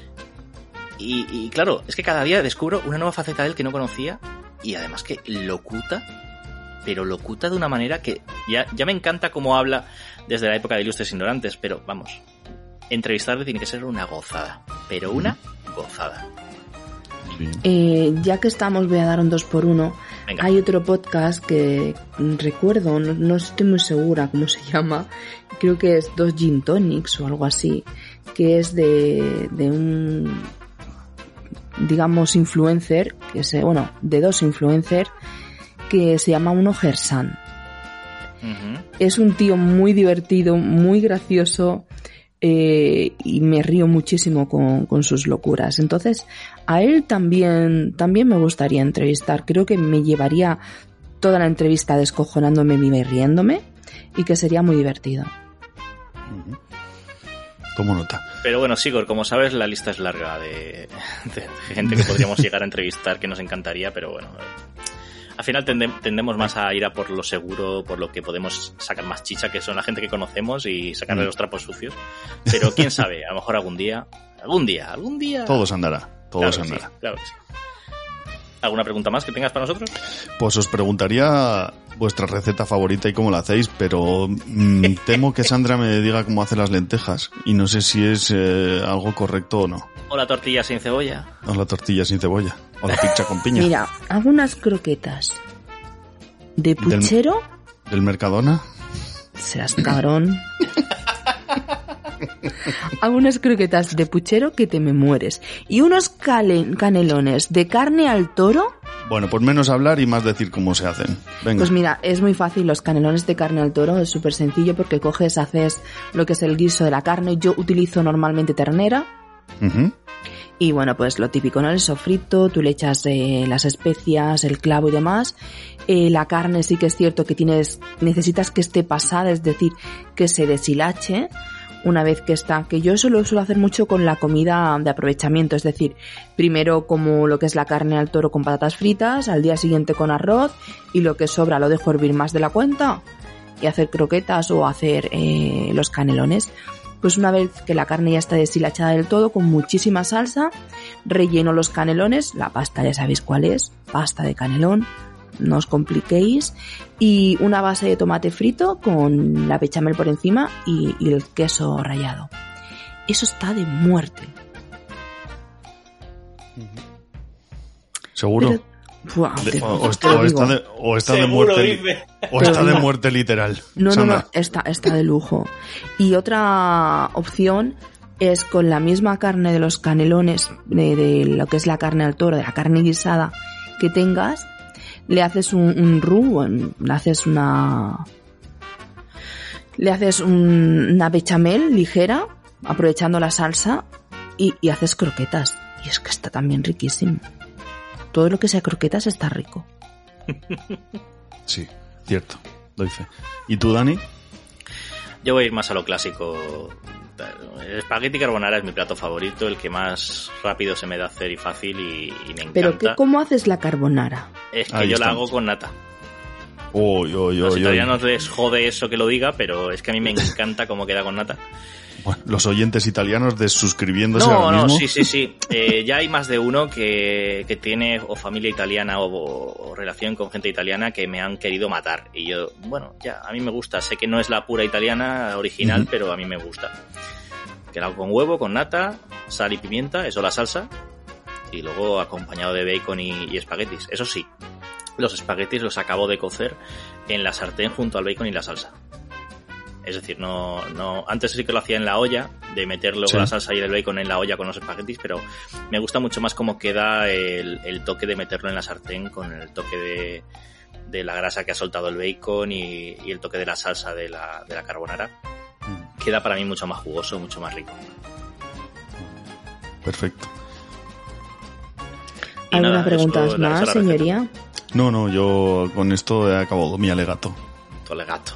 S1: Y, y claro, es que cada día descubro una nueva faceta de él que no conocía y además que locuta, pero locuta de una manera que ya, ya me encanta cómo habla desde la época de Ilustres Ignorantes, pero vamos, entrevistarle tiene que ser una gozada, pero una gozada.
S4: Sí.
S2: Eh, ya que estamos, voy a dar un dos por uno.
S1: Venga.
S2: Hay otro podcast que recuerdo, no, no estoy muy segura cómo se llama, creo que es Dos Gin Tonics o algo así, que es de, de un, digamos, influencer, que se, bueno, de dos influencers, que se llama uno Gersan.
S1: Uh-huh.
S2: Es un tío muy divertido, muy gracioso, eh, y me río muchísimo con, con sus locuras. Entonces, a él también, también me gustaría entrevistar. Creo que me llevaría toda la entrevista descojonándome y riéndome, y que sería muy divertido.
S4: Uh-huh. Tomo nota.
S1: Pero bueno, Sigor, como sabes, la lista es larga de, de gente que podríamos llegar a entrevistar, que nos encantaría, pero bueno, al final tende, tendemos más a ir a por lo seguro, por lo que podemos sacar más chicha, que son la gente que conocemos, y sacarle los trapos sucios. Pero quién sabe, a lo mejor algún día, algún día, algún día...
S4: Todo se andará, todo
S1: Claro
S4: se
S1: que sí,
S4: andará.
S1: claro que sí. ¿Alguna pregunta más que tengas para nosotros?
S4: Pues os preguntaría vuestra receta favorita y cómo la hacéis, pero mmm, temo que Sandra me diga cómo hace las lentejas y no sé si es eh, algo correcto o no.
S1: O la tortilla sin cebolla.
S4: O la tortilla sin cebolla, o la pizza con piña.
S2: Mira, hago unas croquetas de puchero.
S4: ¿Del, del Mercadona?
S2: Seas cabrón. Hago unas croquetas de puchero que te me mueres. Y unos cale- canelones de carne al toro.
S4: Bueno, pues menos hablar y más decir cómo se hacen. Venga.
S2: Pues mira, es muy fácil. Los canelones de carne al toro es súper sencillo porque coges, haces lo que es el guiso de la carne. Yo utilizo normalmente ternera.
S4: Uh-huh.
S2: Y bueno, pues lo típico, ¿no? El sofrito, tú le echas eh, las especias, el clavo y demás. Eh, la carne sí que es cierto que tienes, necesitas que esté pasada, es decir, que se deshilache una vez que está. Que yo eso lo suelo hacer mucho con la comida de aprovechamiento, es decir, primero como lo que es la carne al toro con patatas fritas, al día siguiente con arroz, y lo que sobra lo dejo hervir más de la cuenta y hacer croquetas o hacer eh, los canelones. Pues una vez que la carne ya está deshilachada del todo, con muchísima salsa, relleno los canelones, la pasta ya sabéis cuál es, pasta de canelón, no os compliquéis, y una base de tomate frito con la bechamel por encima y, y el queso rallado. Eso está de muerte.
S4: ¿Seguro?
S2: Pero, buah,
S4: De-
S2: te-
S4: o, o
S2: te
S4: está,
S2: lo
S4: o está
S2: digo.
S4: de, o está de
S1: Seguro,
S4: muerte
S1: dice.
S4: o
S2: Te
S4: está
S2: lo
S4: de
S2: digo.
S4: muerte literal.
S2: No, no,
S4: Sandra.
S2: no, está, está de lujo. Y otra opción es con la misma carne de los canelones, de, de lo que es la carne al toro, de la carne guisada que tengas, le haces un, un roux, un- le haces una... Le haces un- una bechamel ligera, aprovechando la salsa, y, y haces croquetas. Y es que está también riquísimo. Todo lo que sea croquetas está rico.
S4: Sí, cierto, doy fe. ¿Y tú, Dani?
S1: Yo voy a ir más a lo clásico. El espagueti carbonara es mi plato favorito, el que más rápido se me da hacer y fácil, y, y me encanta.
S2: Pero ¿qué, ¿cómo haces la carbonara?
S1: Es que
S4: Ahí
S1: yo la
S4: estamos.
S1: hago con nata.
S4: Uy, uy,
S1: Los
S4: uy, uy.
S1: italianos les jode eso que lo diga, pero es que a mí me encanta cómo queda con nata.
S4: Bueno, los oyentes italianos desuscribiéndose
S1: no,
S4: ahora
S1: no,
S4: mismo.
S1: sí, sí, sí. Eh, ya hay más de uno que, que tiene o familia italiana o, o relación con gente italiana que me han querido matar. Y yo, bueno, ya, a mí me gusta. Sé que no es la pura italiana original, uh-huh. pero a mí me gusta. Que la hago con huevo, con nata, sal y pimienta, eso la salsa. Y luego acompañado de bacon y, y espaguetis. Eso sí, los espaguetis los acabo de cocer en la sartén junto al bacon y la salsa. Es decir, no, no, antes sí que lo hacía en la olla, de meter luego sí. la salsa y el bacon en la olla con los espaguetis, pero me gusta mucho más cómo queda el, el toque de meterlo en la sartén con el toque de, de la grasa que ha soltado el bacon y, y el toque de la salsa de la, de la carbonara. Mm. Queda para mí mucho más jugoso, mucho más rico.
S4: Perfecto.
S2: ¿Alguna pregunta más, señoría?
S4: No, no, yo con esto he acabado mi alegato.
S1: Tu alegato.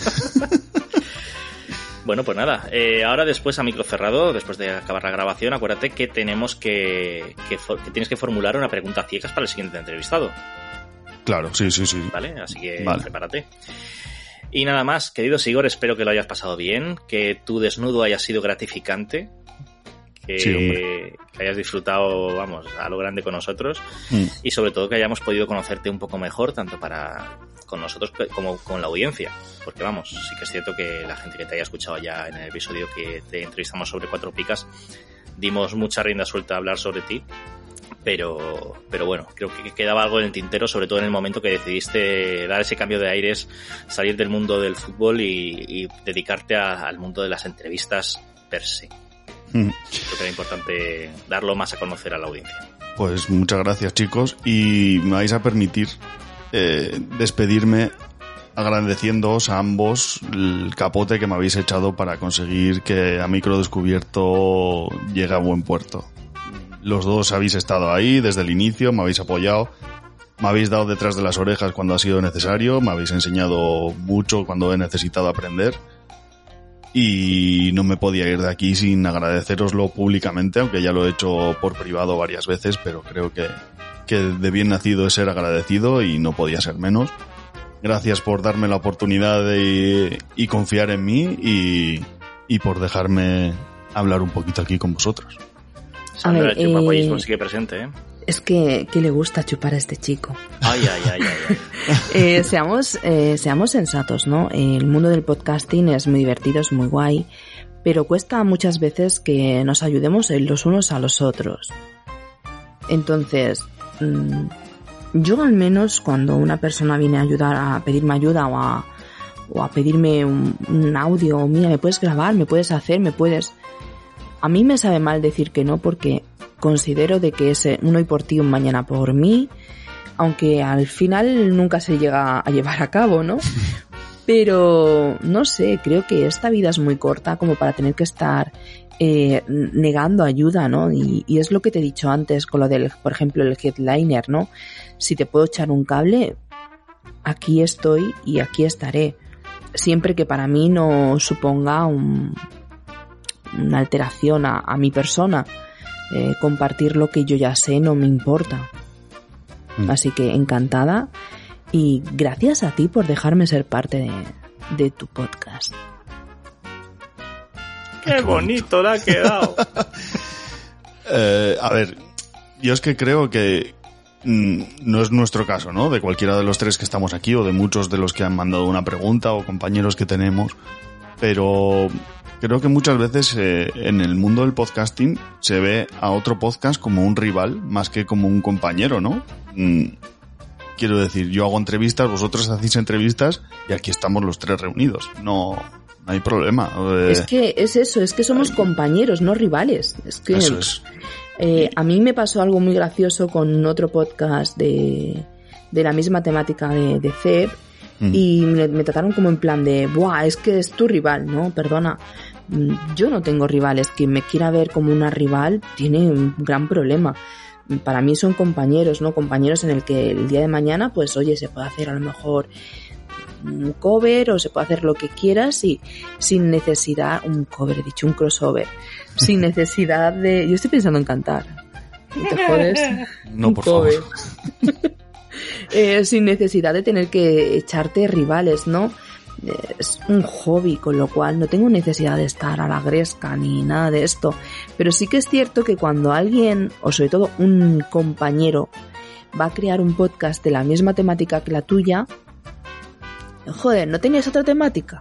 S1: Bueno, pues nada, eh, ahora después a micro cerrado, después de acabar la grabación, acuérdate que tenemos que, que, for, que tienes que formular una pregunta ciegas para el siguiente entrevistado.
S4: Claro, sí, sí, sí.
S1: Vale, así que
S4: vale.
S1: prepárate. Y nada más, querido Sigor, espero que lo hayas pasado bien, que tu desnudo haya sido gratificante, que,
S4: sí,
S1: que hayas disfrutado, vamos, a lo grande con nosotros mm. y sobre todo que hayamos podido conocerte un poco mejor, tanto para con nosotros como con la audiencia, porque vamos, sí que es cierto que la gente que te haya escuchado ya en el episodio que te entrevistamos sobre Cuatro Picas, dimos mucha rienda suelta a hablar sobre ti, pero pero bueno, creo que quedaba algo en el tintero, sobre todo en el momento que decidiste dar ese cambio de aires, salir del mundo del fútbol y, y dedicarte a, al mundo de las entrevistas per se. Mm. Creo que era importante darlo más a conocer a la audiencia.
S4: Pues muchas gracias, chicos, y me vais a permitir eh, despedirme agradeciéndoos a ambos el capote que me habéis echado para conseguir que a Micro Descubierto llegue a buen puerto. Los dos habéis estado ahí desde el inicio, me habéis apoyado, me habéis dado detrás de las orejas cuando ha sido necesario, me habéis enseñado mucho cuando he necesitado aprender y no me podía ir de aquí sin agradecéroslo públicamente, aunque ya lo he hecho por privado varias veces, pero creo que, que de bien nacido es ser agradecido y no podía ser menos. Gracias por darme la oportunidad de, y confiar en mí y, y por dejarme hablar un poquito aquí con vosotros.
S1: Sandra,
S2: ver,
S1: el chupapoyismo
S2: eh,
S1: sigue presente, ¿eh?
S2: Es que, que le gusta chupar a este chico.
S1: Ay, ay, ay, ay. ay.
S2: eh, seamos, eh, seamos sensatos, ¿no? El mundo del podcasting es muy divertido, es muy guay, pero cuesta muchas veces que nos ayudemos los unos a los otros. Entonces, mmm, yo al menos cuando una persona viene a ayudar, a pedirme ayuda o a, o a pedirme un, un audio, mira, me puedes grabar, me puedes hacer, me puedes... A mí me sabe mal decir que no porque considero de que es un hoy por ti, un mañana por mí, aunque al final nunca se llega a llevar a cabo, ¿no? Pero, no sé, creo que esta vida es muy corta como para tener que estar eh, negando ayuda, ¿no? Y, y es lo que te he dicho antes con lo del, por ejemplo, el headliner, ¿no? Si te puedo echar un cable, aquí estoy y aquí estaré. Siempre que para mí no suponga un... una alteración a, a mi persona, eh, compartir lo que yo ya sé no me importa. Mm. Así que encantada y gracias a ti por dejarme ser parte de, de tu podcast.
S1: ¡Qué, Qué bonito le ha quedado!
S4: eh, a ver, yo es que creo que mm, no es nuestro caso, ¿no? De cualquiera de los tres que estamos aquí o de muchos de los que han mandado una pregunta o compañeros que tenemos, pero... creo que muchas veces eh, en el mundo del podcasting se ve a otro podcast como un rival más que como un compañero, ¿no? Mm, quiero decir, yo hago entrevistas, vosotros hacéis entrevistas y aquí estamos los tres reunidos. No, no hay problema. Eh,
S2: es que es eso, es que somos hay... compañeros, no rivales. Es que
S4: eso es.
S2: Eh, a mí me pasó algo muy gracioso con otro podcast de, de la misma temática de, de C E P. Y me, me trataron como en plan de, buah, es que es tu rival, ¿no? Perdona, yo no tengo rivales. Quien me quiera ver como una rival tiene un gran problema. Para mí son compañeros, ¿no? Compañeros en el que el día de mañana, pues oye, se puede hacer a lo mejor un cover o se puede hacer lo que quieras y sin necesidad, un cover, he dicho, un crossover, sin necesidad de... Yo estoy pensando en cantar. ¿No te jodes?
S4: No,
S2: un
S4: por
S2: cover.
S4: favor.
S2: Eh, sin necesidad de tener que echarte rivales, ¿no? es un hobby, con lo cual no tengo necesidad de estar a la gresca ni nada de esto. Pero sí que es cierto que cuando alguien, o sobre todo un compañero, va a crear un podcast de la misma temática que la tuya, joder, ¿no tenías otra temática?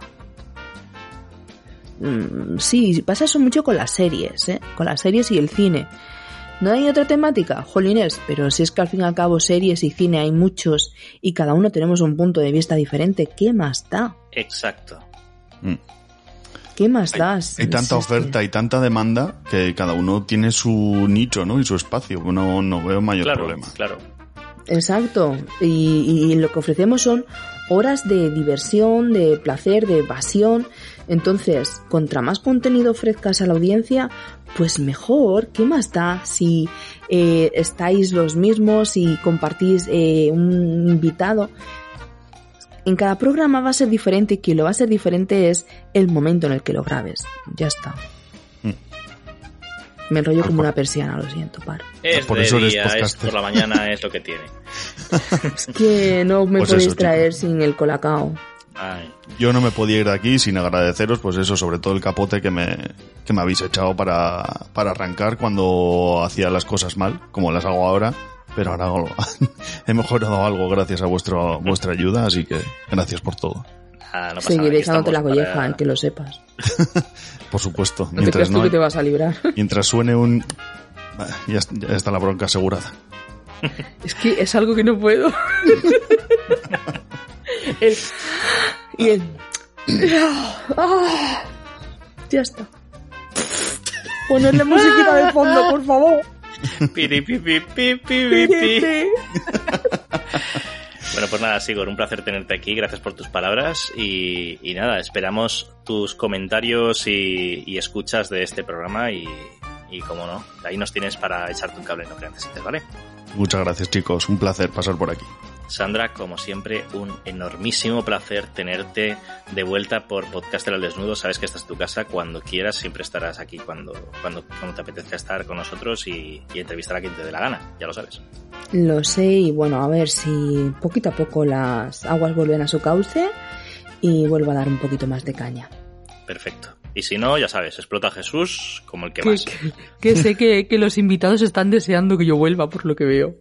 S2: Mm, sí, pasa eso mucho con las series, ¿eh? Con las series y el cine. ¿No hay otra temática? Jolines, pero si es que al fin y al cabo series y cine hay muchos y cada uno tenemos un punto de vista diferente, ¿qué más da?
S1: Exacto.
S4: Mm.
S2: ¿Qué más
S4: Hay,
S2: das?
S4: hay tanta
S2: Es este.
S4: oferta y tanta demanda que cada uno tiene su nicho, ¿no? Y su espacio. No, no veo mayor
S1: Claro,
S4: problema.
S1: claro.
S2: Exacto. Y, y lo que ofrecemos son horas de diversión, de placer, de pasión. Entonces, contra más contenido ofrezcas a la audiencia, pues mejor. ¿Qué más da si eh, estáis los mismos y compartís eh, un invitado? En cada programa va a ser diferente y quien lo va a ser diferente es el momento en el que lo grabes. Ya está.
S4: Mm.
S2: Me enrollo como una persiana, lo siento, paro.
S1: Es
S4: Por
S1: de
S4: eso eres
S1: día, es
S4: podcaster.
S1: por la mañana, es lo que tiene.
S2: Es que no me
S4: Pues
S2: podéis
S4: eso,
S2: traer
S4: chicos.
S2: sin el colacao.
S1: Ay,
S4: Yo no me podía ir de aquí sin agradeceros, pues eso, sobre todo el capote que me, que me habéis echado para, para arrancar cuando hacía las cosas mal, como las hago ahora, pero ahora hago- he mejorado algo gracias a vuestro, vuestra ayuda, así que gracias por todo.
S1: ah, no pasa
S2: Seguiré
S1: nada, aquí
S2: echándote la
S1: estamos
S2: colleja,
S1: para-
S2: en que lo sepas.
S4: Por supuesto,
S2: No te
S4: mientras,
S2: creas tú
S4: no,
S2: que te vas a librar.
S4: mientras suene un... bah, Ya, est- ya está la bronca asegurada.
S2: Es que es algo que no puedo. el... Y el... Ah, ya está. Ponerle musiquita de fondo, por favor.
S1: Piri, pi, pi, pi, pi, pi, pi. Bueno, pues nada, Sigor, un placer tenerte aquí, gracias por tus palabras y, y nada, esperamos tus comentarios y, y escuchas de este programa y, y como no, ahí nos tienes para echarte un cable en lo que necesites, ¿vale?
S4: Muchas gracias, chicos, un placer pasar por aquí.
S1: Sandra, como siempre, un enormísimo placer tenerte de vuelta por Podcaster al Desnudo. Sabes que esta es tu casa, cuando quieras, siempre estarás aquí cuando, cuando, cuando te apetezca estar con nosotros y, y entrevistar a quien te dé la gana, ya lo sabes.
S2: Lo sé y bueno, a ver si poquito a poco las aguas vuelven a su cauce y vuelvo a dar un poquito más de caña.
S1: Perfecto. Y si no, ya sabes, explota a Jesús como el que
S2: Que,
S1: más.
S2: que- que sé que, que los invitados están deseando que yo vuelva, por lo que veo.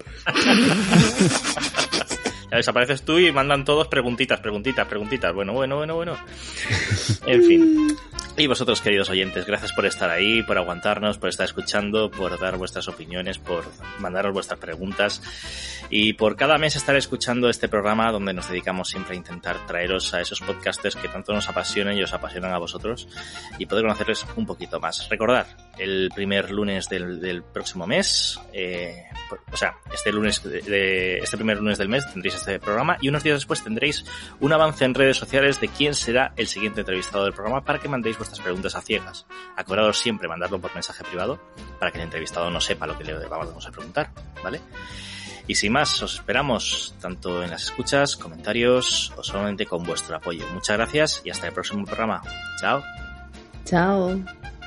S1: Ya desapareces tú y mandan todos preguntitas, preguntitas, preguntitas. Bueno, bueno, bueno, bueno. En fin. Y vosotros, queridos oyentes, gracias por estar ahí, por aguantarnos, por estar escuchando, por dar vuestras opiniones, por mandaros vuestras preguntas y por cada mes estar escuchando este programa donde nos dedicamos siempre a intentar traeros a esos podcasters que tanto nos apasionan y os apasionan a vosotros y poder conocerles un poquito más. Recordad, el primer lunes del, del próximo mes, eh, o sea, este lunes de, de, este primer lunes del mes tendréis este programa y unos días después tendréis un avance en redes sociales de quién será el siguiente entrevistado del programa para que mandéis vuestras preguntas a ciegas. Acordaos siempre mandarlo por mensaje privado para que el entrevistado no sepa lo que le vamos a preguntar, ¿vale? Y sin más, os esperamos tanto en las escuchas, comentarios o solamente con vuestro apoyo. Muchas gracias y hasta el próximo programa. Chao.
S2: Chao.